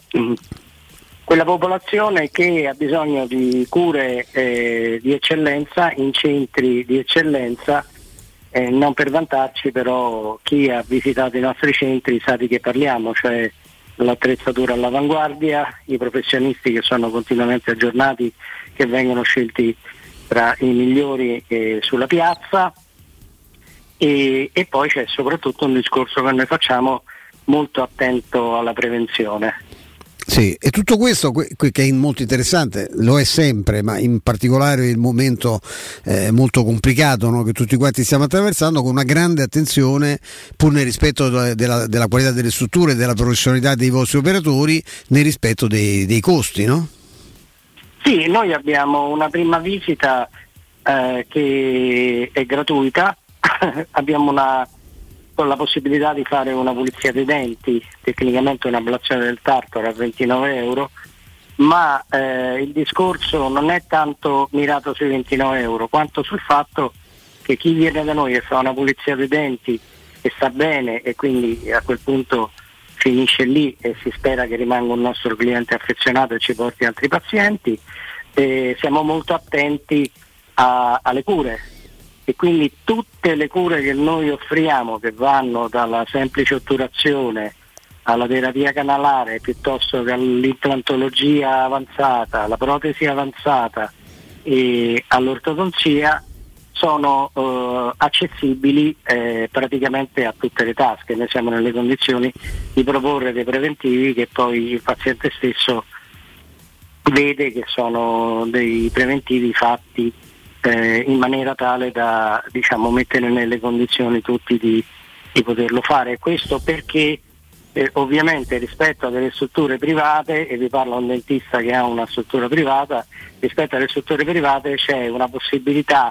popolazione che ha bisogno di cure di eccellenza in centri di eccellenza, non per vantarci, però chi ha visitato i nostri centri sa di che parliamo, cioè l'attrezzatura all'avanguardia, i professionisti che sono continuamente aggiornati, che vengono scelti tra i migliori sulla piazza, e poi c'è soprattutto un discorso che noi facciamo molto attento alla prevenzione. Sì, e tutto questo che è molto interessante, lo è sempre, ma in particolare il momento molto complicato, no, che tutti quanti stiamo attraversando, con una grande attenzione, pur nel rispetto della qualità delle strutture, della professionalità dei vostri operatori, nel rispetto dei costi, no? Sì, noi abbiamo una prima visita che è gratuita, abbiamo con la possibilità di fare una pulizia dei denti, tecnicamente un'ablazione del tartaro a 29 euro, ma il discorso non è tanto mirato sui 29 euro quanto sul fatto che chi viene da noi e fa una pulizia dei denti e sta bene, e quindi a quel punto finisce lì e si spera che rimanga un nostro cliente affezionato e ci porti altri pazienti, siamo molto attenti alle cure, e quindi tutte le cure che noi offriamo, che vanno dalla semplice otturazione alla terapia canalare, piuttosto che all'implantologia avanzata, alla protesi avanzata e all'ortodonzia, sono accessibili praticamente a tutte le tasche. Noi siamo nelle condizioni di proporre dei preventivi che poi il paziente stesso vede che sono dei preventivi fatti in maniera tale da mettere nelle condizioni tutti di poterlo fare. Questo perché ovviamente rispetto a delle strutture private, e vi parla un dentista che ha una struttura privata, rispetto alle strutture private c'è una possibilità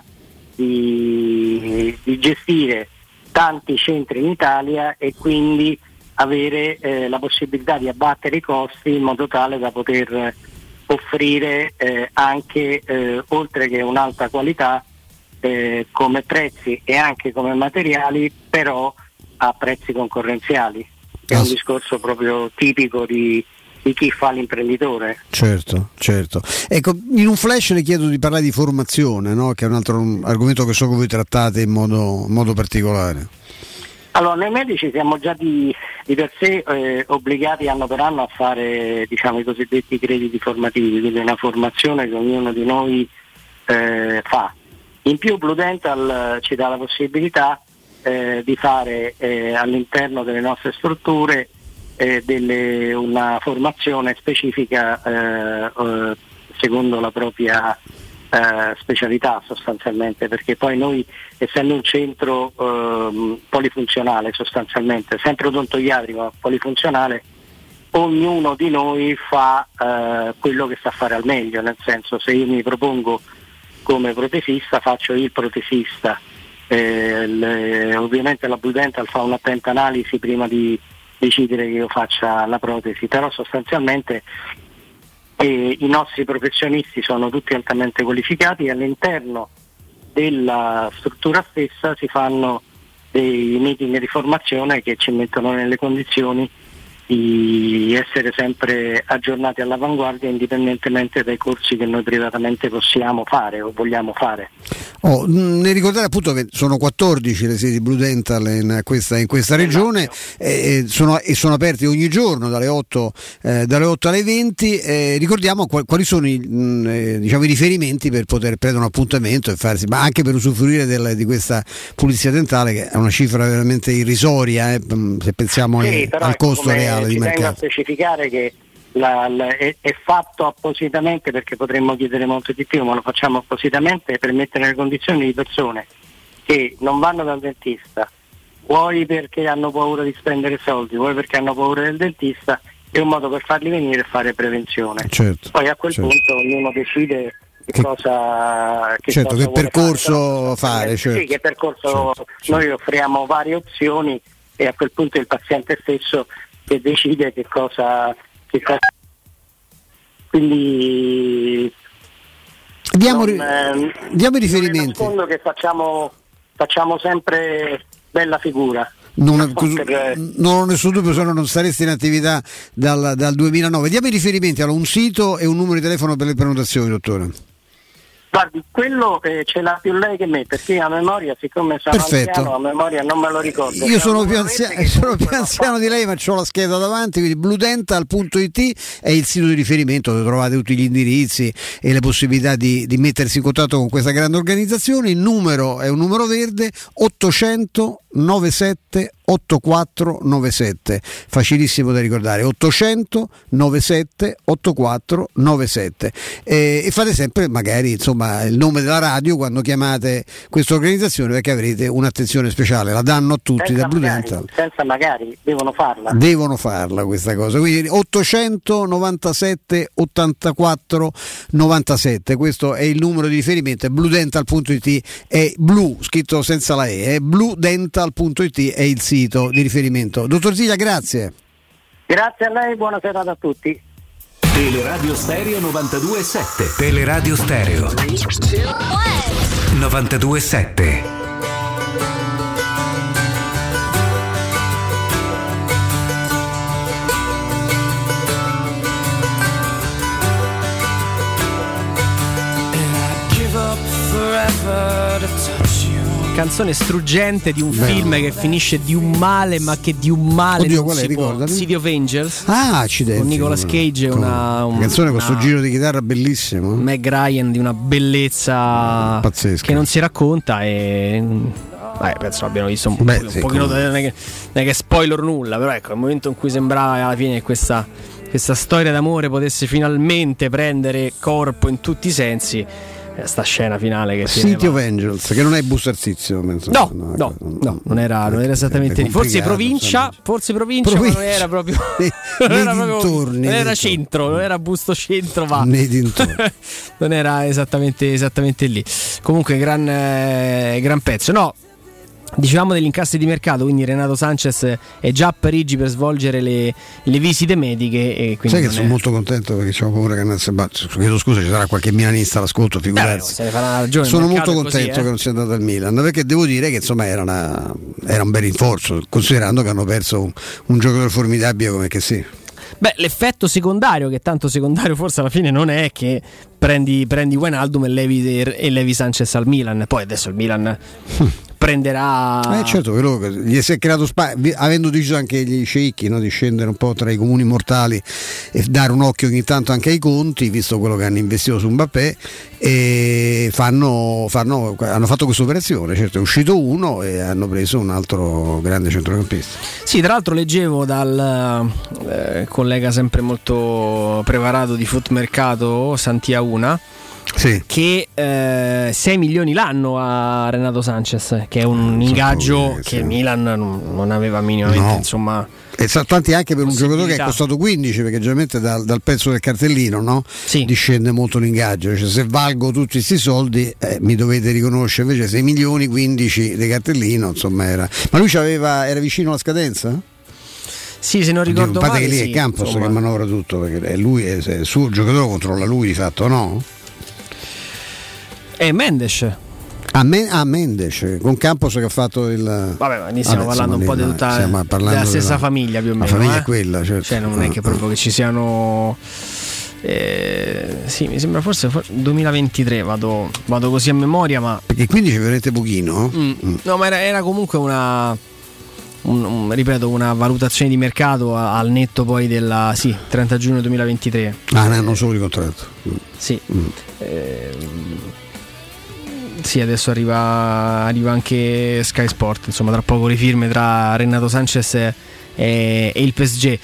di gestire tanti centri in Italia e quindi avere la possibilità di abbattere i costi in modo tale da poter offrire anche oltre che un'alta qualità come prezzi e anche come materiali, però a prezzi concorrenziali. È un discorso proprio tipico di chi fa l'imprenditore. Certo. Ecco, in un flash le chiedo di parlare di formazione, no? Che è un altro argomento che so che voi trattate in modo particolare. Allora, noi medici siamo già di per sé obbligati anno per anno a fare i cosiddetti crediti formativi, quindi una formazione che ognuno di noi fa. In più Blue Dental ci dà la possibilità di fare all'interno delle nostre strutture una formazione specifica secondo la propria specialità, sostanzialmente, perché poi noi, essendo un centro polifunzionale, sostanzialmente sempre odontoiatrico ma polifunzionale, ognuno di noi fa quello che sa fare al meglio, nel senso, se io mi propongo come protesista faccio il protesista, ovviamente la Blue Dental fa un'attenta analisi prima di decidere che io faccia la protesi, però sostanzialmente i nostri professionisti sono tutti altamente qualificati e all'interno della struttura stessa si fanno dei meeting di formazione che ci mettono nelle condizioni di essere sempre aggiornati all'avanguardia, indipendentemente dai corsi che noi privatamente possiamo fare o vogliamo fare. Ne ricordare appunto che sono 14 le sedi Blue Dental in questa regione, sono aperti ogni giorno dalle 8 alle 20. Ricordiamo quali sono i riferimenti per poter prendere un appuntamento e farsi, ma anche per usufruire di questa pulizia dentale, che è una cifra veramente irrisoria, se pensiamo al costo reale di mercato. Tengo a specificare che è fatto appositamente, perché potremmo chiedere molto di più, ma lo facciamo appositamente per mettere nelle condizioni di persone che non vanno dal dentista, vuoi perché hanno paura di spendere soldi, vuoi perché hanno paura del dentista, è un modo per farli venire e fare prevenzione. Certo, poi a quel punto ognuno decide che percorso fare. Certo. Sì, che percorso. Noi offriamo varie opzioni e a quel punto è il paziente stesso che decide che cosa. Quindi diamo i riferimenti. Non nascondo che facciamo sempre bella figura. Non ho nessun dubbio, se no non saresti in attività dal 2009. Diamo i riferimenti, allora, un sito e un numero di telefono per le prenotazioni, dottore. Guardi, quello ce l'ha più lei che me, perché a memoria, siccome sono anziano, a memoria non me lo ricordo. Io sono più anziano di lei, ma ho la scheda davanti, quindi bluedental.it è il sito di riferimento dove trovate tutti gli indirizzi e le possibilità di mettersi in contatto con questa grande organizzazione. Il numero è un numero verde, 800 97 8497, facilissimo da ricordare, 800 97 8497, e fate sempre magari il nome della radio quando chiamate questa organizzazione, perché avrete un'attenzione speciale, la danno a tutti da Blue Dental. Senza magari, devono farla questa cosa, quindi 800 97 84 97, questo è il numero di riferimento, è bluedental.it, è blu scritto senza la bluedental.it è il sito di riferimento. Dottor Ziglia, grazie. Grazie a lei, buona serata a tutti. Teleradio Stereo 92.7. Teleradio Stereo 92.7. Canzone struggente di un film che finisce di un male, ma che di un male non si può. City of Angels, accidenti, con Nicolas Cage, una canzone con sto giro di chitarra bellissimo, Meg Ryan di una bellezza pazzesca, che non si racconta, e penso l'abbiano visto un pochino, non è che spoiler nulla, però ecco, il momento in cui sembrava alla fine questa storia d'amore potesse finalmente prendere corpo in tutti i sensi, sta scena finale che City of Angels, che non è Bustarsizio, penso. No, non era esattamente lì. Forse provincia, ma non era proprio non era centro, non era Busto centro, ma non era esattamente lì. Comunque gran pezzo. No, dicevamo degli incassi di mercato, quindi Renato Sanchez è già a Parigi per svolgere le visite mediche, e quindi sai che sono molto contento, perché c'ho paura che andasse chiedo scusa, ci sarà qualche milanista all'ascolto, figurarsi. Sono molto contento che non sia andato al Milan, perché devo dire che era un bel rinforzo, considerando che hanno perso un giocatore formidabile come che sì. L'effetto secondario, che tanto secondario forse alla fine non è, che prendi Wijnaldum e levi Sanchez al Milan, poi adesso il Milan prenderà. Certo, gli si è creato avendo deciso anche gli sceicchi, no, di scendere un po' tra i comuni mortali e dare un occhio ogni tanto anche ai conti, visto quello che hanno investito su Mbappé, e hanno fatto questa operazione. Certo, è uscito uno e hanno preso un altro grande centrocampista. Sì, tra l'altro leggevo dal collega sempre molto preparato di Footmercato, Santiauna, che 6 milioni l'anno a Renato Sanchez, che è un ingaggio che Milan non aveva minimamente, insomma. E tanti anche per un giocatore che è costato 15, perché generalmente dal pezzo del cartellino, no? Discende molto l'ingaggio, cioè se valgo tutti questi soldi mi dovete riconoscere, invece 6 milioni 15 di cartellino, insomma era. Ma lui era vicino alla scadenza? Sì, se non ricordo male. Che lì è Campos che manovra tutto, perché è lui, è il suo giocatore, controlla lui di fatto, no? È Mendes. Mendes, con Campos che ha fatto il. Vabbè, ma stiamo parlando un po' di tutta della stessa famiglia, più o meno. La famiglia è quella, certo. Cioè non è che proprio che ci siano Sì, mi sembra forse 2023, vado così a memoria, ma perché quindi ci veramente pochino. No, ma era comunque ripeto, una valutazione di mercato al netto poi della 30 giugno 2023. Non solo di contratto. Sì. Sì, adesso arriva anche Sky Sport, insomma, tra poco le firme tra Renato Sanchez e il PSG.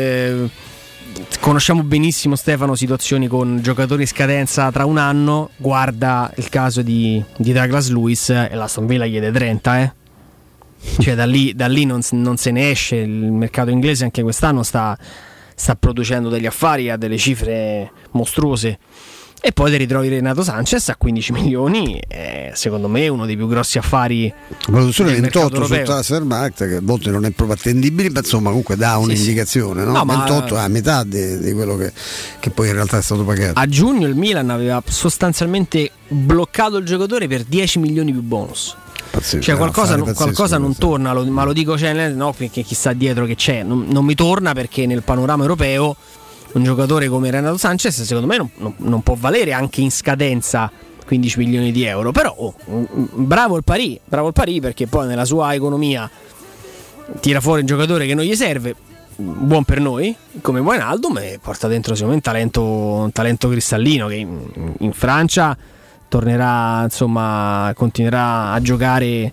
Conosciamo benissimo, Stefano, situazioni con giocatori in scadenza tra un anno. Guarda il caso di Douglas Luiz, e l'Aston Villa chiede 30, cioè da lì non se ne esce. Il mercato inglese anche quest'anno sta producendo degli affari a delle cifre mostruose, e poi ti ritrovi Renato Sanchez a 15 milioni, secondo me uno dei più grossi affari. La produzione 28 sul Transfermarkt, che a volte non è proprio attendibile, ma insomma comunque dà un'indicazione, no? 28 è a metà di quello che poi in realtà è stato pagato. A giugno il Milan aveva sostanzialmente bloccato il giocatore per 10 milioni più bonus. Pazzesco, cioè qualcosa non torna, ma lo dico, no, perché chissà dietro che c'è, non mi torna, perché nel panorama europeo un giocatore come Renato Sanchez secondo me non può valere anche in scadenza 15 milioni di euro. Però bravo il Paris, perché poi nella sua economia tira fuori un giocatore che non gli serve, buon per noi, come Wijnaldum, e porta dentro sicuramente un talento cristallino che in Francia tornerà, insomma, continuerà a giocare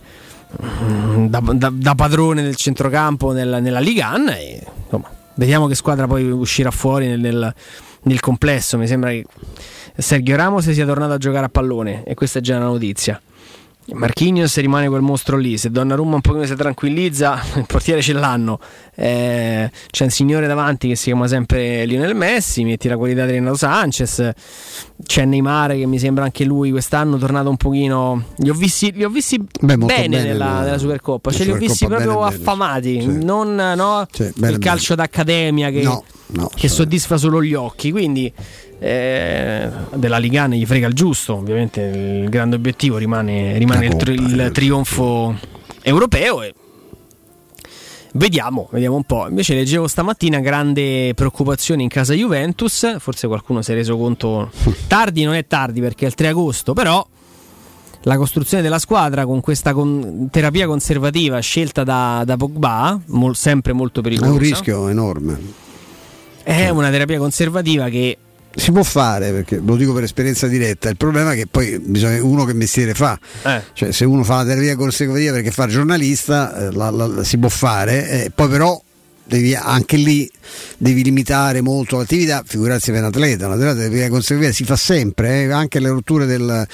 da padrone del centrocampo nella Ligue 1, e insomma vediamo che squadra poi uscirà fuori nel complesso. Mi sembra che Sergio Ramos sia tornato a giocare a pallone, e questa è già una notizia. Marquinhos rimane quel mostro lì. Se Donnarumma un pochino si tranquillizza, il portiere ce l'hanno. C'è un signore davanti che si chiama sempre Lionel Messi, metti la qualità di Renato Sanchez. C'è Neymar, che mi sembra anche lui quest'anno tornato un pochino. Li ho visti bene nella Supercoppa. Li ho visti proprio affamati. Sì. Non il calcio d'accademia che soddisfa solo gli occhi. Quindi della Ligue 1 gli frega il giusto. Ovviamente il grande obiettivo rimane il trionfo europeo, e vediamo un po'. Invece leggevo stamattina grande preoccupazione in casa Juventus, forse qualcuno si è reso conto tardi, non è tardi perché è il 3 agosto, però la costruzione della squadra con questa terapia conservativa scelta da Pogba, sempre molto pericolosa. È un rischio enorme. È una terapia conservativa che si può fare, perché lo dico per esperienza diretta. Il problema è che poi bisogna uno che mestiere fa, cioè se uno fa la terapia conservativa perché fa il giornalista, si può fare, poi però anche lì devi limitare molto l'attività, figurarsi per un atleta. La terapia conservativa si fa sempre, anche le rotture del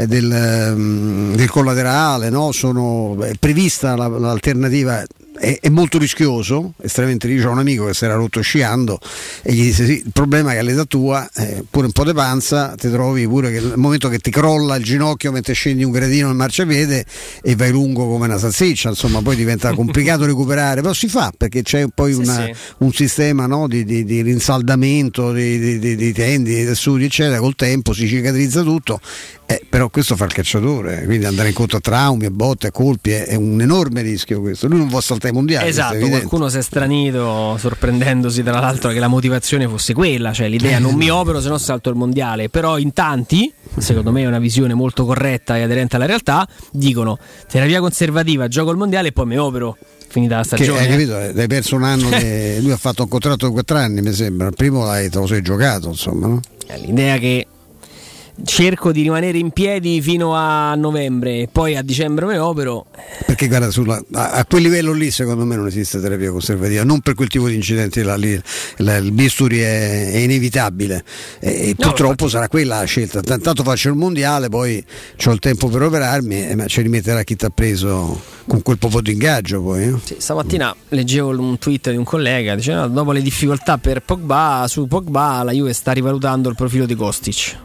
collaterale, no? È prevista l'alternativa. È molto rischioso, estremamente rischioso. Ho un amico che si era rotto sciando e gli disse il problema è che all'età tua pure un po' di panza ti trovi pure che nel momento che ti crolla il ginocchio mentre scendi un gradino nel marciapiede e vai lungo come una salsiccia, insomma poi diventa complicato recuperare, però si fa perché c'è poi un sistema, no, di rinsaldamento di tendini, di tessuti eccetera, col tempo si cicatrizza tutto. Però questo fa il calciatore, quindi andare incontro a traumi, a botte, a colpi è un enorme rischio questo. Lui non può saltare i mondiali. Esatto, qualcuno si è stranito sorprendendosi tra l'altro che la motivazione fosse quella, cioè l'idea non mi opero se no salto il mondiale. Però in tanti, secondo me è una visione molto corretta e aderente alla realtà, dicono terapia conservativa, gioco il mondiale e poi mi opero. Finita la stagione. Hai capito? Hai perso un anno. Lui ha fatto un contratto di 4 anni, mi sembra. Il primo te lo sei giocato, insomma, no? L'idea che cerco di rimanere in piedi fino a novembre e poi a dicembre mi opero, perché guarda, a quel livello lì secondo me non esiste terapia conservativa, non per quel tipo di incidenti là, il bisturi è inevitabile, e purtroppo sarà quella la scelta. Tanto faccio il mondiale, poi c'ho il tempo per operarmi, ma ci rimetterà chi ti ha preso con quel po' di ingaggio poi. Sì, stamattina leggevo un tweet di un collega, diceva dopo le difficoltà per Pogba, su Pogba la Juve sta rivalutando il profilo di Kostic.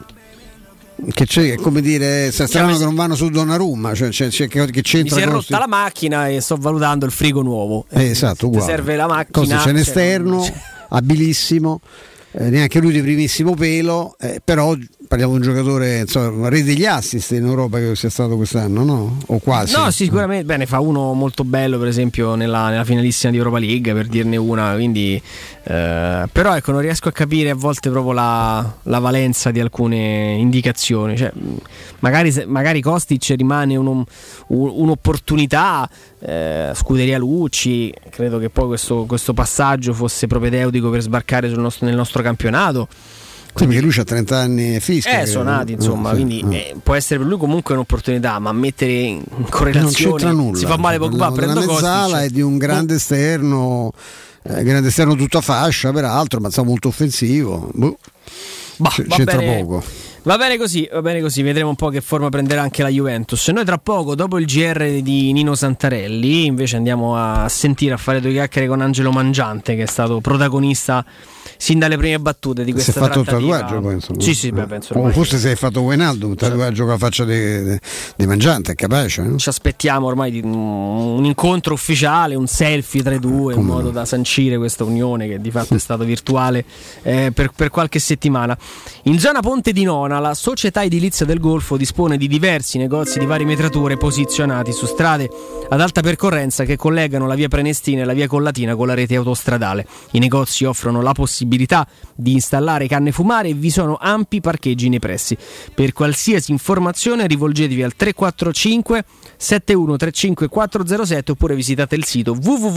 Che c'è, come dire, strano che non vanno su Donnarumma, cioè che c'entra. Mi si è rotta la macchina e sto valutando il frigo nuovo. Esatto, uguale. Serve la macchina. C'è un esterno abilissimo, neanche lui di primissimo pelo, però parliamo di un giocatore, insomma, re degli assist in Europa che sia stato quest'anno, no? O quasi. No, sicuramente. Bene, fa uno molto bello, per esempio nella finalissima di Europa League, per dirne una, quindi però ecco, non riesco a capire a volte proprio la valenza di alcune indicazioni, cioè, magari Kostic rimane un'opportunità, Scuderia Lucci, credo che poi questo passaggio fosse propedeutico per sbarcare nel nostro campionato. Quindi, perché lui ha 30 anni e fischia. Suonati, insomma, quindi può essere per lui comunque un'opportunità, ma mettere in correlazione non c'entra nulla. Si fa male poco fa, prendo una mezzala e di un grande esterno, tutta fascia peraltro, ma molto offensivo. C'entra poco. Va bene così, vedremo un po' che forma prenderà anche la Juventus. Noi tra poco, dopo il GR di Nino Santarelli, invece andiamo a fare due chiacchiere con Angelo Mangiante, che è stato protagonista sin dalle prime battute di questa trattativa. Si è fatto un tatuaggio, penso. Sì, penso. O forse si è fatto Wijnaldum, un tatuaggio con la faccia di Mangiante, è capace, no? Ci aspettiamo ormai di un incontro ufficiale, un selfie tra i due, in modo da sancire questa unione che di fatto è stata virtuale per qualche settimana. In zona Ponte di Nona, la società edilizia del Golfo dispone di diversi negozi di varie metrature posizionati su strade ad alta percorrenza che collegano la via Prenestina e la via Collatina con la rete autostradale. I negozi offrono la possibilità di installare canne fumare e vi sono ampi parcheggi nei pressi. Per qualsiasi informazione rivolgetevi al 345 7135 407 oppure visitate il sito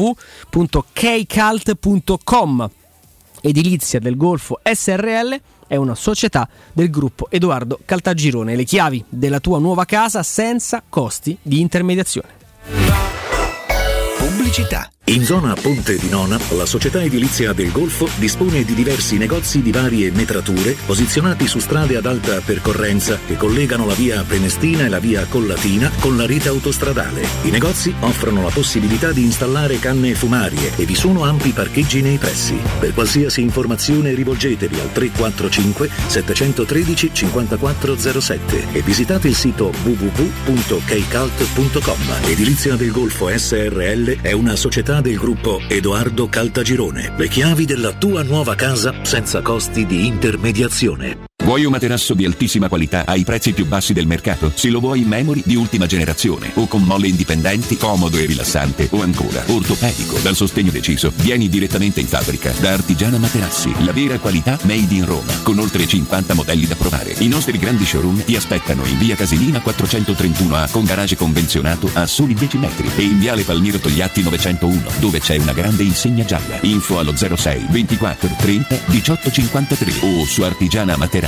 www.kcalt.com. Edilizia del Golfo SRL è una società del gruppo Edoardo Caltagirone. Le chiavi della tua nuova casa senza costi di intermediazione. Pubblicità. In zona Ponte di Nona, la società edilizia del Golfo dispone di diversi negozi di varie metrature posizionati su strade ad alta percorrenza che collegano la via Prenestina e la via Collatina con la rete autostradale. I negozi offrono la possibilità di installare canne fumarie e vi sono ampi parcheggi nei pressi. Per qualsiasi informazione rivolgetevi al 345 713 5407 e visitate il sito www.kcalt.com. Edilizia del Golfo SRL è una società del gruppo Edoardo Caltagirone. Le chiavi della tua nuova casa senza costi di intermediazione. Vuoi un materasso di altissima qualità ai prezzi più bassi del mercato? Se lo vuoi in memory di ultima generazione o con molle indipendenti, comodo e rilassante, o ancora ortopedico dal sostegno deciso, vieni direttamente in fabbrica da Artigiana Materassi, la vera qualità made in Roma, con oltre 50 modelli da provare. I nostri grandi showroom ti aspettano in via Casilina 431A con garage convenzionato a soli 10 metri e in viale Palmiro Togliatti 901 dove c'è una grande insegna gialla. Info allo 06 24 30 18 53 o su artigianamaterassi.com.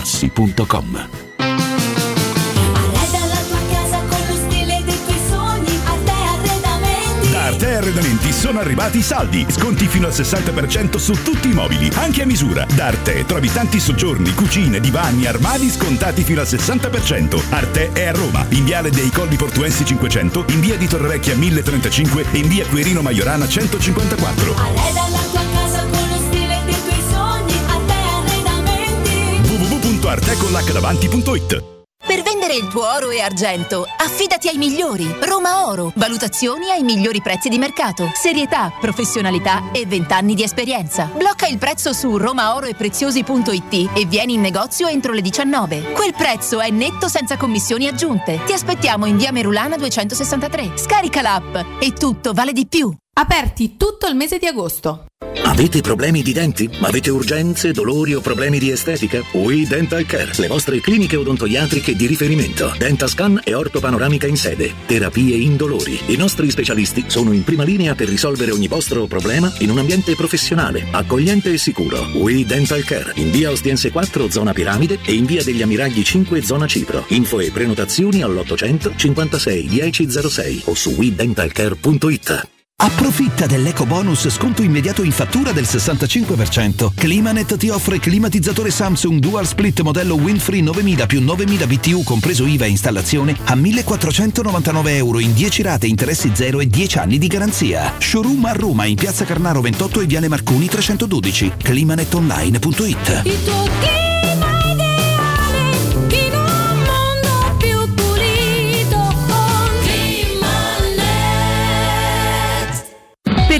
Arte Arredamenti sono arrivati i saldi, sconti fino al 60% su tutti i mobili, anche a misura. Da Arte trovi tanti soggiorni, cucine, divani, armadi scontati fino al 60%. Arte è a Roma, in viale dei Colli Portuensi 500, in via di Torrevecchia 1035 e in via Quirino Maiorana 154. Arreda la tua casa con lo stile dei tuoi sogni, Arte Arredamenti. www.artecollacdavanti.it. Per vendere il tuo oro e argento, affidati ai migliori. Roma Oro. Valutazioni ai migliori prezzi di mercato. Serietà, professionalità e 20 anni di esperienza. Blocca il prezzo su romaoroepreziosi.it e vieni in negozio entro le 19. Quel prezzo è netto senza commissioni aggiunte. Ti aspettiamo in via Merulana 263. Scarica l'app e tutto vale di più. Aperti tutto il mese di agosto. Avete problemi di denti? Avete urgenze, dolori o problemi di estetica? We Dental Care, le vostre cliniche odontoiatriche di riferimento. Dentascan e ortopanoramica in sede. Terapie indolori. I nostri specialisti sono in prima linea per risolvere ogni vostro problema in un ambiente professionale, accogliente e sicuro. We Dental Care, in via Ostiense 4, zona Piramide e in via degli Ammiragli 5, zona Cipro. Info e prenotazioni all'800 56 1006 o su wedentalcare.it. Approfitta dell'eco bonus sconto immediato in fattura del 65%. Climanet ti offre climatizzatore Samsung Dual Split modello Windfree 9000 più 9000 BTU compreso IVA e installazione a €1.499 in 10 rate, interessi zero e 10 anni di garanzia. Showroom a Roma in Piazza Carnaro 28 e Viale Marconi 312. climanetonline.it. Il tuo clima ideale in un mondo più pulito con Climanet. Per il tuo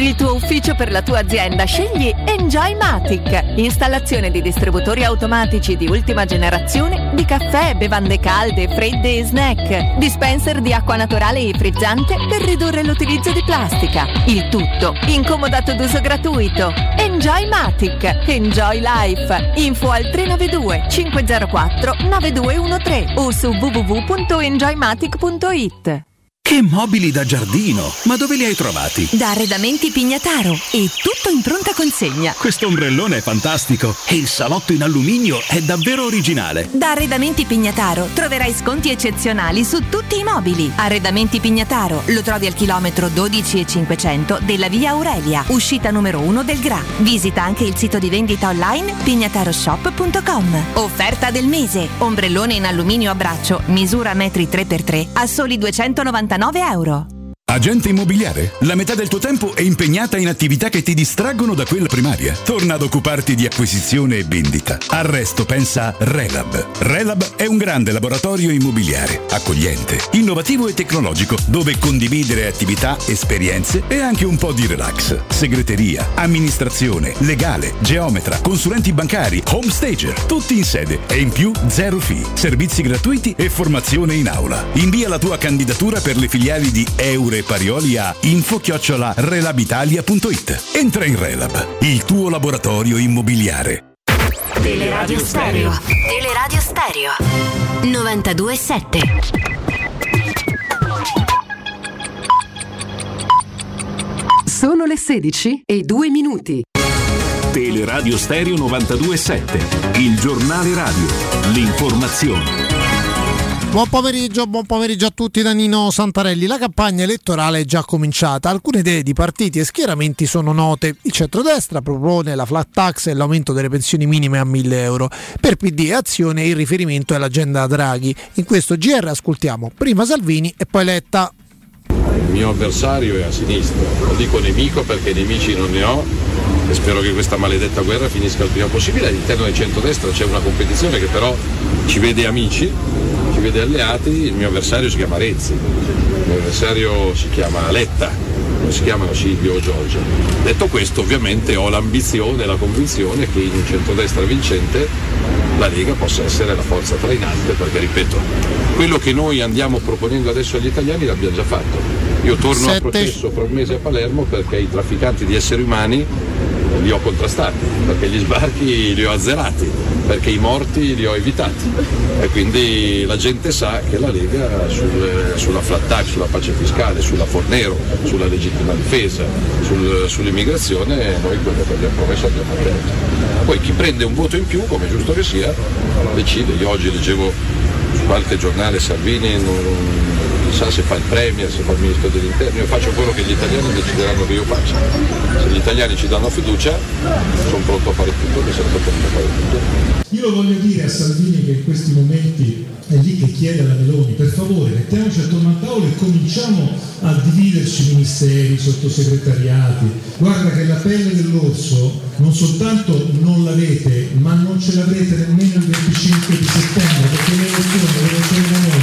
ufficio per la tua azienda, scegli Enjoymatic. Installazione di distributori automatici di ultima generazione di caffè, bevande calde, fredde e snack. Dispenser di acqua naturale e frizzante per ridurre l'utilizzo di plastica. Il tutto incomodato d'uso gratuito. Enjoymatic. Enjoy life. Info al 392 504 9213 o su www.enjoymatic.it. Che mobili da giardino! Ma dove li hai trovati? Da Arredamenti Pignataro e tutto in pronta consegna. Questo ombrellone è fantastico e il salotto in alluminio è davvero originale. Da Arredamenti Pignataro troverai sconti eccezionali su tutti i mobili. Arredamenti Pignataro lo trovi al chilometro 12,500 della via Aurelia, uscita numero 1 del GRA. Visita anche il sito di vendita online pignataroshop.com. Offerta del mese: ombrellone in alluminio a braccio, misura metri 3x3 a soli €299. Agente immobiliare? La metà del tuo tempo è impegnata in attività che ti distraggono da quella primaria. Torna ad occuparti di acquisizione e vendita. Al resto pensa Relab. Relab è un grande laboratorio immobiliare, accogliente, innovativo e tecnologico, dove condividere attività, esperienze e anche un po' di relax. Segreteria, amministrazione, legale, geometra, consulenti bancari, home stager, tutti in sede e in più zero fee, servizi gratuiti e formazione in aula. Invia la tua candidatura per le filiali di Eure Parioli a info@relabitalia.it. Entra in Relab, il tuo laboratorio immobiliare. Teleradio Stereo. Teleradio Stereo 92.7. Sono le 16:02. Teleradio Stereo 92.7, il giornale radio, l'informazione. Buon pomeriggio a tutti da Nino Santarelli. La campagna elettorale è già cominciata. Alcune idee di partiti e schieramenti sono note. Il centrodestra propone la flat tax e l'aumento delle pensioni minime a €1.000. Per PD e Azione il riferimento è l'agenda Draghi. In questo GR ascoltiamo prima Salvini e poi Letta. Il mio avversario è a sinistra, lo dico nemico perché nemici non ne ho e spero che questa maledetta guerra finisca il prima possibile. All'interno del centrodestra c'è una competizione che però ci vede amici, ci vede alleati. Il mio avversario si chiama Renzi, il mio avversario si chiama Letta, non si chiamano Silvio o Giorgia. Detto questo, ovviamente ho l'ambizione e la convinzione che in un centrodestra vincente la Lega possa essere la forza trainante, perché ripeto, quello che noi andiamo proponendo adesso agli italiani l'abbiamo già fatto. Io torno a processo fra un mese a Palermo perché i trafficanti di esseri umani li ho contrastati, perché gli sbarchi li ho azzerati, perché i morti li ho evitati e quindi la gente sa che la Lega sulla flat tax, sulla pace fiscale, sulla Fornero, sulla legittima difesa, sull'immigrazione, noi quello che abbiamo promesso abbiamo mantenuto. Poi chi prende un voto in più, come giusto che sia, decide. Io oggi leggevo su qualche giornale Salvini non chissà se fa il premier, se fa il ministro dell'interno. Io faccio quello che gli italiani decideranno che io faccia. Se gli italiani ci danno fiducia, sono pronto a fare tutto, che sarò pronto a fare tutto. Io lo voglio dire a Salvini, che in questi momenti è lì che chiede alla Meloni: per favore mettiamoci attorno al tavolo e cominciamo a dividerci ministeri, sottosegretariati. Guarda che la pelle dell'orso non soltanto non l'avete, ma non ce l'avrete nemmeno il 25 di settembre, perché le elezioni da noi.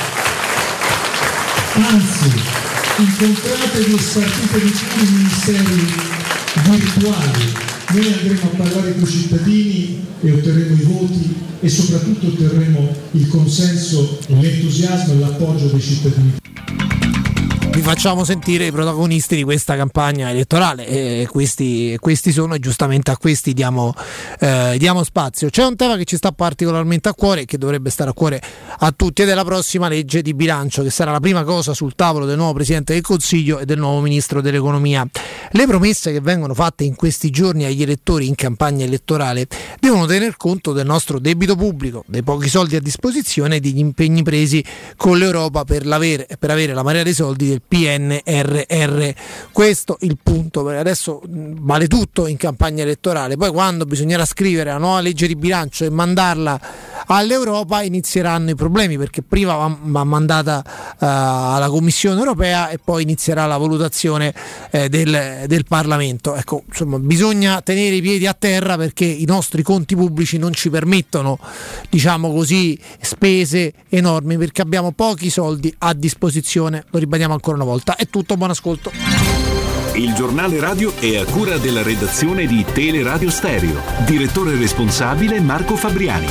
Anzi, incontratevi e spartite di tutti i ministeri virtuali. Noi andremo a parlare con i cittadini e otterremo i voti e soprattutto otterremo il consenso, l'entusiasmo e l'appoggio dei cittadini. Vi facciamo sentire i protagonisti di questa campagna elettorale e questi sono, e giustamente a questi diamo spazio. C'è un tema che ci sta particolarmente a cuore e che dovrebbe stare a cuore a tutti, ed è la prossima legge di bilancio, che sarà la prima cosa sul tavolo del nuovo Presidente del Consiglio e del nuovo Ministro dell'Economia. Le promesse che vengono fatte in questi giorni agli elettori in campagna elettorale devono tener conto del nostro debito pubblico, dei pochi soldi a disposizione e degli impegni presi con l'Europa per avere la marea dei soldi del PNRR. Questo il punto, perché adesso vale tutto in campagna elettorale, poi quando bisognerà scrivere la nuova legge di bilancio e mandarla all'Europa inizieranno i problemi, perché prima va mandata alla Commissione europea e poi inizierà la valutazione del Parlamento. Ecco, insomma, bisogna tenere i piedi a terra, perché i nostri conti pubblici non ci permettono, diciamo così, spese enormi, perché abbiamo pochi soldi a disposizione. Lo ribadiamo ancora una volta. È tutto, buon ascolto. Il giornale radio è a cura della redazione di Teleradio Stereo. Direttore responsabile Marco Fabriani.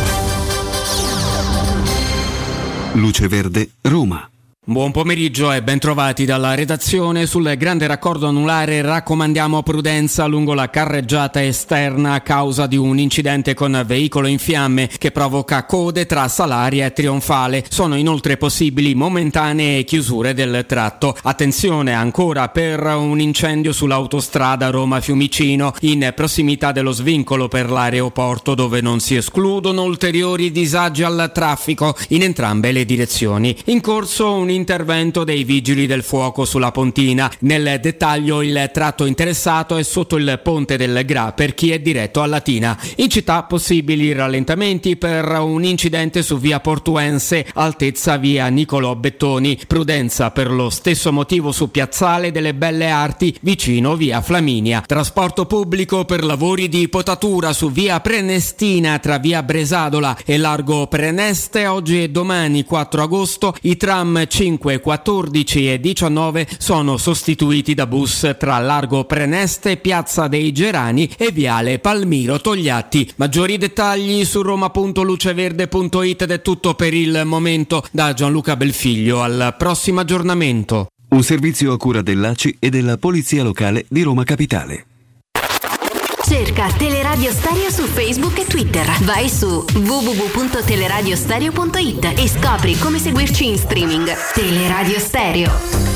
Luce Verde, Roma. Buon pomeriggio e ben trovati dalla redazione. Sul grande raccordo anulare raccomandiamo prudenza lungo la carreggiata esterna a causa di un incidente con veicolo in fiamme che provoca code tra Salaria e Trionfale. Sono inoltre possibili momentanee chiusure del tratto. Attenzione ancora per un incendio sull'autostrada Roma-Fiumicino in prossimità dello svincolo per l'aeroporto, dove non si escludono ulteriori disagi al traffico in entrambe le direzioni. In corso un intervento dei vigili del fuoco sulla Pontina. Nel dettaglio il tratto interessato è sotto il ponte del Gra per chi è diretto a Latina. In città possibili rallentamenti per un incidente su via Portuense altezza via Niccolò Bettoni. Prudenza per lo stesso motivo su Piazzale delle Belle Arti vicino via Flaminia. Trasporto pubblico per lavori di potatura su via Prenestina tra via Bresadola e largo Preneste. Oggi e domani 4 agosto i tram 5, 14 e 19 sono sostituiti da bus tra largo Preneste, piazza dei Gerani e viale Palmiro Togliatti. Maggiori dettagli su roma.luceverde.it ed è tutto per il momento. Da Gianluca Belfiglio al prossimo aggiornamento. Un servizio a cura dell'ACI e della Polizia Locale di Roma Capitale. Cerca Teleradio Stereo su Facebook e Twitter. Vai su www.teleradiostereo.it e scopri come seguirci in streaming. Teleradio Stereo.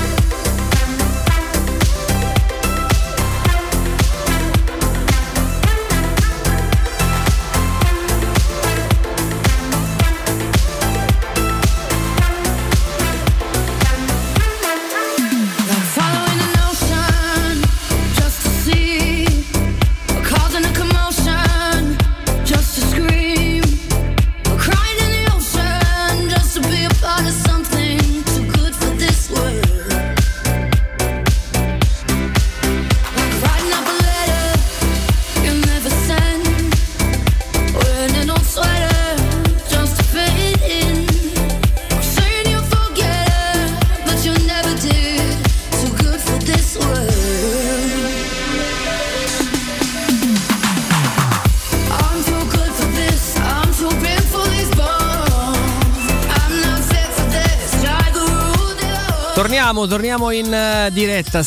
Torniamo in diretta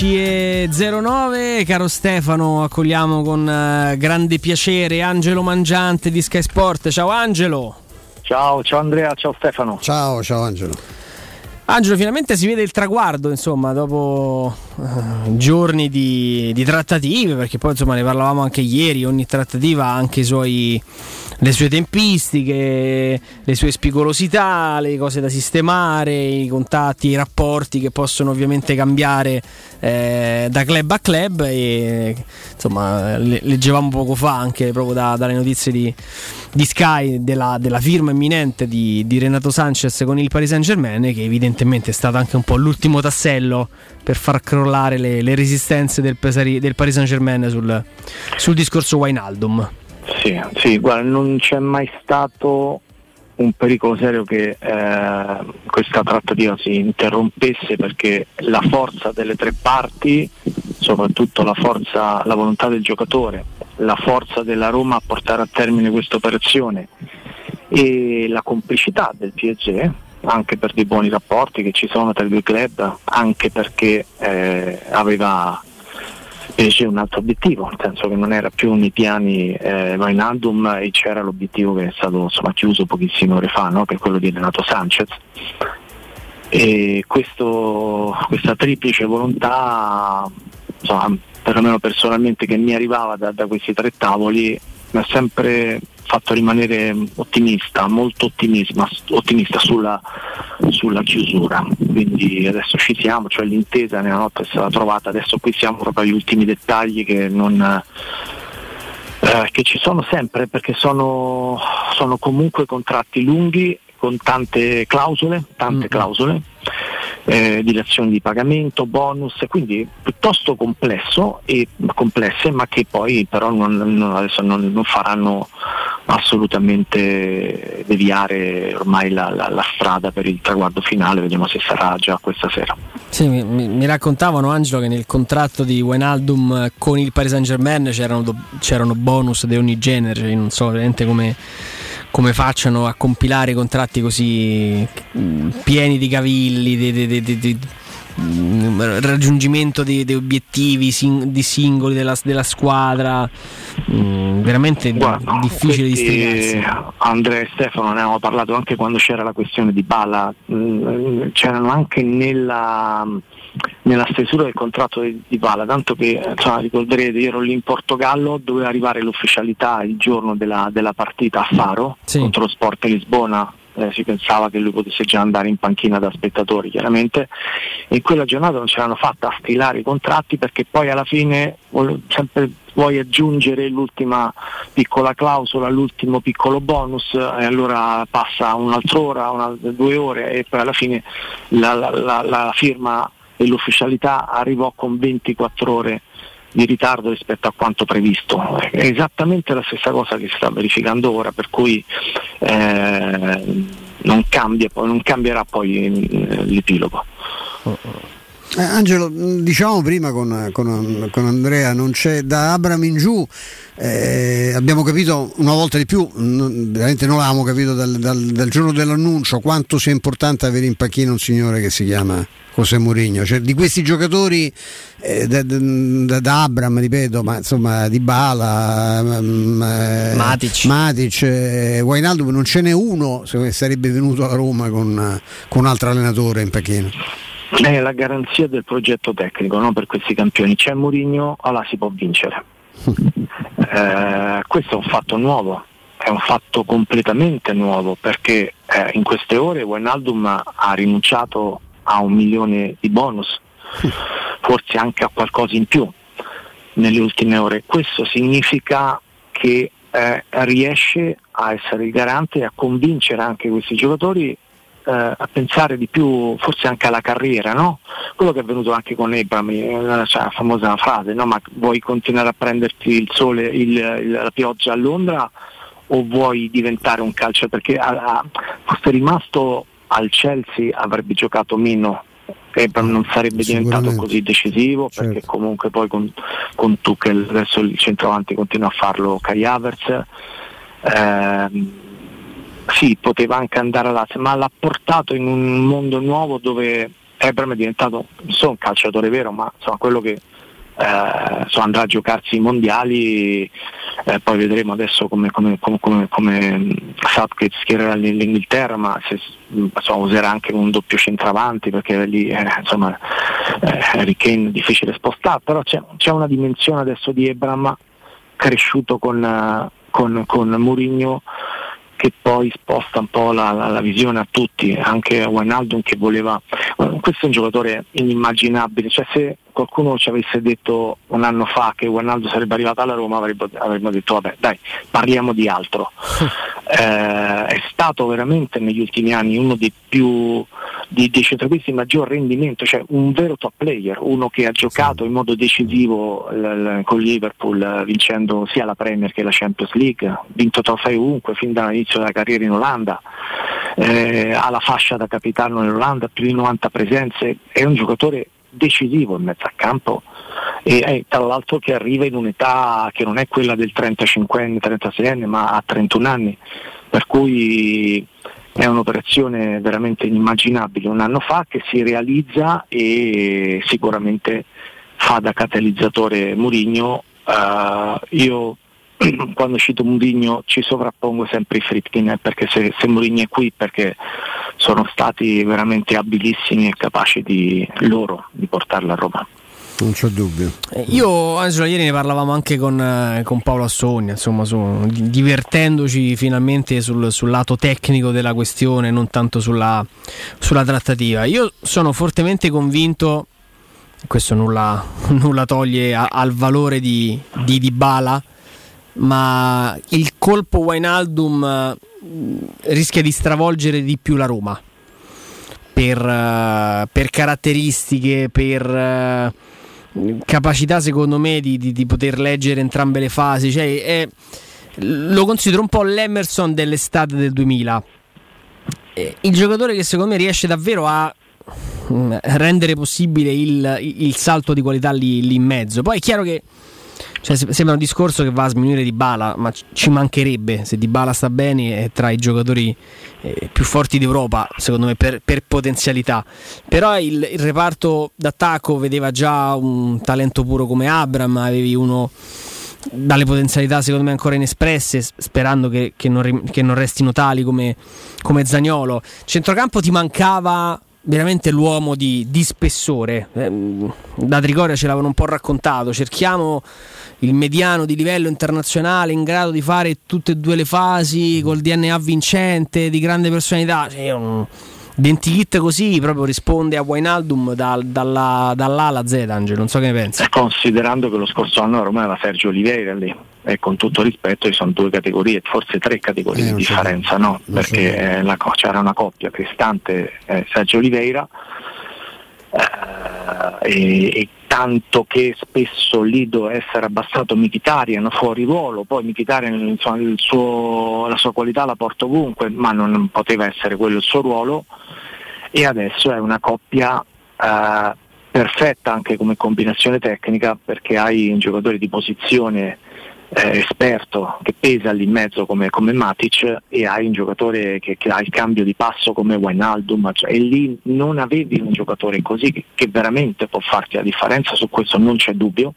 16:09. Caro Stefano, accogliamo con grande piacere Angelo Mangiante di Sky Sport. Ciao Angelo. Ciao Andrea, ciao Stefano. Ciao Angelo. Angelo, finalmente si vede il traguardo, insomma, dopo giorni di trattative, perché poi insomma ne parlavamo anche ieri, ogni trattativa ha anche le sue tempistiche, le sue spigolosità, le cose da sistemare, i contatti, i rapporti che possono ovviamente cambiare da club a club, e insomma leggevamo poco fa anche proprio dalle notizie di Sky della firma imminente di Renato Sanchez con il Paris Saint-Germain, che evidentemente è stato anche un po' l'ultimo tassello per far crollare le resistenze del Paris Saint-Germain sul discorso Wijnaldum. Sì, guarda, non c'è mai stato un pericolo serio che questa trattativa si interrompesse, perché la forza delle tre parti, soprattutto la volontà del giocatore, la forza della Roma a portare a termine questa operazione e la complicità del PSG, anche per dei buoni rapporti che ci sono tra i due club, anche perché aveva un altro obiettivo, nel senso che non era più nei piani Wijnaldum, e c'era l'obiettivo che è stato chiuso pochissime ore fa, no? Che è quello di Renato Sanchez. E questa triplice volontà, perlomeno personalmente, che mi arrivava da questi tre tavoli, mi ha sempre fatto rimanere molto ottimista sulla chiusura. Quindi adesso ci siamo, cioè l'intesa nella notte è stata trovata, adesso qui siamo proprio agli ultimi dettagli che ci sono sempre, perché sono comunque contratti lunghi con tante clausole, dilazioni di pagamento, bonus, quindi piuttosto complesse, ma che poi però adesso non faranno assolutamente deviare ormai la strada per il traguardo finale. Vediamo se sarà già questa sera. Sì, mi raccontavano, Angelo, che nel contratto di Wijnaldum con il Paris Saint-Germain c'erano bonus di ogni genere, cioè, non so veramente come facciano a compilare contratti così pieni di cavilli, di raggiungimento di obiettivi di singoli della squadra, veramente difficile di strigarsi. Andrea e Stefano ne avevamo parlato anche quando c'era la questione di Bala, c'erano anche nella stesura del contratto di Bala, tanto che ricorderete, io ero lì in Portogallo, doveva arrivare l'ufficialità il giorno della partita a Faro contro lo Sport Lisbona. Si pensava che lui potesse già andare in panchina da spettatori, chiaramente, e in quella giornata non ce l'hanno fatta a stilare i contratti, perché poi alla fine sempre vuoi aggiungere l'ultima piccola clausola, l'ultimo piccolo bonus, e allora passa un'altra ora, 2 ore, e poi alla fine la firma e l'ufficialità arrivò con 24 ore di ritardo rispetto a quanto previsto. È esattamente la stessa cosa che si sta verificando ora, per cui non cambierà poi l'epilogo. Angelo, diciamo prima con Andrea, non c'è da Abraham in giù, abbiamo capito una volta di più, veramente non l'avevamo capito dal giorno dell'annuncio, quanto sia importante avere in panchina un signore che si chiama José Mourinho. Cioè, di questi giocatori da Abraham, ripeto, ma insomma Dybala, Matic, Wijnaldum, non ce n'è uno che sarebbe venuto a Roma con un altro allenatore in panchina. È la garanzia del progetto tecnico, no? Per questi campioni c'è Mourinho, allora si può vincere. Questo è un fatto nuovo, è un fatto completamente nuovo, perché in queste ore Wijnaldum ha rinunciato a 1 milione di bonus, forse anche a qualcosa in più nelle ultime ore. Questo significa che riesce a essere il garante e a convincere anche questi giocatori a pensare di più, forse anche alla carriera, no? Quello che è avvenuto anche con Abraham, cioè la famosa frase, no? Ma vuoi continuare a prenderti il sole, la pioggia a Londra, o vuoi diventare un calcio? Perché fosse rimasto al Chelsea avrebbe giocato meno, Abraham non sarebbe diventato così decisivo, perché comunque poi con Tuchel adesso il centravanti continua a farlo Kai Havertz, sì, poteva anche andare all'Azio, ma l'ha portato in un mondo nuovo dove Abraham è diventato non solo un calciatore vero, ma insomma quello che andrà a giocarsi i mondiali, poi vedremo adesso come Southgate schiererà l'Inghilterra, ma se userà anche un doppio centravanti, perché lì Harry Kane è difficile spostare, però c'è una dimensione adesso di Abraham cresciuto con Mourinho, che poi sposta un po' la visione a tutti, anche a Wijnaldum, che voleva. Questo è un giocatore inimmaginabile, cioè se qualcuno ci avesse detto un anno fa che Wijnaldum sarebbe arrivato alla Roma avremmo detto vabbè dai, parliamo di altro. È stato veramente negli ultimi anni uno dei centrocampisti di maggior rendimento, cioè un vero top player, uno che ha giocato in modo decisivo con Liverpool, vincendo sia la Premier che la Champions League, vinto trofei ovunque fin dall'inizio della carriera in Olanda, ha la fascia da capitano in Olanda, più di 90 presenze, è un giocatore decisivo in mezzo a campo, e tra l'altro che arriva in un'età che non è quella del 35enne, 36enne, ma a 31 anni, per cui è un'operazione veramente inimmaginabile un anno fa, che si realizza e sicuramente fa da catalizzatore Mourinho. Io quando cito Mourinho ci sovrappongo sempre i Friedkin, perché se Mourinho è qui perché sono stati veramente abilissimi e capaci di portarla a Roma. Non c'è dubbio. Io, Angelo, ieri ne parlavamo anche con Paolo Assogna, insomma, divertendoci finalmente sul lato tecnico della questione, non tanto sulla trattativa. Io sono fortemente convinto, questo nulla toglie al valore di Dybala, ma il colpo Wijnaldum rischia di stravolgere di più la Roma per caratteristiche, per capacità, secondo me, di poter leggere entrambe le fasi. Cioè, lo considero un po' l'Emerson dell'estate del 2000, il giocatore che secondo me riesce davvero a rendere possibile il salto di qualità lì in mezzo. Poi è chiaro che sembra un discorso che va a sminuire Dybala, ma ci mancherebbe. Se Dybala sta bene è tra i giocatori più forti d'Europa, secondo me, per potenzialità. Però il reparto d'attacco vedeva già un talento puro come Abraham, avevi uno dalle potenzialità secondo me ancora inespresse, sperando che non restino tali come Zaniolo. Centrocampo ti mancava veramente l'uomo di spessore. Da Trigoria ce l'avevano un po' raccontato, cerchiamo il mediano di livello internazionale in grado di fare tutte e due le fasi col DNA vincente, di grande personalità. Un identikit così proprio risponde a Wijnaldum dall'A alla Z. Angelo, non so che ne pensi. Considerando che lo scorso anno a Roma era Sergio Oliveira lì, e con tutto rispetto ci sono due categorie, forse tre categorie di differenza, no? Perché c'era una coppia, Cristante e Sergio Oliveira, e tanto che spesso lì doveva essere abbassato Mkhitaryan fuori ruolo. Poi Mkhitaryan la sua qualità la porta ovunque, ma non poteva essere quello il suo ruolo, e adesso è una coppia perfetta anche come combinazione tecnica, perché hai un giocatore di posizione esperto che pesa lì in mezzo come Matic, e hai un giocatore che ha il cambio di passo come Wijnaldum, e lì non avevi un giocatore così che veramente può farti la differenza, su questo non c'è dubbio.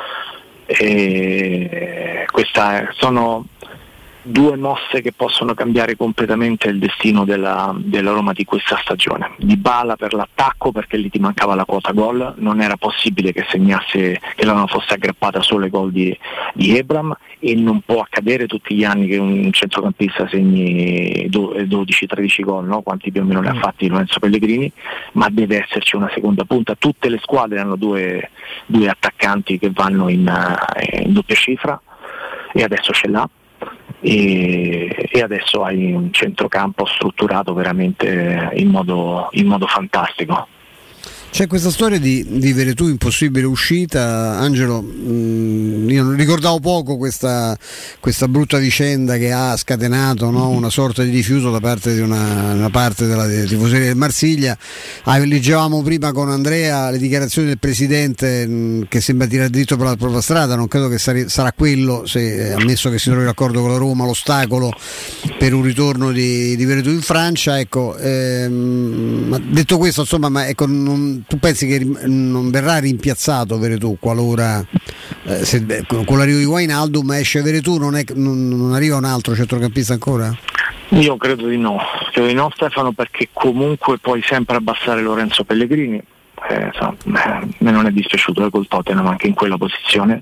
Sono due mosse che possono cambiare completamente il destino della Roma di questa stagione. Dybala per l'attacco, perché lì ti mancava la quota gol, non era possibile che segnasse, che la Roma fosse aggrappata solo ai gol di Abraham, e non può accadere tutti gli anni che un centrocampista segni 12-13 gol, no? Quanti più o meno ne ha fatti Lorenzo Pellegrini, ma deve esserci una seconda punta. Tutte le squadre hanno due attaccanti che vanno in doppia cifra, e adesso ce l'ha. E adesso hai un centrocampo strutturato veramente in modo fantastico. C'è questa storia di Veretù impossibile uscita, Angelo. Io non ricordavo poco questa brutta vicenda che ha scatenato, no? Una sorta di rifiuto da parte di una parte della tifoseria del Marsiglia. Leggevamo prima con Andrea le dichiarazioni del presidente che sembra tirare dritto per la propria strada. Non credo che sarà quello, se ammesso che si trovi d'accordo con la Roma, l'ostacolo per un ritorno di Veretù in Francia. Ecco, ma detto questo, insomma, ma ecco, tu pensi che non verrà rimpiazzato Veretù qualora con l'arrivo di Wijnaldum esce Veretù, non arriva un altro centrocampista ancora? Io credo di no, Stefano, perché comunque puoi sempre abbassare Lorenzo Pellegrini. Me non è dispiaciuto col Tottenham anche in quella posizione.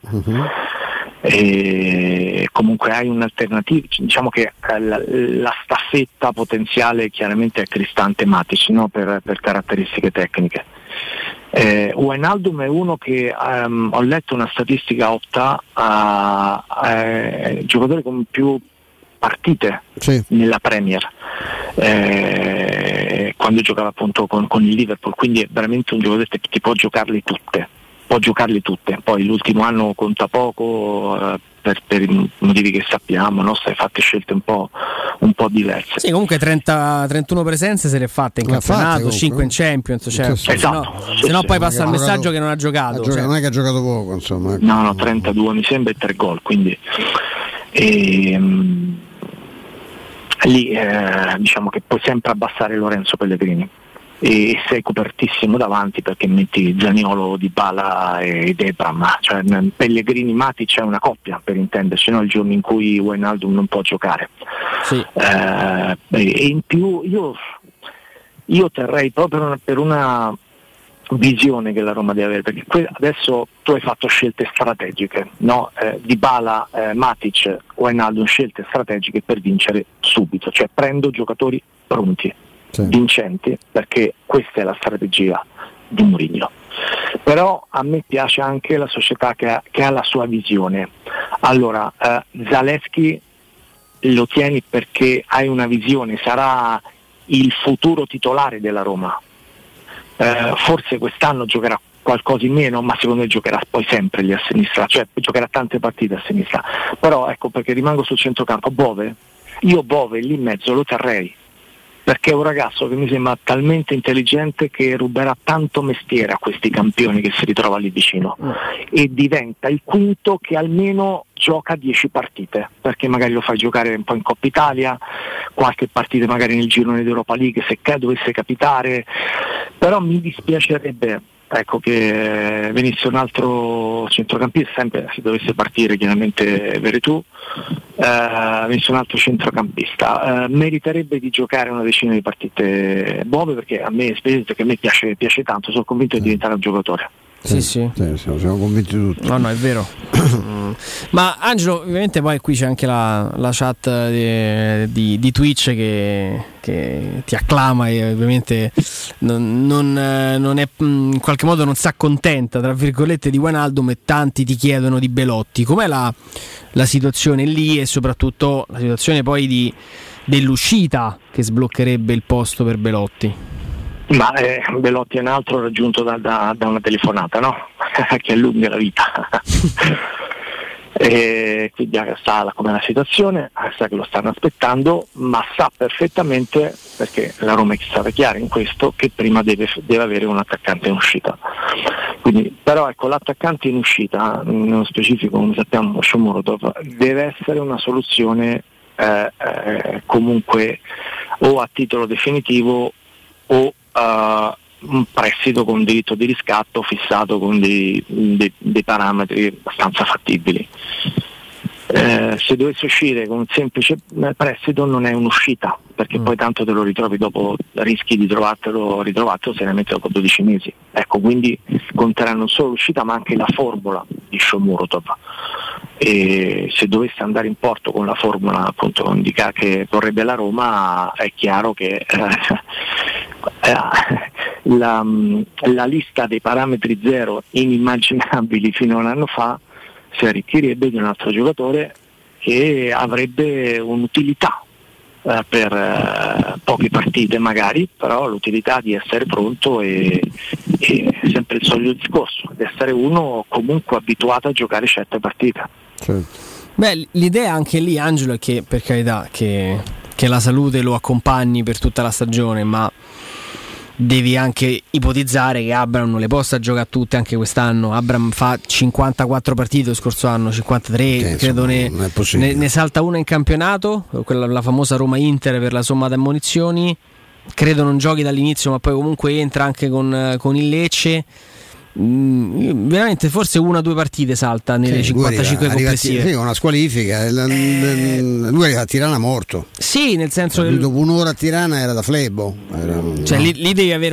E comunque hai un'alternativa, diciamo che la staffetta potenziale chiaramente è Cristante e Matic, no? per caratteristiche tecniche. Wijnaldum è uno che ho letto una statistica Opta, giocatore con più partite nella Premier, quando giocava appunto con il Liverpool, quindi è veramente un giocatore che ti può giocarle tutte. Poi l'ultimo anno conta poco per i motivi che sappiamo, no? Stai fatte scelte un po' diverse. Sì, comunque 31 presenze se le è fatte in campionato, 5 in Champions, cioè, esatto. Se no poi passa il messaggio che non ha giocato. Non è che ha giocato poco, insomma. No, 32 mi sembra e 3 gol, quindi lì diciamo che puoi sempre abbassare Lorenzo Pellegrini. E sei copertissimo davanti, perché metti Zaniolo, Dybala ed Abraham, cioè Pellegrini Matic è una coppia, per intenderci, no? Il giorno in cui Wijnaldum non può giocare. E in più io terrei proprio per una visione che la Roma deve avere, perché adesso tu hai fatto scelte strategiche, no? Dybala, Matic, Wijnaldum, scelte strategiche per vincere subito, cioè prendo giocatori pronti, vincenti, perché questa è la strategia di Mourinho. Però a me piace anche la società che ha la sua visione. Allora, Zalewski lo tieni perché hai una visione, sarà il futuro titolare della Roma. Forse quest'anno giocherà qualcosa in meno, ma secondo me giocherà poi sempre lì a sinistra, cioè giocherà tante partite a sinistra. Però ecco, perché rimango sul centrocampo, Bove lì in mezzo lo terrei, perché è un ragazzo che mi sembra talmente intelligente che ruberà tanto mestiere a questi campioni che si ritrova lì vicino, e diventa il quinto che almeno gioca 10 partite, perché magari lo fai giocare un po' in Coppa Italia, qualche partita magari nel girone d'Europa League se dovesse capitare, però mi dispiacerebbe, ecco, che venisse un altro centrocampista, sempre se dovesse partire chiaramente Veretù, venisse un altro centrocampista, meriterebbe di giocare una decina di partite buone, perché a me piace tanto, sono convinto di diventare un giocatore. Sì. Siamo convinti tutti. No, è vero. Ma Angelo, ovviamente poi qui c'è anche la chat di Twitch che ti acclama e ovviamente non è, in qualche modo non si accontenta, tra virgolette, di Wijnaldum, e tanti ti chiedono di Belotti. Com'è la situazione lì, e soprattutto la situazione poi dell'uscita che sbloccherebbe il posto per Belotti? Ma Belotti è un altro raggiunto da una telefonata, no? Che allunga la vita. E quindi sa com'è la situazione, sa che lo stanno aspettando, ma sa perfettamente, perché la Roma è stata chiara in questo, che prima deve avere un attaccante in uscita. Quindi, però ecco, l'attaccante in uscita, nello specifico come sappiamo Shomurodov, deve essere una soluzione comunque o a titolo definitivo o un prestito con diritto di riscatto fissato con dei parametri abbastanza fattibili. Se dovesse uscire con un semplice prestito non è un'uscita, perché poi tanto te lo ritrovi dopo, rischi di trovartelo seriamente dopo 12 mesi. Ecco, quindi conterà non solo l'uscita ma anche la formula di Shomurodov, e se dovesse andare in porto con la formula appunto indica che vorrebbe la Roma, è chiaro che la lista dei parametri zero inimmaginabili fino a un anno fa si arricchirebbe di un altro giocatore che avrebbe un'utilità per poche partite magari, però l'utilità di essere pronto è sempre il solito discorso, di essere uno comunque abituato a giocare certe partite. Certo. Beh, l'idea anche lì, Angelo, è che, per carità, che la salute lo accompagni per tutta la stagione, ma devi anche ipotizzare che Abraham non le possa giocare tutte anche quest'anno. Abraham fa 54 partite lo scorso anno, 53, credo ne salta una in campionato, quella, la famosa Roma-Inter per la somma di ammonizioni, credo non giochi dall'inizio, ma poi comunque entra anche con il Lecce. Veramente forse 1 o 2 partite salta nelle 55 complessive. Sì, una squalifica. Lui arriva a Tirana morto. Sì, nel senso che dopo un'ora a Tirana era da flebo. Cioè lì devi avere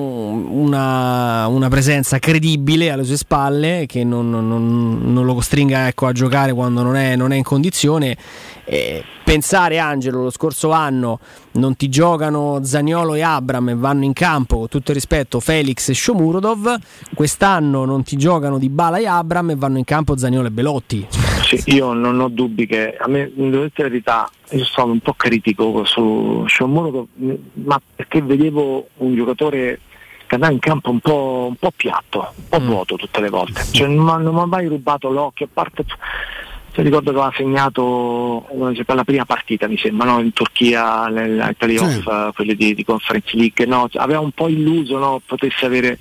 una presenza credibile alle sue spalle, che non lo costringa, ecco, a giocare quando non è in condizione. Pensare, Angelo, lo scorso anno non ti giocano Zaniolo e Abraham e vanno in campo, con tutto il rispetto, Felix e Shomurodov. Quest'anno non ti giocano Dybala e Abraham e vanno in campo Zaniolo e Belotti. Sì, io non ho dubbi che, a me, in verità, io sono un po' critico su Shomurodov, ma perché vedevo un giocatore che andava in campo un po' piatto, un po' vuoto tutte le volte, cioè non mi ha mai rubato l'occhio, a parte, se ricordo che aveva segnato per la prima partita, mi sembra, no? In Turchia, ai playoff, quelli di Conference League, no? Aveva un po' illuso, no? Potesse avere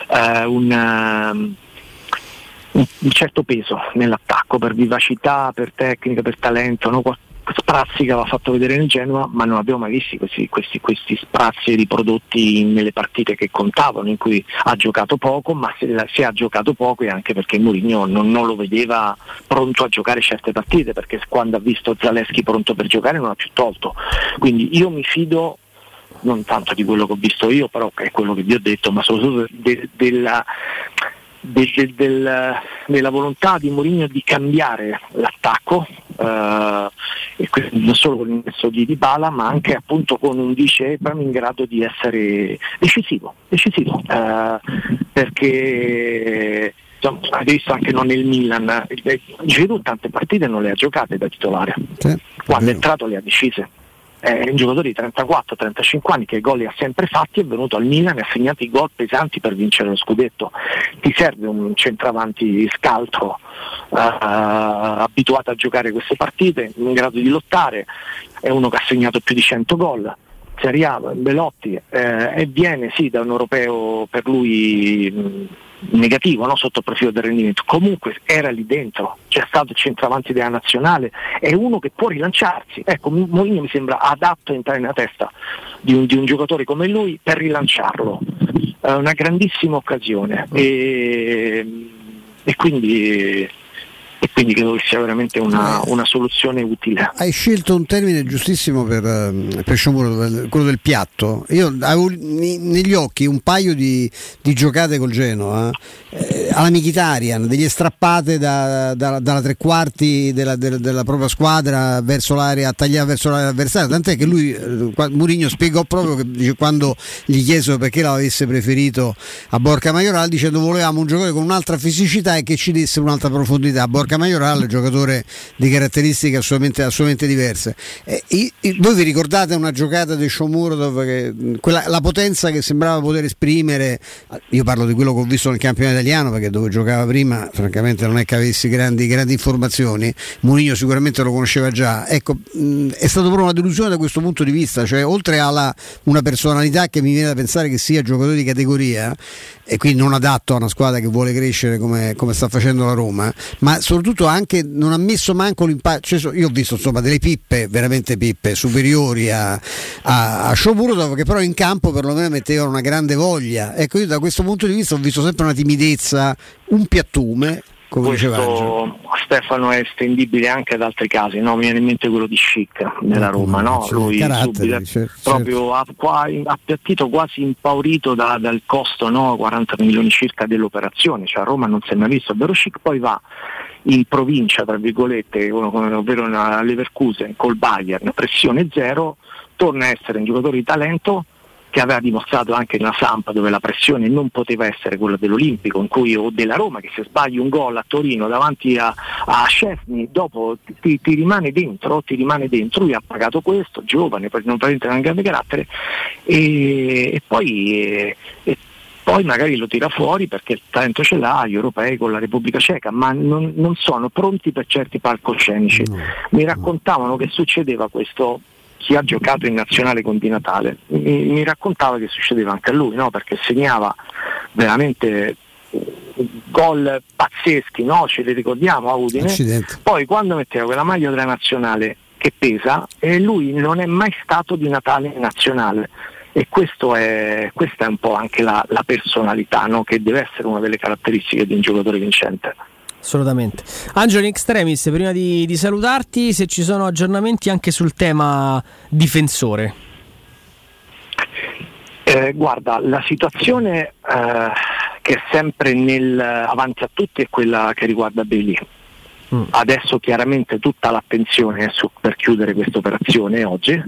un certo peso nell'attacco, per vivacità, per tecnica, per talento, no? Sprazzi che aveva fatto vedere nel Genoa, ma non abbiamo mai visti questi sprazzi riprodotti nelle partite che contavano, in cui ha giocato poco, ma se ha giocato poco è anche perché Mourinho non lo vedeva pronto a giocare certe partite, perché quando ha visto Zalewski pronto per giocare non ha più tolto. Quindi io mi fido non tanto di quello che ho visto io, però è quello che vi ho detto, ma soprattutto della volontà di Mourinho di cambiare l'attacco, e quindi non solo con l'ingresso di Dybala, ma anche appunto con un vice Abraham in grado di essere decisivo, perché avete visto anche nel Milan, Giroud tante partite non le ha giocate da titolare, quando è entrato le ha decise. È un giocatore di 34-35 anni che gol li ha sempre fatti, è venuto al Milan e ha segnato i gol pesanti per vincere lo scudetto. Ti serve un centravanti scaltro, abituato a giocare queste partite, in grado di lottare, è uno che ha segnato più di 100 gol, Serie A, Belotti, e viene sì da un europeo per lui negativo, no? Sotto il profilo del rendimento, comunque era lì dentro, c'è stato il centravanti della nazionale, è uno che può rilanciarsi. Ecco, Mourinho mi sembra adatto a entrare nella testa di un giocatore come lui per rilanciarlo, è una grandissima occasione e quindi credo che sia veramente una soluzione utile. Hai scelto un termine giustissimo per Sciomuro, quello del piatto. Io avevo negli occhi un paio di giocate col Genoa alla Mkhitaryan, degli strappate dalla tre quarti della propria squadra verso l'area, tagliata verso l'area avversaria, tant'è che lui, Mourinho spiegò proprio che dice, quando gli chiesero perché l'avesse preferito a Borca Majoral, dicendo volevamo un giocatore con un'altra fisicità e che ci desse un'altra profondità. Borca Majoral è un giocatore di caratteristiche assolutamente diverse. Voi vi ricordate una giocata di Shomurodov, la potenza che sembrava poter esprimere? Io parlo di quello che ho visto nel campionato italiano, perché dove giocava prima francamente non è che avessi grandi informazioni. Mourinho sicuramente lo conosceva già. Ecco, è stata proprio una delusione da questo punto di vista, cioè oltre alla una personalità che mi viene da pensare che sia giocatore di categoria e quindi non adatto a una squadra che vuole crescere come sta facendo la Roma, ma soprattutto anche non ha messo manco l'impatto. Cioè, io ho visto insomma delle pippe, veramente pippe superiori a Shomurodov, che però in campo perlomeno mettevano una grande voglia. Ecco, io da questo punto di vista ho visto sempre una timidezza, un piattume, come diceva Angelo. Stefano è estendibile anche ad altri casi, no? Mi viene in mente quello di Schick nella Roma, no? Lui subito, proprio appiattito, quasi impaurito dal costo, no? 40 milioni circa dell'operazione, cioè a Roma non si è mai visto, ovvero Schick poi va in provincia, tra virgolette, ovvero a Leverkusen col Bayern, pressione zero, torna a essere un giocatore di talento che aveva dimostrato anche nella Samp, dove la pressione non poteva essere quella dell'Olimpico, in cui, o della Roma, che se sbagli un gol a Torino davanti a Szczęsny, dopo ti rimane dentro, lui ha pagato questo, giovane, non presenta un grande carattere, e poi magari lo tira fuori perché il talento ce l'ha, gli europei con la Repubblica Ceca, ma non sono pronti per certi palcoscenici. Mi raccontavano che succedeva questo, chi ha giocato in nazionale con Di Natale mi raccontava che succedeva anche a lui, no? Perché segnava veramente gol pazzeschi, no? Ce li ricordiamo a Udine. Accidenti. Poi quando metteva quella maglia della nazionale che pesa, e lui non è mai stato Di Natale in nazionale, e questa è un po' anche la personalità, no? Che deve essere una delle caratteristiche di un giocatore vincente. Assolutamente. Angelo, in extremis, prima di salutarti, se ci sono aggiornamenti anche sul tema difensore. Guarda, la situazione che è sempre avanti a tutti è quella che riguarda Bailey. Adesso chiaramente tutta l'attenzione è per chiudere questa operazione oggi,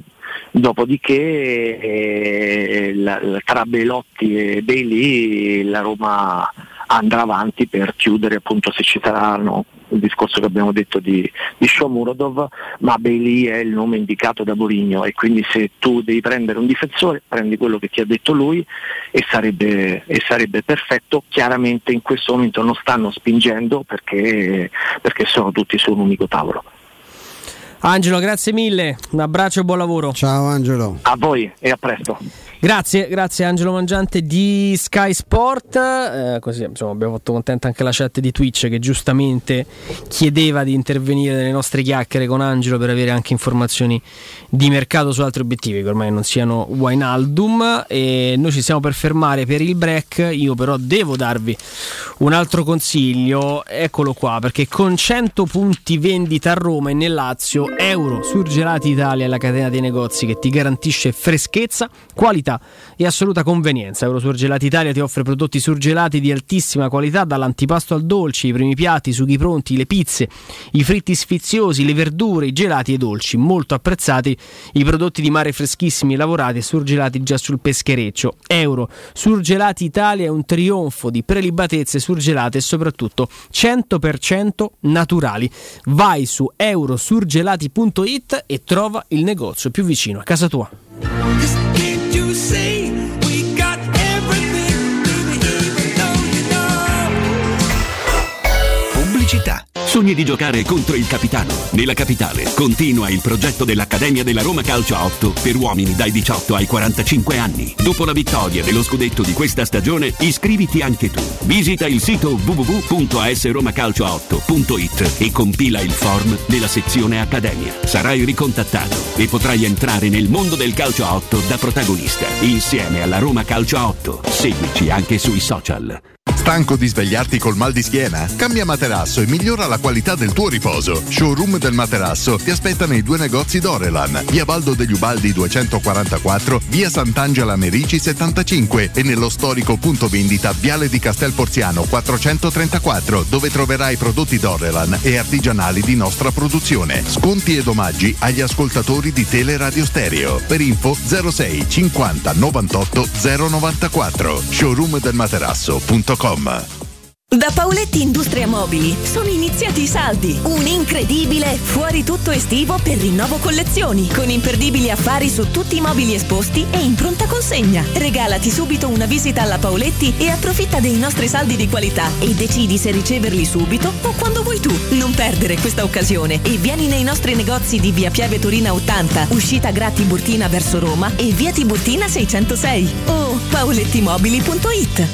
dopodiché tra Belotti e Bailey la Roma andrà avanti per chiudere, appunto, se ci saranno, il discorso che abbiamo detto di Shomurodov, ma Bailey è il nome indicato da Mourinho, e quindi se tu devi prendere un difensore prendi quello che ti ha detto lui e sarebbe perfetto. Chiaramente in questo momento non stanno spingendo perché sono tutti su un unico tavolo. Angelo, grazie mille, un abbraccio e buon lavoro. Ciao Angelo. A voi e a presto. Grazie Angelo Mangiante di Sky Sport. Così insomma abbiamo fatto contenta anche la chat di Twitch, che giustamente chiedeva di intervenire nelle nostre chiacchiere con Angelo per avere anche informazioni di mercato su altri obiettivi che ormai non siano Wijnaldum. E noi ci stiamo per fermare per il break. Io però devo darvi un altro consiglio, eccolo qua, perché con 100 punti vendita a Roma e nel Lazio, Euro Surgelati Italia è la catena dei negozi che ti garantisce freschezza, qualità e assoluta convenienza. Euro Surgelati Italia ti offre prodotti surgelati di altissima qualità, dall'antipasto al dolce, i primi piatti, i sughi pronti, le pizze, i fritti sfiziosi, le verdure, i gelati e i dolci, molto apprezzati i prodotti di mare freschissimi, lavorati e surgelati già sul peschereccio. Euro Surgelati Italia è un trionfo di prelibatezze surgelate e soprattutto 100% naturali. Vai su eurosurgelati.it e trova il negozio più vicino a casa tua. Pubblicità. Sogni di giocare contro il capitano? Nella capitale continua il progetto dell'Accademia della Roma Calcio a 8 per uomini dai 18 ai 45 anni. Dopo la vittoria dello scudetto di questa stagione, iscriviti anche tu. Visita il sito www.asromacalcio8.it e compila il form nella sezione Accademia. Sarai ricontattato e potrai entrare nel mondo del calcio a 8 da protagonista, insieme alla Roma Calcio a 8. Seguici anche sui social. Stanco di svegliarti col mal di schiena? Cambia materasso e migliora la qualità del tuo riposo. Showroom del Materasso ti aspetta nei 2 negozi Dorelan, via Baldo degli Ubaldi 244, via Sant'Angela Merici 75 e nello storico punto vendita Viale di Castel Porziano 434, dove troverai prodotti Dorelan e artigianali di nostra produzione. Sconti ed omaggi agli ascoltatori di Teleradio Stereo. Per info 06 50 98 094. showroomdelmaterasso.com. Da Paoletti Industria Mobili sono iniziati i saldi. Un incredibile fuori tutto estivo per rinnovo collezioni, con imperdibili affari su tutti i mobili esposti e in pronta consegna. Regalati subito una visita alla Paoletti e approfitta dei nostri saldi di qualità e decidi se riceverli subito o quando vuoi tu. Non perdere questa occasione e vieni nei nostri negozi di via Piave Torina 80, uscita Gra Tiburtina verso Roma e via Tiburtina 606 o paolettimobili.it.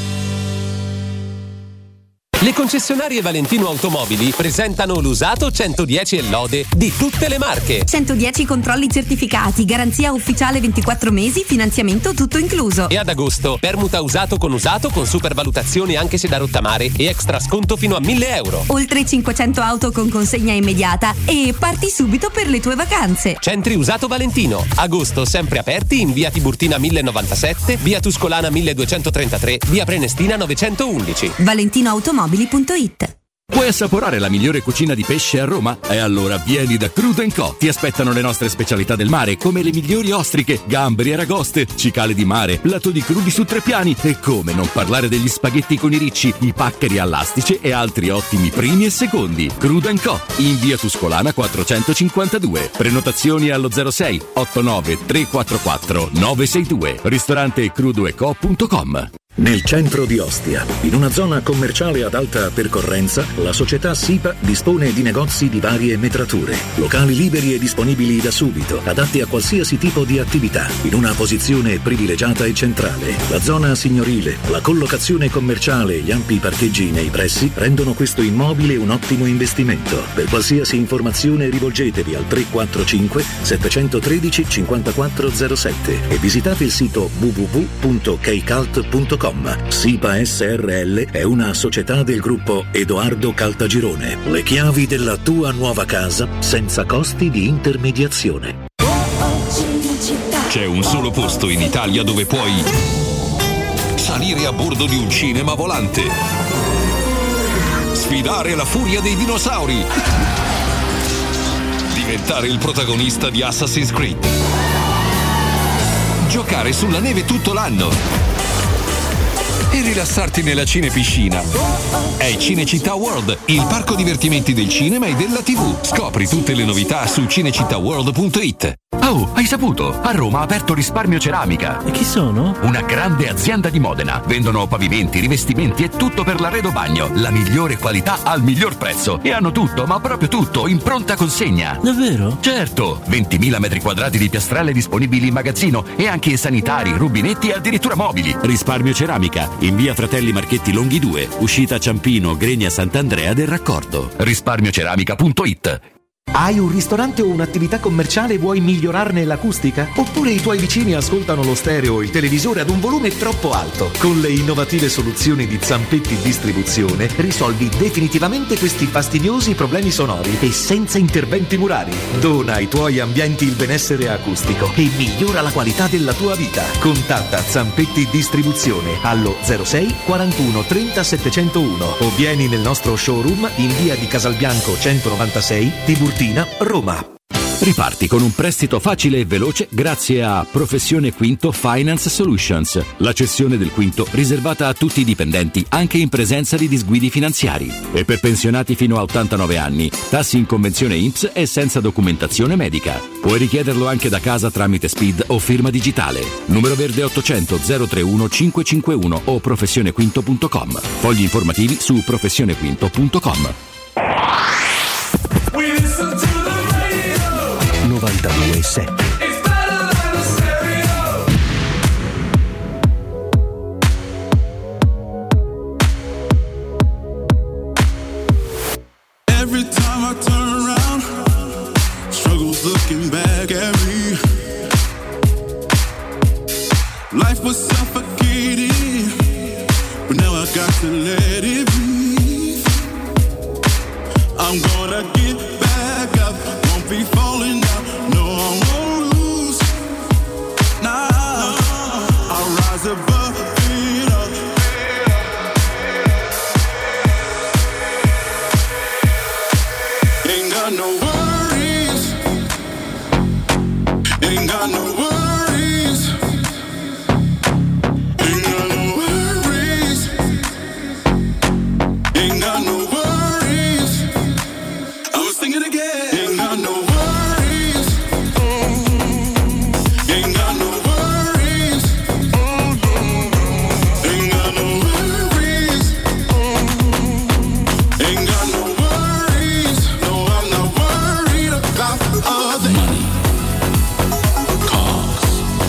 Le concessionarie Valentino Automobili presentano l'usato 110 e lode di tutte le marche. 110 controlli certificati, garanzia ufficiale 24 mesi, finanziamento tutto incluso. E ad agosto, permuta usato con supervalutazioni anche se da rottamare e extra sconto fino a 1.000 euro. Oltre 500 auto con consegna immediata e parti subito per le tue vacanze. Centri Usato Valentino. Agosto sempre aperti in via Tiburtina 1097, via Tuscolana 1233, via Prenestina 911. ValentinoAutomobili.it. Vuoi assaporare la migliore cucina di pesce a Roma? E allora vieni da Crudo & Co. Ti aspettano le nostre specialità del mare, come le migliori ostriche, gamberi e aragoste, cicale di mare, piatto di crudi su 3 piani e come non parlare degli spaghetti con i ricci, i paccheri all'astice e altri ottimi primi e secondi. Crudo & Co. in via Tuscolana 452. Prenotazioni allo 06 89 344 962. Ristorante crudoeco.com. Nel centro di Ostia, in una zona commerciale ad alta percorrenza, la società SIPA dispone di negozi di varie metrature, locali liberi e disponibili da subito, adatti a qualsiasi tipo di attività, in una posizione privilegiata e centrale. La zona signorile, la collocazione commerciale e gli ampi parcheggi nei pressi rendono questo immobile un ottimo investimento. Per qualsiasi informazione rivolgetevi al 345 713 5407 e visitate il sito www.keicalt.com. SIPA SRL è una società del gruppo Edoardo Caltagirone. Le chiavi della tua nuova casa senza costi di intermediazione. C'è un solo posto in Italia dove puoi salire a bordo di un cinema volante, sfidare la furia dei dinosauri, diventare il protagonista di Assassin's Creed, giocare sulla neve tutto l'anno e rilassarti nella cinepiscina. È Cinecittà World, il parco divertimenti del cinema e della TV. Scopri tutte le novità su cinecittàworld.it. Oh, hai saputo? A Roma ha aperto Risparmio Ceramica. E chi sono? Una grande azienda di Modena. Vendono pavimenti, rivestimenti e tutto per l'arredo bagno. La migliore qualità al miglior prezzo. E hanno tutto, ma proprio tutto, in pronta consegna. Davvero? Certo! 20.000 metri quadrati di piastrelle disponibili in magazzino e anche sanitari, rubinetti e addirittura mobili. Risparmio Ceramica, in via Fratelli Marchetti Longhi 2, uscita Ciampino, Gregna Sant'Andrea del Raccordo. Risparmioceramica.it. Hai un ristorante o un'attività commerciale e vuoi migliorarne l'acustica? Oppure i tuoi vicini ascoltano lo stereo o il televisore ad un volume troppo alto? Con le innovative soluzioni di Zampetti Distribuzione risolvi definitivamente questi fastidiosi problemi sonori e senza interventi murari. Dona ai tuoi ambienti il benessere acustico e migliora la qualità della tua vita. Contatta Zampetti Distribuzione allo 06 41 30 701 o vieni nel nostro showroom in via di Casalbianco 196 Tiburtina, Roma. Riparti con un prestito facile e veloce grazie a Professione Quinto Finance Solutions, la cessione del quinto riservata a tutti i dipendenti anche in presenza di disguidi finanziari. E per pensionati fino a 89 anni, tassi in convenzione INPS e senza documentazione medica. Puoi richiederlo anche da casa tramite SPID o firma digitale. Numero verde 800 031 551 o professionequinto.com. Fogli informativi su professionequinto.com. 102.7. Every time I turn around, struggles looking back at me. Life was suffocating, but now I got to let it breathe. I'm gonna get back up, won't be falling down, no I won't lose. Nah, I'll rise above it all. Ain't got no worries, ain't got no worries, ain't got no worries, ain't got no worries. I'ma sing it again. Ain't got no worries, ain't got no worries, ain't got no worries, ain't got no worries. No, I'm not worried about other money, cars,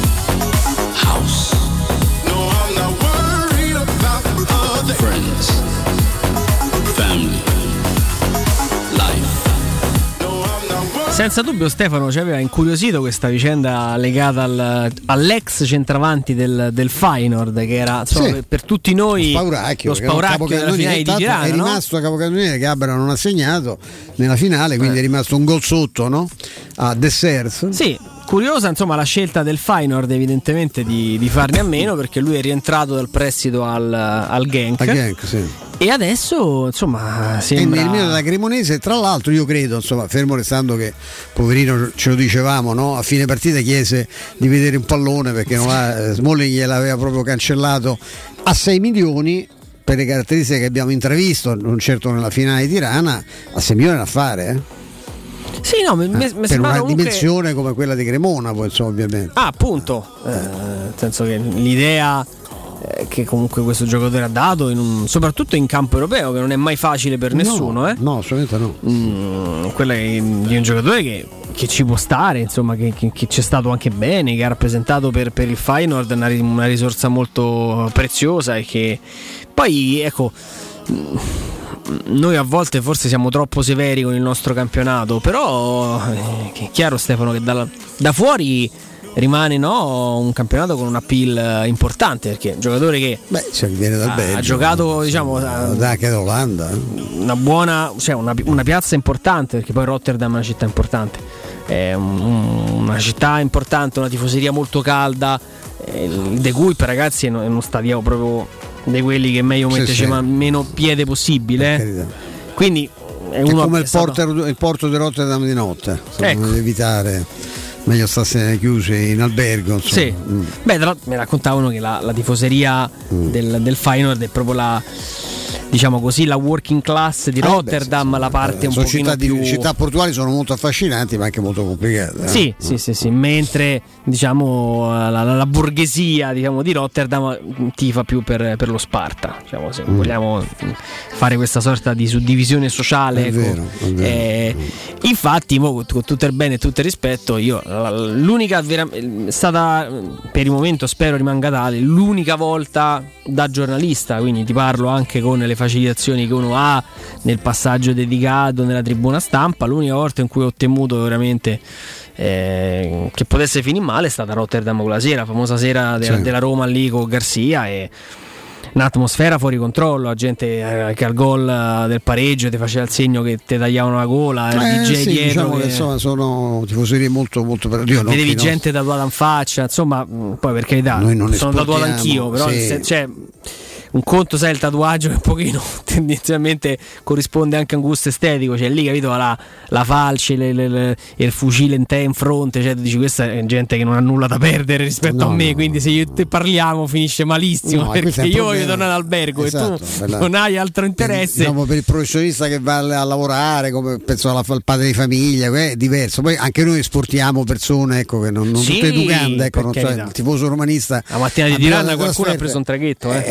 house. No, I'm not worried about other friends, family, life. Senza dubbio Stefano ci aveva incuriosito questa vicenda legata all'ex centravanti del Feyenoord, che era insomma, Sì. per tutti noi lo spauracchio della finale di Tirana, è rimasto capocannoniere che Abram non ha segnato nella finale, quindi è rimasto un gol sotto, no? A Dessers. Sì, curiosa insomma la scelta del Feyenoord evidentemente di farne a meno, perché lui è rientrato dal prestito al Genk. A Genk, sì. E adesso insomma È sembra nel della Cremonese, tra l'altro io credo, insomma, fermo restando che poverino ce lo dicevamo, no? A fine partita chiese di vedere un pallone perché Smalling gliel'aveva proprio cancellato a 6 milioni per le caratteristiche che abbiamo intravisto, non certo nella finale di Tirana, a 6 milioni da fare, Sì, no, mi per sembra una comunque dimensione come quella di Cremona, poi insomma, ovviamente. appunto, nel senso che l'idea che comunque questo giocatore ha dato soprattutto in campo europeo, che non è mai facile per nessuno, No, assolutamente no. Quella di un giocatore che ci può stare, insomma, che c'è stato anche bene, che ha rappresentato per il Feyenoord una risorsa molto preziosa, e che poi ecco, noi a volte forse siamo troppo severi con il nostro campionato, però è chiaro Stefano che da fuori rimane un campionato con un appeal importante, perché è un giocatore che viene dal Belgio, ha giocato diciamo anche d'Olanda, una buona, cioè una piazza importante, perché poi Rotterdam è una città importante, è una città importante, una tifoseria molto calda, il De Kuip ragazzi è uno stadio proprio di quelli che meglio metterci meno piede possibile, quindi è uno come il porto di Rotterdam di notte, ecco. Per evitare, meglio starsene chiusi in albergo, insomma. Sì. Beh, però mi raccontavano che la tifoseria del Feyenoord è proprio la, diciamo così, la working class di Rotterdam, la parte un pochino più città portuali sono molto affascinanti ma anche molto complicate. Sì, mentre diciamo la borghesia, diciamo, di Rotterdam tifa più per lo Sparta, diciamo, se vogliamo fare questa sorta di suddivisione sociale, è vero. Infatti con tutto il bene e tutto il rispetto, io l'unica è stata, per il momento spero rimanga tale, l'unica volta da giornalista, quindi ti parlo anche con le facilitazioni che uno ha nel passaggio dedicato nella tribuna stampa, l'unica volta in cui ho temuto veramente che potesse finire male è stata Rotterdam quella sera, la famosa sera della Roma lì con Garcia, e un'atmosfera fuori controllo, la gente che al gol del pareggio ti faceva il segno che ti tagliavano la gola, il DJ dietro, diciamo che insomma sono tifoserie molto vedevi gente tatuata in faccia, insomma, poi per carità sono tatuato anch'io, però cioè, un conto sai il tatuaggio che un pochino tendenzialmente corrisponde anche a un gusto estetico, cioè lì capito la falce e il fucile in te in fronte, cioè tu dici questa è gente che non ha nulla da perdere rispetto a me, quindi se io te parliamo finisce malissimo, perché io voglio tornare all'albergo, esatto, e tu non hai altro interesse, diciamo, per il professionista che va a lavorare, come penso al padre di famiglia, è diverso. Poi anche noi esportiamo persone, ecco, che non tutte educande, ecco, non so, il tifoso romanista la mattina di Tirana qualcuno ha preso un traghetto sì,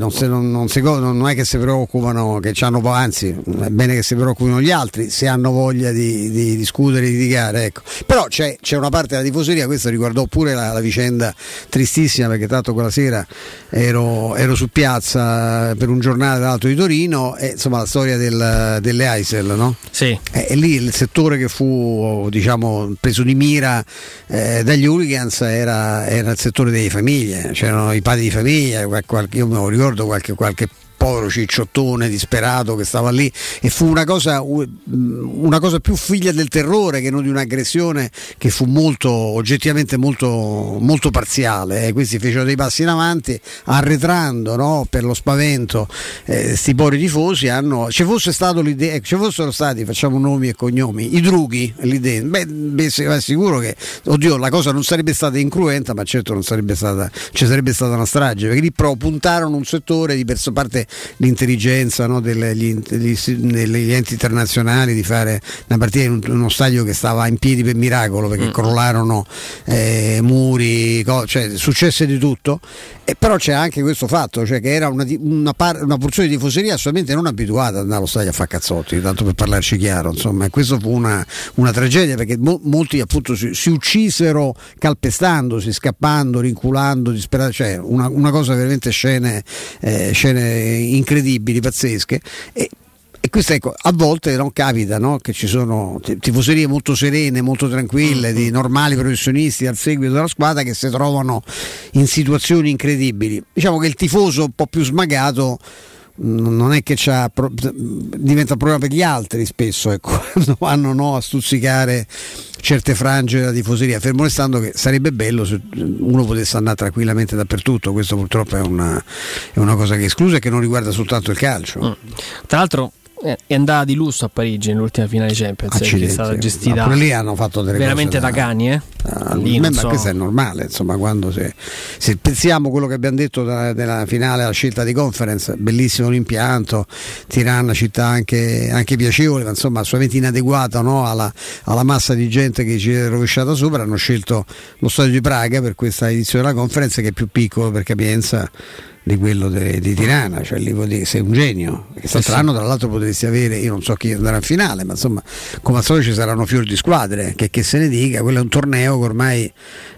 non è che si preoccupano, che c'hanno, anzi è bene che si preoccupino gli altri se hanno voglia di discutere, di litigare, ecco. Però c'è una parte della tifoseria, questo riguardò pure la vicenda tristissima, perché tanto quella sera ero su piazza per un giornale tra l'altro di Torino, e insomma la storia delle Aisel, no? Sì. E lì il settore che fu, diciamo, preso di mira dagli hooligans era il settore delle famiglie, c'erano i padri di famiglia, io me lo ricordo, qualche povero cicciottone disperato che stava lì, e fu una cosa più figlia del terrore che non di un'aggressione, che fu oggettivamente molto parziale. Questi fecero dei passi in avanti arretrando, no? Per lo spavento, sti poveri tifosi ci fossero stati, facciamo nomi e cognomi, i drughi lì dentro, beh, sicuro che la cosa non sarebbe stata incruenta, ma certo ci sarebbe stata una strage, perché lì però puntarono un settore di parte l'intelligenza, no, degli enti internazionali, di fare una partita in uno stadio che stava in piedi per miracolo, perché crollarono muri, cioè successe di tutto. E però c'è anche questo fatto, cioè che era una porzione di tifoseria assolutamente non abituata ad andare allo stadio a fare cazzotti, tanto per parlarci chiaro, insomma, e questo fu una tragedia, perché molti appunto si uccisero calpestandosi, scappando, rinculando, disperati, cioè una cosa veramente scene incredibili, pazzesche. E questo, ecco, a volte non capita, no? Che ci sono tifoserie molto serene, molto tranquille, di normali professionisti al seguito della squadra, che si trovano in situazioni incredibili. Diciamo che il tifoso un po' più smagato non è che diventa un problema per gli altri spesso, ecco, quando vanno, no, a stuzzicare certe frange della tifoseria, fermo restando che sarebbe bello se uno potesse andare tranquillamente dappertutto. Questo purtroppo è una cosa che è esclusa e che non riguarda soltanto il calcio. Tra l'altro è andata di lusso a Parigi nell'ultima finale Champions, che è stata gestita, pure lì hanno fatto delle veramente cose da cani, ma questo è normale, insomma, quando se pensiamo quello che abbiamo detto della finale, la scelta di Conference, bellissimo l'impianto, Tirana, città anche piacevole, ma insomma assolutamente inadeguata, no, alla massa di gente che ci è rovesciata sopra. Hanno scelto lo stadio di Praga per questa edizione della Conference, che è più piccolo per capienza di quello di Tirana, cioè lì sei un genio, perché quest'anno tra l'altro potresti avere, io non so chi andrà in finale, ma insomma come al solito ci saranno fior di squadre, che se ne dica, quello è un torneo che ormai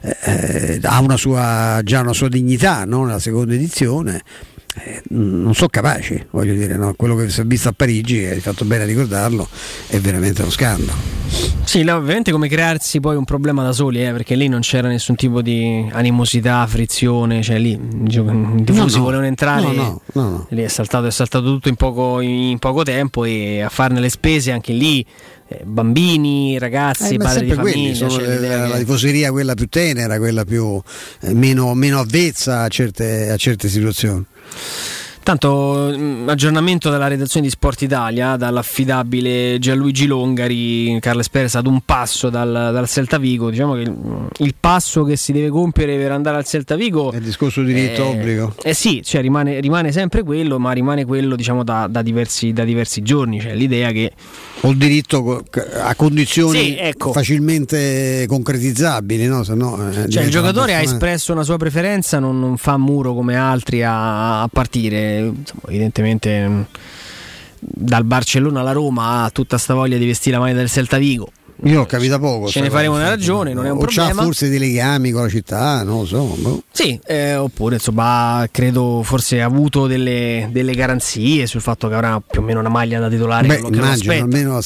ha una sua dignità, no? Nella seconda edizione. Non sono capaci, voglio dire, no? Quello che si è visto a Parigi, hai fatto bene a ricordarlo, è veramente uno scandalo. Sì, ovviamente come crearsi poi un problema da soli, perché lì non c'era nessun tipo di animosità, frizione, cioè lì i tifosi volevano entrare, no. Lì è saltato tutto in poco tempo, e a farne le spese anche lì bambini, ragazzi, padri di famiglia, la tifoseria quella più tenera, quella più meno avvezza a certe situazioni. Tanto aggiornamento dalla redazione di Sport Italia, dall'affidabile Gianluigi Longari. Carles Perez ad un passo dal Celta Vigo. Diciamo che il passo che si deve compiere per andare al Celta Vigo è il discorso di diritto obbligo. Sì, cioè rimane sempre quello, ma rimane quello, diciamo, da diversi giorni. Cioè l'idea che o il diritto a condizioni ecco, facilmente concretizzabili, no? Cioè il giocatore ha espresso una sua preferenza, non fa muro come altri a partire. Insomma, evidentemente dal Barcellona alla Roma ha tutta sta voglia di vestire la maglia del Celta Vigo. Io ho capito poco. Ce ne faremo una ragione, non è un problema. C'ha forse dei legami con la città, non lo so. Sì, oppure insomma credo forse ha avuto delle garanzie sul fatto che avrà più o meno una maglia da titolare. Immagino almeno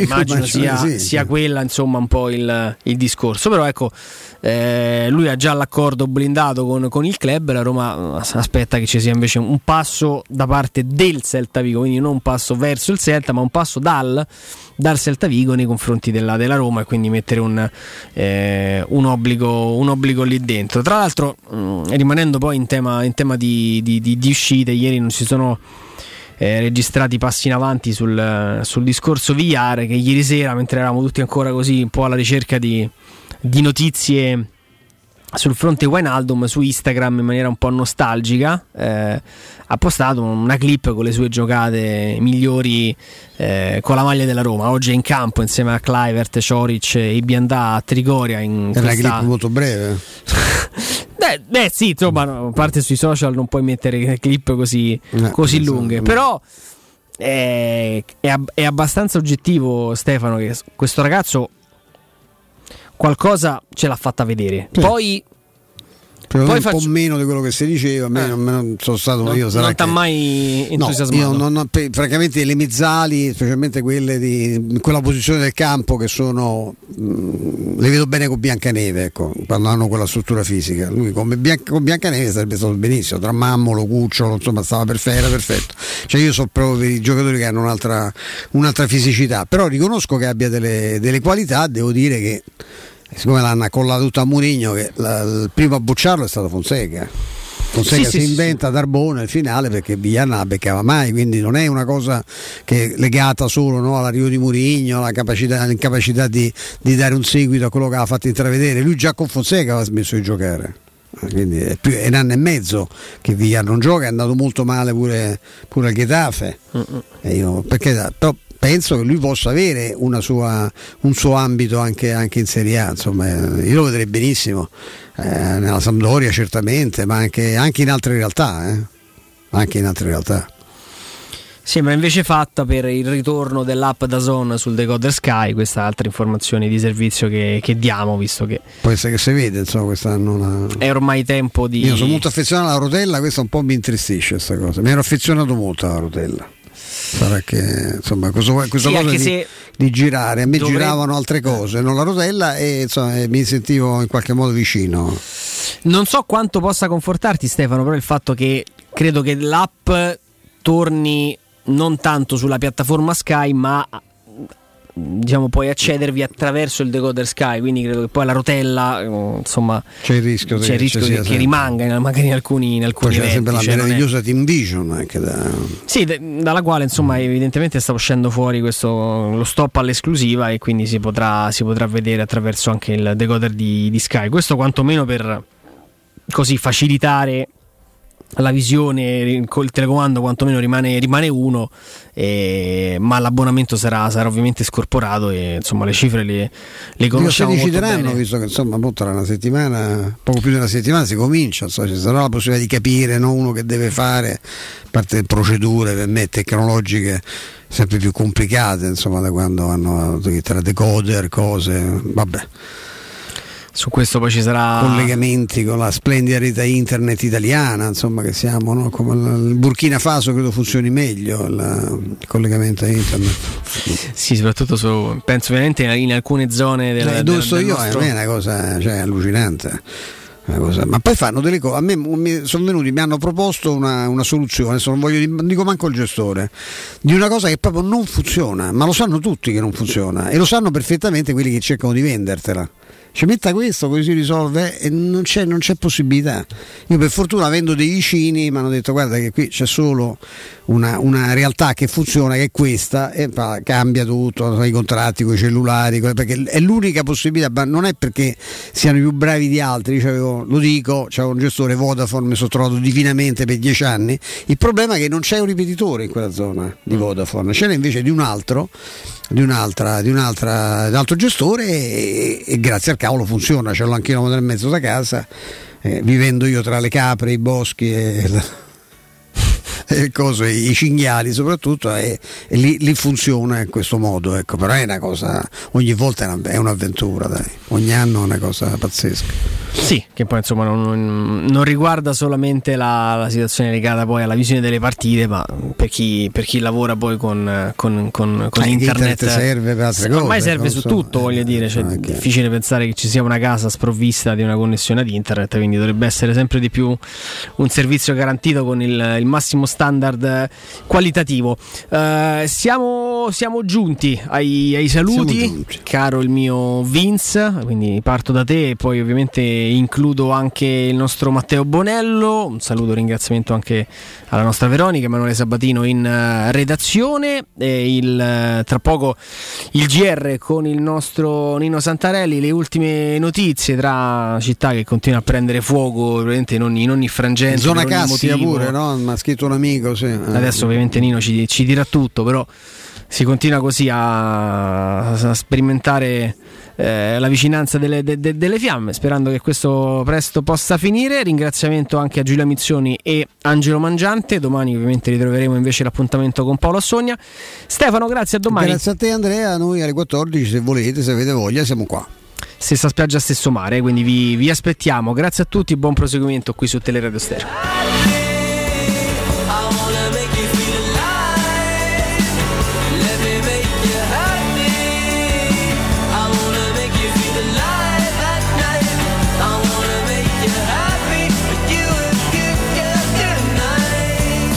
sia quella, insomma, un po' il discorso. Però ecco, lui ha già l'accordo blindato con il club. La Roma aspetta che ci sia invece un passo da parte del Celta Vigo, quindi non un passo verso il Celta, ma un passo dal Celta Vigo nei confronti della Roma, e quindi mettere un obbligo lì dentro. Tra l'altro, rimanendo poi in tema di uscite, ieri non si sono registrati passi in avanti sul discorso Villar, che ieri sera, mentre eravamo tutti ancora così un po' alla ricerca di notizie sul fronte Wijnaldum, su Instagram in maniera un po' nostalgica ha postato una clip con le sue giocate migliori con la maglia della Roma. Oggi è in campo insieme a Kluivert, Ćorić e Biandà a Trigoria. È una clip molto breve. Sì, insomma, a parte sui social non puoi mettere clip così lunghe, però è abbastanza oggettivo, Stefano, che questo ragazzo qualcosa ce l'ha fatta vedere. Poi un po' meno di quello che si diceva, non sono stato io. Non ti ha mai entusiasmato? Io francamente le mezzali, specialmente quelle in quella posizione del campo, che sono le vedo bene con Biancaneve, ecco, quando hanno quella struttura fisica. Lui con Biancaneve sarebbe stato benissimo, tra Mammolo, Cucciolo, insomma era perfetto. Cioè io so proprio per i giocatori che hanno un'altra fisicità, però riconosco che abbia delle qualità. Devo dire che siccome l'hanno accollato tutto a Mourinho, che il primo a bocciarlo è stato Fonseca si inventa Darbone al finale, perché Villar non la beccava mai, quindi non è una cosa che è legata solo all'arrivo di Mourinho, all'incapacità di dare un seguito a quello che aveva fatto intravedere. Lui già con Fonseca aveva smesso di giocare, quindi è un anno e mezzo che Villar non gioca, è andato molto male pure al Getafe. Però penso che lui possa avere un suo ambito anche in Serie A, insomma, io lo vedrei benissimo nella Sampdoria certamente, ma anche in altre realtà, Sembra invece fatta per il ritorno dell'app DAZN sul decoder Sky, questa altra informazione di servizio che diamo, visto che può essere che si vede, insomma, quest'anno è ormai tempo di... Io sono molto affezionato alla rotella, questa un po' mi intristisce questa cosa, mi ero affezionato molto alla rotella. Sarà che insomma questa cosa di girare, a me giravano altre cose, non la rotella, e insomma mi sentivo in qualche modo vicino. Non so quanto possa confortarti, Stefano, però il fatto che credo che l'app torni non tanto sulla piattaforma Sky, ma diciamo puoi accedervi attraverso il decoder Sky, quindi credo che poi la rotella insomma c'è il rischio che rimanga magari in alcuni poi c'è sempre la meravigliosa Team Vision anche dalla quale insomma evidentemente sta uscendo fuori lo stop all'esclusiva, e quindi si potrà vedere attraverso anche il decoder di Sky, questo quantomeno per così facilitare la visione. Col telecomando quantomeno rimane uno, ma l'abbonamento sarà ovviamente scorporato, e insomma le cifre le conosciamo molto bene. Visto che insomma tra una settimana, poco più di una settimana si comincia, ci sarà la possibilità di capire, uno che deve fare, a parte procedure per me tecnologiche sempre più complicate, insomma, da quando hanno tra decoder, cose, vabbè. Su questo poi ci sarà collegamenti con la splendida rete internet italiana, insomma, che siamo, come il Burkina Faso credo funzioni meglio il collegamento a internet. Sì, soprattutto penso veramente in alcune zone dove sto io nostro... è una cosa allucinante. Ma poi fanno delle cose. A me mi hanno proposto una soluzione, non dico manco il gestore, di una cosa che proprio non funziona, ma lo sanno tutti che non funziona, e lo sanno perfettamente quelli che cercano di vendertela. Ci metta questo, così si risolve, e non c'è possibilità. Io per fortuna, avendo dei vicini, mi hanno detto guarda che qui c'è solo una realtà che funziona, che è questa, e cambia tutto, i contratti con i cellulari, perché è l'unica possibilità, ma non è perché siano più bravi di altri. C'avevo un gestore Vodafone, mi sono trovato divinamente per 10 anni, il problema è che non c'è un ripetitore in quella zona di Vodafone, ce n'è invece di un altro gestore, e grazie al cavolo funziona, ce l'ho anche 1 e mezzo da casa, vivendo io tra le capre, i boschi e i cinghiali soprattutto, e lì funziona in questo modo, ecco. Però è una cosa, ogni volta è un'avventura, dai, ogni anno è una cosa pazzesca. Sì, che poi insomma non riguarda solamente la situazione legata poi alla visione delle partite, ma per chi lavora poi con internet serve per altre cose. Ormai serve su tutto, voglio dire, cioè, è difficile pensare che ci sia una casa sprovvista di una connessione ad internet, quindi dovrebbe essere sempre di più un servizio garantito con il massimo standard qualitativo. Siamo giunti ai saluti, caro il mio Vince, quindi parto da te e poi ovviamente includo anche il nostro Matteo Bonello. Un saluto e ringraziamento anche alla nostra Veronica, Emanuele Sabatino in redazione, e tra poco il GR con il nostro Nino Santarelli, le ultime notizie tra città che continua a prendere fuoco ovviamente in ogni frangente, zona Cassia pure, no? Mi ha scritto un amico, sì. Adesso ovviamente Nino ci dirà tutto, però si continua così a sperimentare la vicinanza delle fiamme, sperando che questo presto possa finire. Ringraziamento anche a Giulia Mizzoni e Angelo Mangiante. Domani ovviamente ritroveremo invece l'appuntamento con Paolo Assogna. Stefano, grazie, a domani. Grazie a te Andrea, noi alle 14 se volete, se avete voglia siamo qua. Stessa spiaggia, stesso mare, quindi vi aspettiamo. Grazie a tutti, buon proseguimento qui su Teleradio Stereo.